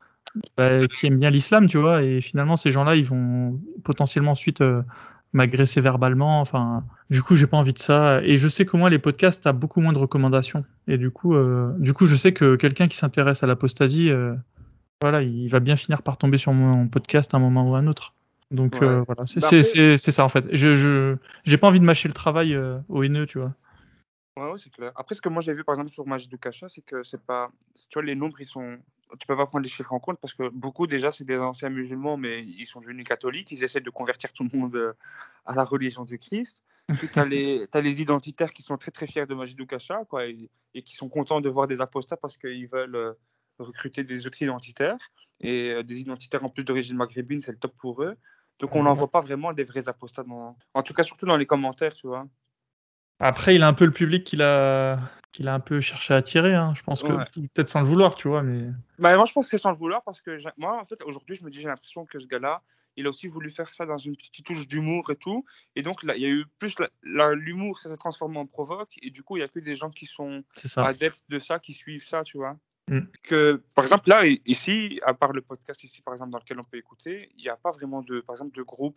qui aiment bien l'islam, tu vois. Et finalement, ces gens-là, ils vont potentiellement ensuite m'agresser verbalement. Enfin, du coup, j'ai pas envie de ça. Et je sais que moi, les podcasts, t'as beaucoup moins de recommandations. Et du coup, je sais que quelqu'un qui s'intéresse à l'apostasie, voilà, il va bien finir par tomber sur mon podcast à un moment ou à un autre. Donc Ouais. voilà, Mais après, c'est ça en fait. J'ai pas envie de mâcher le travail aux haineux, tu vois. ouais, ouais, c'est clair. Après, ce que moi j'ai vu par exemple sur Majidou Kacha, c'est que c'est pas. Tu vois, les nombres, ils sont. Tu peux pas prendre les chiffres en compte parce que beaucoup déjà, c'est des anciens musulmans, mais ils sont devenus catholiques. Ils essaient de convertir tout le monde à la religion du Christ. Puis t'as les identitaires qui sont très très fiers de Majidou Kacha, quoi, et qui sont contents de voir des apostats parce qu'ils veulent recruter des autres identitaires. Et des identitaires en plus d'origine maghrébine, c'est le top pour eux. Donc on n'en Voilà. voit pas vraiment des vrais apostats en tout cas, surtout dans les commentaires, tu vois. Après, il a un peu le public qu'il a un peu cherché à attirer, hein. Je pense que Ouais. peut-être sans le vouloir, tu vois, mais Bah, moi, je pense que c'est sans le vouloir parce que moi, en fait, aujourd'hui, je me dis, j'ai l'impression que ce gars-là, il a aussi voulu faire ça dans une petite touche d'humour et tout. Et donc, là, il y a eu plus l'humour, ça s'est transformé en provoque. Et du coup, il y a que des gens qui sont c'est ça. adeptes de ça, qui suivent ça, tu vois. Mm. Par exemple, là, ici, à part le podcast ici, par exemple, dans lequel on peut écouter, il n'y a pas vraiment par exemple, de groupe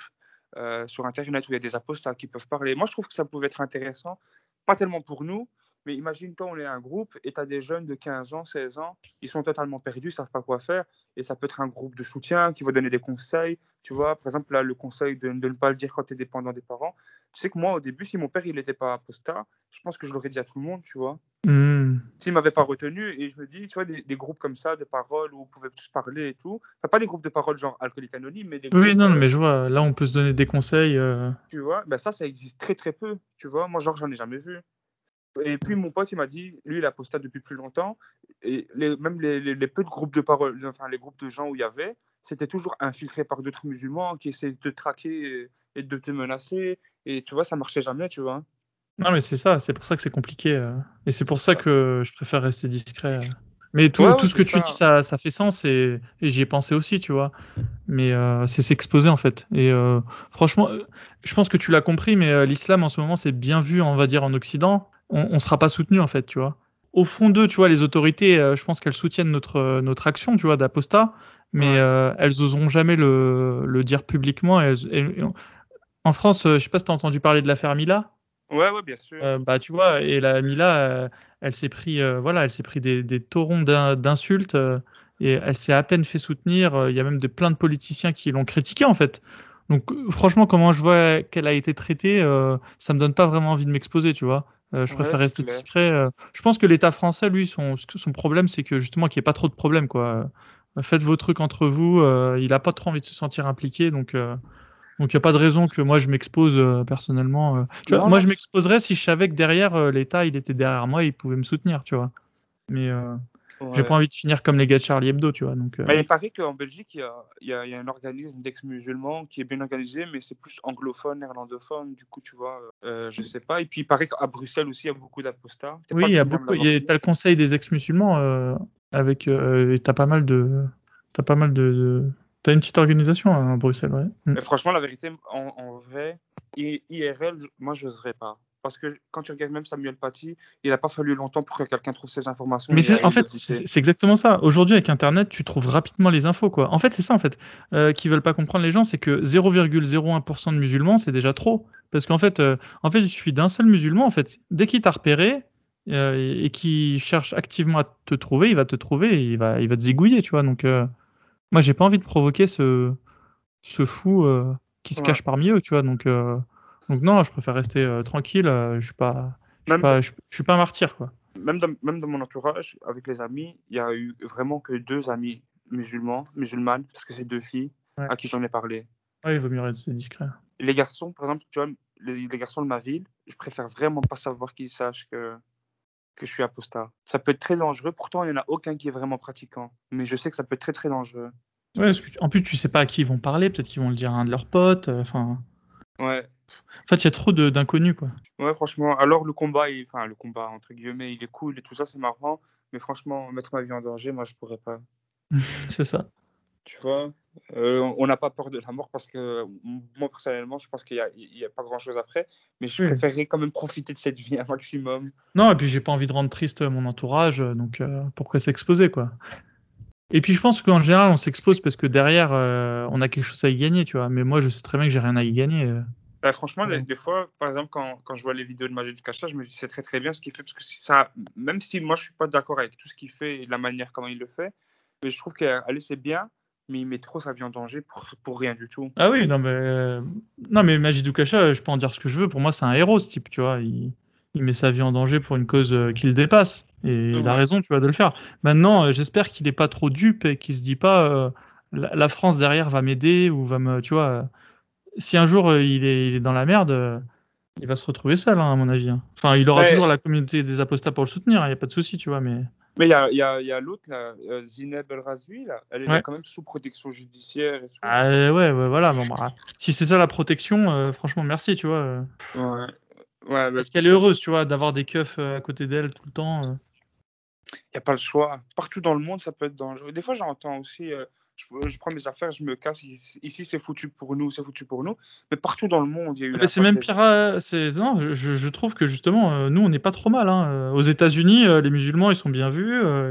sur Internet où il y a des apostats qui peuvent parler. Moi, je trouve que ça pouvait être intéressant, pas tellement pour nous, mais imagine-toi, on est un groupe et tu as des jeunes de 15 ans, 16 ans, ils sont totalement perdus, ils savent pas quoi faire, et ça peut être un groupe de soutien qui va donner des conseils, tu vois. Par exemple, là, le conseil de ne pas le dire quand tu es dépendant des parents. Tu sais que moi, au début, si mon père, il n'était pas apostat, je pense que je l'aurais dit à tout le monde, tu vois Mm. s'ils m'avaient pas retenu. Et je me dis, tu vois, des groupes comme ça, de paroles où on pouvait tous parler et tout. Enfin, pas des groupes de paroles genre Alcoolique Anonyme, mais des Oui, groupes, non, non, mais je vois, là, on peut se donner des conseils. tu vois, ben ça existe très très peu, tu vois. Moi, genre, j'en ai jamais vu. Et puis mon pote, il m'a dit, lui, il a posté depuis plus longtemps. Et même les peu de groupes de paroles, enfin, les groupes de gens où il y avait, c'était toujours infiltré par d'autres musulmans qui essaient de te traquer et de te menacer. Et tu vois, ça marchait jamais, tu vois. Non, mais c'est ça, c'est pour ça que c'est compliqué. Et c'est pour ça que je préfère rester discret. Mais Ouais, tout ouais, ce c'est que tu dis, ça. ça fait sens et j'y ai pensé aussi, tu vois. Mais c'est s'exposer en fait. Et franchement, je pense que tu l'as compris, mais l'islam en ce moment c'est bien vu, on va dire en Occident. On sera pas soutenu en fait, tu vois. Au fond d'eux, tu vois, les autorités, je pense qu'elles soutiennent notre action, tu vois, d'apostat, mais Ouais. elles oseront jamais le dire publiquement. En France, je sais pas si t'as entendu parler de l'affaire Mila. Ouais, ouais, bien sûr. Bah tu vois, et la Mila, elle s'est pris, voilà, elle s'est pris des taurons d'insultes et elle s'est à peine fait soutenir. Il y a même plein de politiciens qui l'ont critiqué en fait. Donc franchement, comment je vois qu'elle a été traitée, ça me donne pas vraiment envie de m'exposer, tu vois. Je Ouais, préfère c'est rester clair. discret. Je pense que l'État français, lui, son problème, c'est que justement qu'il n'y ait pas trop de problèmes, quoi. Faites vos trucs entre vous. Il a pas trop envie de se sentir impliqué, donc il n'y a pas de raison que moi je m'expose personnellement. Tu vois, Non, moi non, je m'exposerais si je savais que derrière l'État il était derrière moi et il pouvait me soutenir, tu vois. Mais j'ai pas ouais. envie de finir comme les gars de Charlie Hebdo, tu vois. Donc Mais il paraît qu'en Belgique, il y a un organisme d'ex-musulmans qui est bien organisé, mais c'est plus anglophone, néerlandophone. Du coup, tu vois, je sais pas. Et puis, il paraît qu'à Bruxelles aussi, il y a beaucoup d'apostats. T'es oui, pas le il y a premier à me beaucoup. l'avoir dit. T'as le Conseil des ex-musulmans avec et t'as pas mal t'as une petite organisation hein, à Bruxelles, ouais. Mm. Et franchement, la vérité, en vrai, IRL, moi, je n'oserais pas. Parce que quand tu regardes même Samuel Paty, il n'a pas fallu longtemps pour que quelqu'un trouve ses informations Mais et en aille le fait, buter. c'est exactement ça. Aujourd'hui, avec Internet, tu trouves rapidement les infos, quoi. En fait, c'est ça, en fait, qui veulent pas comprendre les gens, c'est que 0,01% de musulmans, c'est déjà trop. Parce en fait, il suffit d'un seul musulman, en fait. Dès qu'il t'a repéré, et qu'il cherche activement à te trouver, il va te trouver et il va te zigouiller, tu vois. Donc, moi, j'ai pas envie de provoquer ce fou, qui se Ouais. cache parmi eux, tu vois. Donc non, je préfère rester tranquille. Même, dans- Je suis pas un martyr, quoi. même dans mon entourage, avec les amis, il y a eu vraiment que deux amis musulmanes, parce que c'est deux filles Ouais. à qui j'en ai parlé. Ouais, il vaut mieux rester discret. Les garçons, par exemple, tu vois, les garçons de ma ville, je préfère vraiment pas savoir qu'ils sachent que je suis apostat. Ça peut être très dangereux. Pourtant, il n'y en a aucun qui est vraiment pratiquant. Mais je sais que ça peut être très, très dangereux. Ouais, parce que en plus, tu sais pas à qui ils vont parler, peut-être qu'ils vont le dire à un de leurs potes. Ouais, En fait, il y a trop d'inconnus, quoi. ouais, franchement. Alors, enfin, le combat, entre guillemets, il est cool et tout ça, c'est marrant. Mais franchement, mettre ma vie en danger, moi, je pourrais pas. C'est ça. Tu vois, on n'a pas peur de la mort parce que moi, personnellement, je pense qu'il y a pas grand-chose après. Mais je Oui. préférerais quand même profiter de cette vie un maximum. Non, et puis j'ai pas envie de rendre triste mon entourage, donc pourquoi s'exposer, quoi. Et puis je pense qu'en général, on s'expose parce que derrière, on a quelque chose à y gagner, tu vois. Mais moi, je sais très bien que j'ai rien à y gagner. Franchement, Ouais. des fois, par exemple, quand je vois les vidéos de Majid du Cacha, je me dis c'est très très bien ce qu'il fait parce que ça, même si moi je suis pas d'accord avec tout ce qu'il fait et la manière comment il le fait, mais je trouve qu'allez c'est bien, mais il met trop sa vie en danger pour rien du tout. Ah oui, non mais Majidou Kacha, je peux en dire ce que je veux. Pour moi, c'est un héros, ce type, tu vois. Il met sa vie en danger pour une cause qui le dépasse, et il a Ouais, raison, tu vois, de le faire. Maintenant, j'espère qu'il est pas trop dupe et qu'il se dit pas, la France derrière va m'aider ou va me, tu vois. Si un jour il est dans la merde, il va se retrouver seul, hein, à mon avis, hein. Enfin, il aura toujours mais la communauté des apostats pour le soutenir, il y a pas de souci, tu vois. Mais il y a l'autre là, Zineb El Razvi là, elle est là ouais. quand même sous protection judiciaire et tout. Ah, ouais, voilà. Bon, bah, si c'est ça la protection, franchement, merci, tu vois. Ouais, ouais, Est-ce qu'elle est heureuse, tu vois, d'avoir des keufs à côté d'elle tout le temps? y a pas le choix. Partout dans le monde, ça peut être dangereux. Des fois, j'entends aussi, je prends mes affaires, je me casse. Ici, c'est foutu pour nous, c'est foutu pour nous. Mais partout dans le monde, il y a eu Ah bah, c'est l'impact même des. pire. Non, je trouve que justement, nous, on n'est pas trop mal, hein. Aux États-Unis, les musulmans, ils sont bien vus.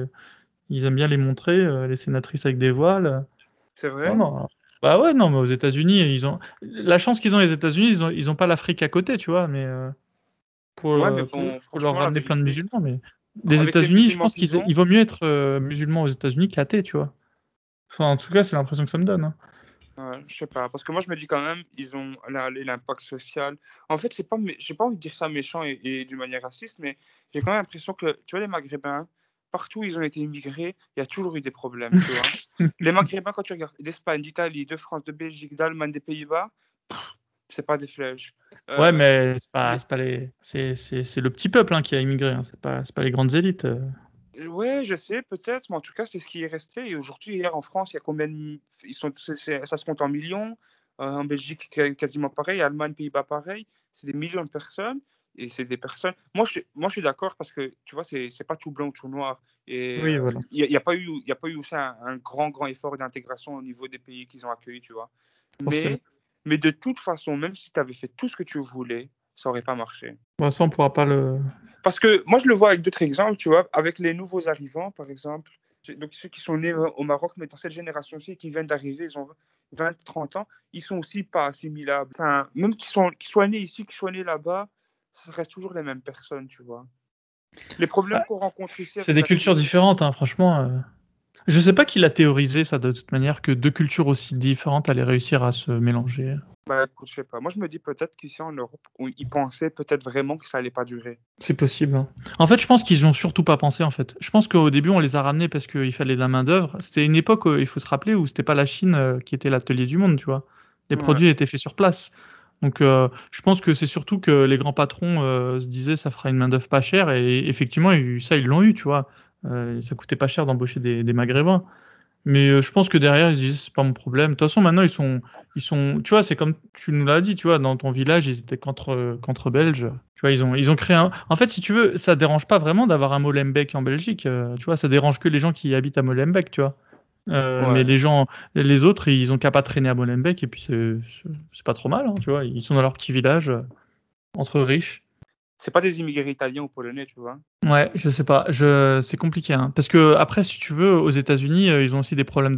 Ils aiment bien les montrer, les sénatrices avec des voiles. C'est Non, vrai? non. Bah ouais, non, mais aux États-Unis, ils ont la chance qu'ils ont les États-Unis, ils ont pas l'Afrique à côté, tu vois. Mais Ouais, mais bon, faut leur franchement, la ramener plein de vérité, musulmans. Mais les avec les États-Unis, je musulmans pense qu'ils ont, il vaut mieux être musulman aux États-Unis qu'athée, tu vois. Enfin, en tout cas, c'est l'impression que ça me donne, hein. je sais pas, parce que moi, je me dis quand même, ils ont l'impact social. En fait, c'est pas, j'ai pas envie de dire ça méchant et d'une manière raciste, mais j'ai quand même l'impression que, tu vois, les Maghrébins, partout où ils ont été immigrés, il y a toujours eu des problèmes, tu vois. Les Maghrébins, quand tu regardes d'Espagne, d'Italie, de France, de Belgique, d'Allemagne, des Pays-Bas, c'est pas des flèches. Ouais, Euh, mais les- c'est pas c'est le petit peuple hein, qui a immigré, hein. C'est pas les grandes élites. Ouais, je sais, peut-être, mais en tout cas, c'est ce qui est resté. Et aujourd'hui, hier en France, il y a combien ils sont, ça se compte en millions. En Belgique, quasiment pareil. Allemagne, Pays-Bas, pareil. C'est des millions de personnes. Et c'est des personnes. Moi, je suis d'accord parce que, tu vois, c'est pas tout blanc ou tout noir. Et Oui, voilà. il y a pas eu aussi un grand, grand effort d'intégration au niveau des pays qu'ils ont accueillis, tu vois. Forcément. Mais, mais de toute façon, même si tu avais fait tout ce que tu voulais, ça aurait pas marché. Bon, ça, on pourra pas le. Parce que moi, je le vois avec d'autres exemples, tu vois, avec les nouveaux arrivants, par exemple. Donc, ceux qui sont nés au Maroc, mais dans cette génération-ci, qui viennent d'arriver, ils ont 20, 30 ans, ils sont aussi pas assimilables. Enfin, même qu'ils soient nés ici, qu'ils soient nés là-bas, ce reste toujours les mêmes personnes, tu vois. Les problèmes qu'on rencontre ici C'est avec des la cultures communauté. différentes, hein, franchement. Je sais pas qui l'a théorisé, ça, de toute manière, que deux cultures aussi différentes allaient réussir à se mélanger. Bah écoute, je sais pas. Moi, je me dis peut-être qu'ici en Europe, ils pensaient peut-être vraiment que ça allait pas durer. C'est possible, hein. En fait, je pense qu'ils y ont surtout pas pensé, en fait. Je pense qu'au début, on les a ramenés parce qu'il fallait de la main-d'œuvre. C'était une époque, il faut se rappeler, où c'était pas la Chine qui était l'atelier du monde, tu vois. Les Ouais. produits étaient faits sur place. Donc, je pense que c'est surtout que les grands patrons se disaient ça fera une main-d'œuvre pas chère. Et effectivement, ça, ils l'ont eu, tu vois. Ça coûtait pas cher d'embaucher des Maghrébins. Mais je pense que derrière, ils se disent, c'est pas mon problème. De toute façon, maintenant, tu vois, c'est comme tu nous l'as dit, tu vois, dans ton village, ils étaient contre Belges. Tu vois, ils ont créé en fait, si tu veux, ça dérange pas vraiment d'avoir un Molenbeek en Belgique. Tu vois, ça dérange que les gens qui habitent à Molenbeek, tu vois. Mais Ouais. les autres, ils ont qu'à pas traîner à Molenbeek et puis c'est pas trop mal, hein, tu vois. Ils sont dans leur petit village, entre riches. C'est pas des immigrés italiens ou polonais, tu vois. Ouais, je sais pas, c'est compliqué, hein. Parce que après, si tu veux, aux États-Unis, ils ont aussi des problèmes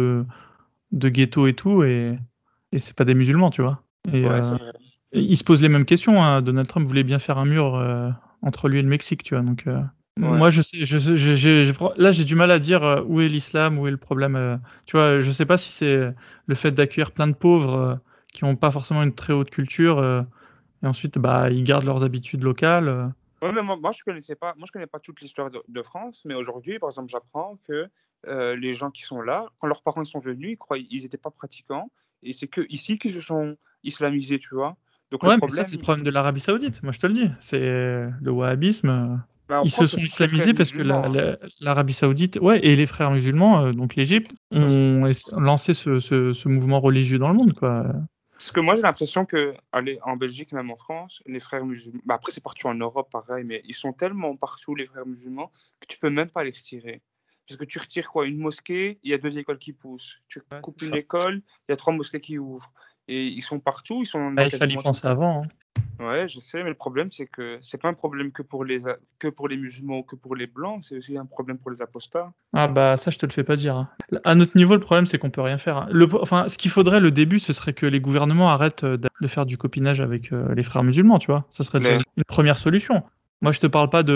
de ghetto et tout, et c'est pas des musulmans, tu vois. Ouais, c'est vrai. Et ils se posent les mêmes questions, hein. Donald Trump voulait bien faire un mur entre lui et le Mexique, tu vois. Donc, Ouais. moi, je sais, là, j'ai du mal à dire où est l'islam, où est le problème. Tu vois, je sais pas si c'est le fait d'accueillir plein de pauvres qui ont pas forcément une très haute culture, et ensuite, bah, ils gardent leurs habitudes locales. Ouais, mais moi, je connaissais pas, moi, je connais pas toute l'histoire de France, mais aujourd'hui, par exemple, j'apprends que les gens qui sont là, quand leurs parents sont venus, ils étaient pas pratiquants, et c'est que ici qu'ils se sont islamisés, tu vois. Donc le Ouais, mais ça, c'est le problème, problème de l'Arabie Saoudite. Moi, je te le dis. C'est le wahhabisme. bah, en Ils se France, sont c'est frères islamisés parce que musulmans, hein. l'Arabie Saoudite, ouais, et les frères musulmans, donc l'Égypte, Parce, ont lancé ce mouvement religieux dans le monde, quoi. parce que moi, j'ai l'impression que, allez, en Belgique, même en France, les frères musulmans, bah, après, c'est partout en Europe, pareil, mais ils sont tellement partout, les frères musulmans, que tu peux même pas les retirer. Parce que tu retires quoi? Une mosquée, il y a deux écoles qui poussent. Tu Ouais, coupes c'est une ça. école, il y a trois mosquées qui ouvrent. Et ils sont partout, ils sont Ah, dans il fallait y quasiment tout. penser avant, hein. Ouais, je sais, mais le problème, c'est que c'est pas un problème que pour les musulmans ou que pour les blancs, c'est aussi un problème pour les apostats. Ah bah ça, je te le fais pas dire, hein. À notre niveau, le problème, c'est qu'on peut rien faire, hein. Enfin, ce qu'il faudrait, le début, ce serait que les gouvernements arrêtent de faire du copinage avec les frères musulmans, tu vois. Ça serait déjà Claire. une première solution. Moi, je te parle pas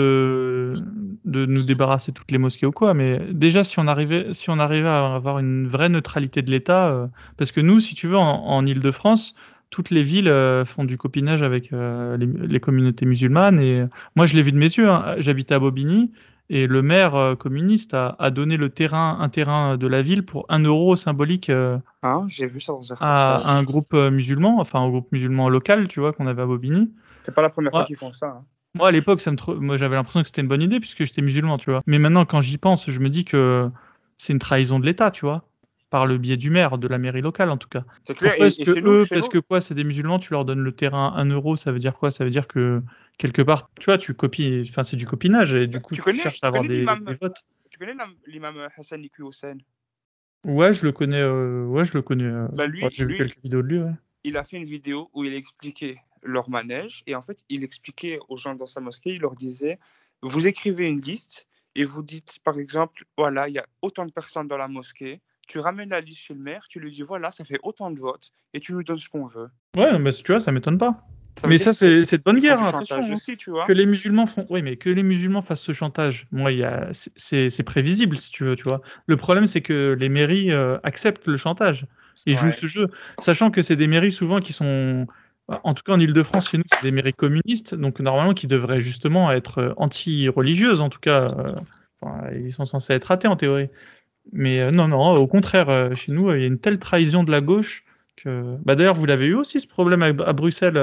de nous débarrasser toutes les mosquées ou quoi, mais déjà, si on arrivait à avoir une vraie neutralité de l'État, parce que nous, si tu veux, en Île-de-France, toutes les villes font du copinage avec les communautés musulmanes, et moi, je l'ai vu de mes yeux, hein. J'habitais à Bobigny. Et le maire communiste a donné un terrain de la ville pour 1 euro symbolique Hein, j'ai vu ça dans un à un reportage. groupe musulman, enfin un groupe musulman local, tu vois, qu'on avait à Bobigny. C'est pas la première fois Moi, qu'ils font ça, hein. moi à l'époque, moi j'avais l'impression que c'était une bonne idée puisque j'étais musulman, tu vois. Mais maintenant, quand j'y pense, je me dis que c'est une trahison de l'État, tu vois, par le biais du maire, de la mairie locale en tout cas. C'est clair. Pourquoi est-ce Et que eux, chez parce nous, que quoi, c'est des musulmans, tu leur donnes le terrain 1 euro, ça veut dire quoi? Ça veut dire que quelque part, tu vois, tu copies, enfin c'est du copinage et du coup tu tu connais, cherches à tu avoir connais des votes. l'imam Hassan Iqi Hussein. Ouais, je le connais. Ouais, je le connais. Bah Ouais, j'ai vu quelques vidéos de lui. Ouais. il a fait une vidéo où il expliquait leur manège et en fait, il expliquait aux gens dans sa mosquée, il leur disait, vous écrivez une liste et vous dites, par exemple, voilà, il y a autant de personnes dans la mosquée. Tu ramènes la liste chez le maire, tu lui dis, voilà, ça fait autant de votes et tu nous donnes ce qu'on veut. Ouais, non, mais tu vois, ça m'étonne pas. Ça veut Mais dire ça, qu'ils c'est de bonne font guerre, du hein, chantage attention, hein. aussi, tu Que vois. les musulmans font. Oui, mais que les musulmans fassent ce chantage. Moi, c'est prévisible, si tu veux, tu vois. Le problème, c'est que les mairies acceptent le chantage et jouent Ouais. ce jeu, sachant que c'est des mairies souvent qui sont. En tout cas, en Île-de-France, chez nous, c'est des mairies communistes, donc normalement qui devraient justement être anti-religieuses, en tout cas. Enfin, ils sont censés être athées en théorie. Mais non, non, au contraire, chez nous, il y a une telle trahison de la gauche que. Bah, d'ailleurs, vous l'avez eu aussi ce problème à Bruxelles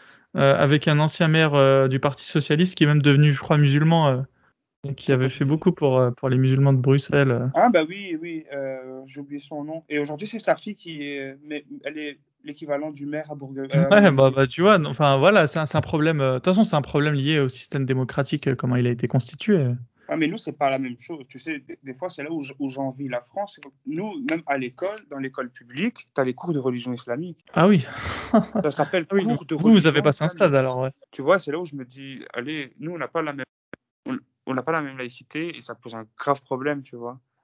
avec un ancien maire du Parti socialiste qui est même devenu, je crois, musulman, et qui C'est avait fait possible. beaucoup pour les musulmans de Bruxelles. Ah bah oui, oui, j'ai oublié son nom. Et aujourd'hui, c'est sa fille qui est, mais elle est l'équivalent du maire à Ouais, Molenbeek. bah tu vois, enfin voilà, c'est un problème. De toute façon, c'est un problème lié au système démocratique, comment il a été constitué. Ah, mais nous, c'est pas la même chose. Tu sais, des fois, c'est là où j'envie la France. Nous, même à l'école, dans l'école publique, tu as les cours de religion islamique. Ah oui. Ça s'appelle Ah oui, donc cours de vous avez religion passé un stade islamique. alors, ouais. Tu vois, c'est là où je me dis, allez, nous, on n'a pas la même laïcité et ça pose un grave problème, tu vois.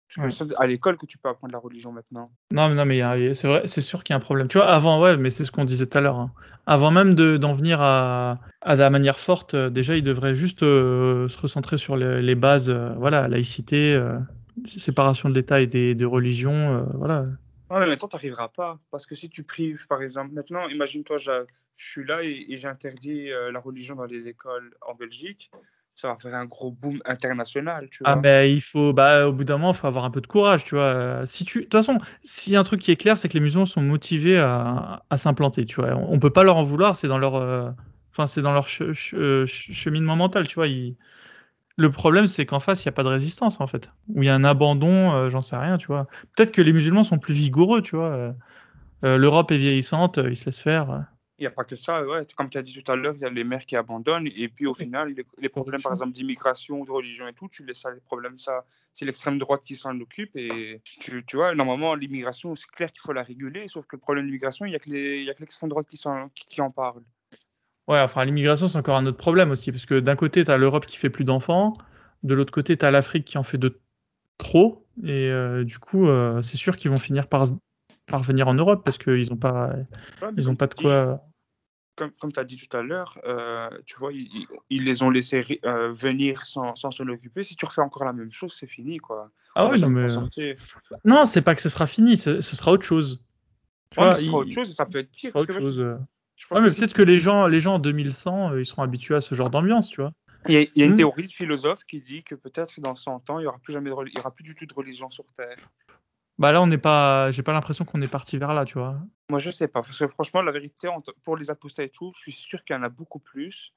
Parce que Ouais. c'est à l'école que tu peux apprendre la religion maintenant. Non, mais c'est vrai, c'est sûr qu'il y a un problème. Tu vois, avant, ouais, mais c'est ce qu'on disait tout à l'heure, hein. Avant même d'en venir à la manière forte, déjà, ils devraient juste se recentrer sur les bases, voilà, laïcité, séparation de l'État et des religions, voilà. Ouais, mais maintenant, tu n'arriveras pas. Parce que si tu prives, par exemple, maintenant, imagine-toi, je suis là et j'interdis la religion dans les écoles en Belgique. Ça va faire un gros boom international, tu Ah, vois. mais au bout d'un moment, il faut avoir un peu de courage, tu vois. De toute façon, s'il y a un truc qui est clair, c'est que les musulmans sont motivés à s'implanter, tu vois. On peut pas leur en vouloir, c'est dans leur, enfin, c'est dans leur cheminement mental, tu vois. Le problème, c'est qu'en face, il n'y a pas de résistance, en fait. Ou il y a un abandon, j'en sais rien, tu vois. Peut-être que les musulmans sont plus vigoureux, tu vois. L'Europe est vieillissante, ils se laissent faire. Il n'y a pas que ça, ouais. Comme tu as dit tout à l'heure, il y a les mères qui abandonnent. Et puis, au Oui, final, les problèmes, par corruption. exemple, d'immigration, de religion et tout, tu laisses ça, les problèmes, ça, c'est l'extrême droite qui s'en occupe. Et tu vois, normalement, l'immigration, c'est clair qu'il faut la réguler. Sauf que le problème de l'immigration, il y a que l'extrême droite qui en parle. Ouais, enfin, l'immigration, c'est encore un autre problème aussi, parce que d'un côté, tu as l'Europe qui fait plus d'enfants, de l'autre côté, tu as l'Afrique qui en fait de trop, et du coup, c'est sûr qu'ils vont finir par venir en Europe, parce qu'ils Ouais, mais ils ont comme pas tu de dis, quoi. comme tu as dit tout à l'heure, tu vois, ils les ont laissés venir sans s'en occuper. Si tu refais encore la même chose, c'est fini, quoi. Ah On va ouais, non, jamais mais s'en sortir. non, c'est pas que ce sera fini, ce sera autre chose. Tu Ouais, mais vois, ce sera autre chose et ça peut être ce pire. sera Parce autre que chose. je pense Ouais, que mais si peut-être que les gens en 2100, ils seront habitués à ce genre d'ambiance, tu vois. il y a une Hmm. théorie de philosophe qui dit que peut-être dans 100 ans, il y aura plus jamais il y aura plus du tout de religion sur Terre. Bah là, on n'est pas, j'ai pas l'impression qu'on est parti vers là, tu vois. Moi, je sais pas. Parce que franchement, la vérité, pour les apostats et tout, je suis sûr qu'il y en a beaucoup plus.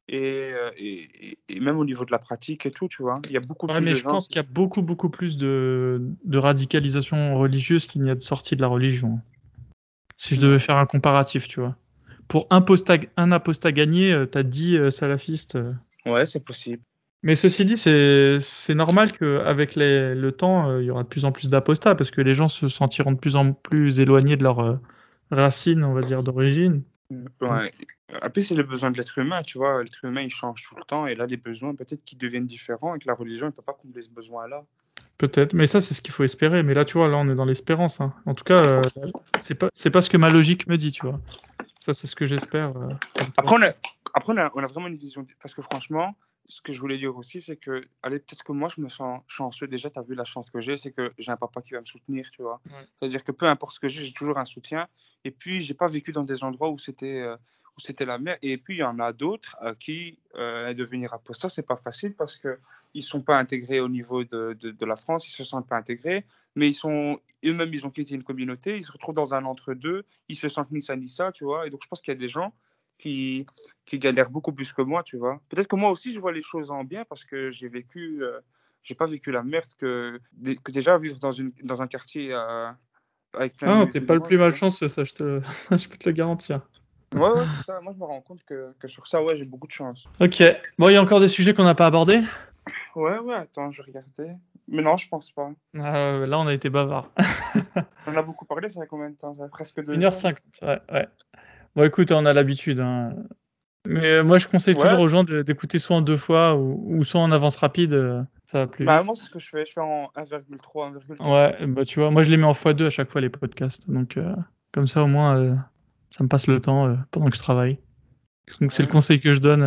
Et même au niveau de la pratique et tout, tu vois, il y a beaucoup Ouais, plus mais de je gens pense qui. qu'il y a beaucoup, beaucoup plus de radicalisation religieuse qu'il n'y a de sortie de la religion. Si je devais Ouais, faire un comparatif, tu vois. Pour un apostat gagné, t'as 10 salafistes. ouais, c'est possible. Mais ceci dit, c'est normal qu'avec le temps, il y aura de plus en plus d'apostats parce que les gens se sentiront de plus en plus éloignés de leurs racines, on va dire, d'origine. Donc Ouais. Après, c'est le besoin de l'être humain, tu vois. L'être humain, il change tout le temps. Et là, les besoins, peut-être qu'ils deviennent différents et que la religion ne peut pas combler ce besoin-là. peut-être, mais ça, c'est ce qu'il faut espérer. Mais là, tu vois, là, on est dans l'espérance, hein. En tout cas, c'est pas ce que ma logique me dit, tu vois. Ça, c'est ce que j'espère, comme toi. Après, on a vraiment une vision. Parce que franchement, ce que je voulais dire aussi, c'est que, allez, peut-être que moi, je me sens chanceux. Déjà, tu as vu la chance que j'ai, c'est que j'ai un papa qui va me soutenir, tu vois. Ouais. C'est-à-dire que peu importe ce que j'ai toujours un soutien. Et puis, j'ai pas vécu dans des endroits où c'était la mer. Et puis, il y en a d'autres qui devenir apostat, c'est pas facile parce que ils sont pas intégrés au niveau de la France, ils se sentent pas intégrés, mais eux-mêmes, ils ont quitté une communauté, ils se retrouvent dans un entre-deux, ils se sentent ni ça ni ça, tu vois. Et donc, je pense qu'il y a des gens qui, qui galèrent beaucoup plus que moi, tu vois. Peut-être que moi aussi, je vois les choses en bien parce que j'ai pas vécu la merde que déjà vivre dans un quartier avec plein Ah de non, t'es pas le musulmans, plus tu vois. malchanceux, ça, je peux te le garantir. Ouais, ouais, c'est ça. Moi, je me rends compte que sur ça, ouais, j'ai beaucoup de chance. Ok. Bon, il y a encore des sujets qu'on n'a pas abordés. Ouais, ouais, attends, je regardais. Mais non, je pense pas. Là, on a été bavard. On a beaucoup parlé, ça fait combien de temps? Ça fait presque Une 2 heure heures. cinquante. Ouais, ouais. Bon, écoute, on a l'habitude, hein. Mais moi, je conseille toujours Ouais, aux gens d'écouter soit en deux fois ou soit en avance rapide, ça va plus bah vite. moi, c'est ce que je fais. Je fais en 1,3, 1,4. Ouais, bah tu vois, moi je les mets en x2 à chaque fois les podcasts. Donc comme ça au moins ça me passe le temps pendant que je travaille. Donc c'est le Ouais. conseil que je donne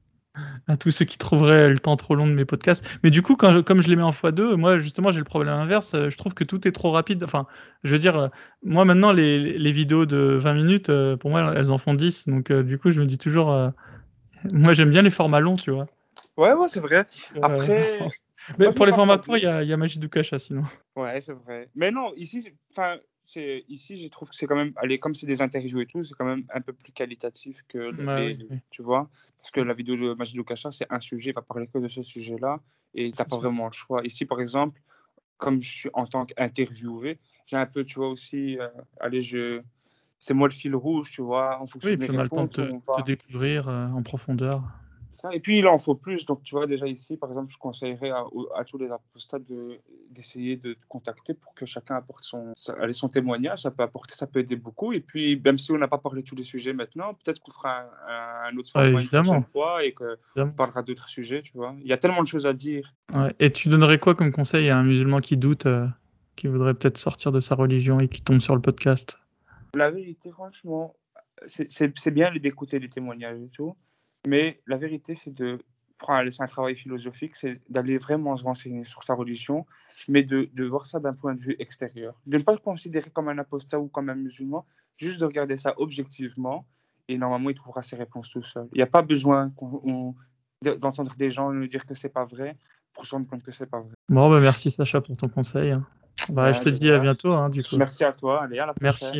à tous ceux qui trouveraient le temps trop long de mes podcasts. Mais du coup, comme je les mets en x2, moi justement j'ai le problème inverse. Je trouve que tout est trop rapide. Enfin, je veux dire, moi maintenant les vidéos de 20 minutes, pour moi elles en font 10. Donc du coup je me dis toujours, moi j'aime bien les formats longs, tu vois. Ouais, ouais, c'est vrai. Euh, Après, Mais moi, je mets pour les pas formats fois courts, deux. il y a Magie Cacha sinon. Ouais, c'est vrai. Mais non, ici, enfin, ici, je trouve que c'est quand même, allez, comme c'est des interviews et tout, c'est quand même un peu plus qualitatif que Bah oui, oui. tu vois, parce que la vidéo de Majid Kacha, c'est un sujet, il va parler que de ce sujet-là, et t'as C'est pas sûr. vraiment le choix. Ici, par exemple, comme je suis en tant qu'interviewé, j'ai un peu, tu vois, aussi, allez, c'est moi le fil rouge, tu vois, en Oui, fonction et de mes puis on a le temps de réponses, où on te va. découvrir en profondeur. Ça. Et puis, il en faut plus. Donc, tu vois, déjà ici, par exemple, je conseillerais à tous les apostats d'essayer de te contacter pour que chacun apporte son témoignage. Ça peut aider beaucoup. Et puis, même si on n'a pas parlé de tous les sujets maintenant, peut-être qu'on fera un autre Ouais, format une prochaine évidemment. fois et qu'on Évidemment. parlera d'autres sujets, tu vois. Il y a tellement de choses à dire. Ouais. Et tu donnerais quoi comme conseil à un musulman qui doute, qui voudrait peut-être sortir de sa religion et qui tombe sur le podcast? La vérité, franchement, c'est bien d'écouter les témoignages et tout, mais la vérité, c'est un travail philosophique, c'est d'aller vraiment se renseigner sur sa religion, mais de voir ça d'un point de vue extérieur. De ne pas le considérer comme un apostat ou comme un musulman, juste de regarder ça objectivement, et normalement, il trouvera ses réponses tout seul. Il n'y a pas besoin d'entendre des gens nous dire que c'est pas vrai pour se rendre compte que c'est pas vrai. Bon, bah merci Sacha pour ton conseil, hein. Bah, je Ouais, te de dis à rien. bientôt, hein, du coup. Merci à toi. Allez, à la prochaine. Merci,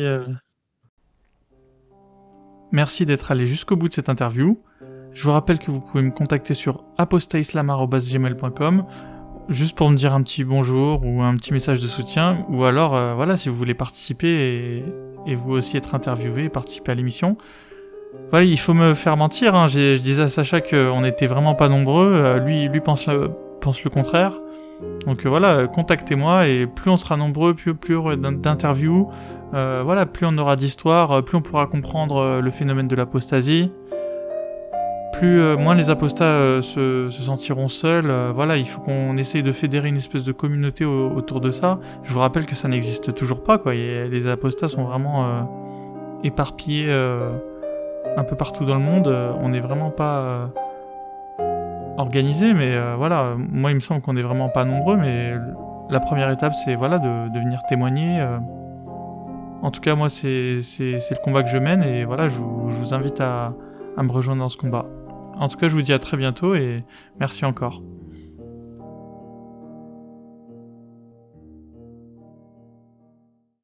merci d'être allé jusqu'au bout de cette interview. Je vous rappelle que vous pouvez me contacter sur apostaislam@gmail.com juste pour me dire un petit bonjour ou un petit message de soutien, ou alors voilà, si vous voulez participer et vous aussi être interviewé et participer à l'émission. Voilà, il faut me faire mentir, hein. Je disais à Sacha qu'on n'était vraiment pas nombreux, lui pense le contraire. Donc voilà, contactez-moi et plus on sera nombreux, plus il y aura d'interviews, voilà, plus on aura d'histoires, plus on pourra comprendre le phénomène de l'apostasie. Plus moins les apostats se sentiront seuls. Voilà, il faut qu'on essaye de fédérer une espèce de communauté autour de ça. Je vous rappelle que ça n'existe toujours pas, quoi. Les apostats sont vraiment éparpillés un peu partout dans le monde. On n'est vraiment pas organisé, mais voilà. Moi, il me semble qu'on n'est vraiment pas nombreux, mais la première étape, c'est voilà de venir témoigner. En tout cas, moi, c'est le combat que je mène et voilà, je vous invite à me rejoindre dans ce combat. En tout cas, je vous dis à très bientôt et merci encore.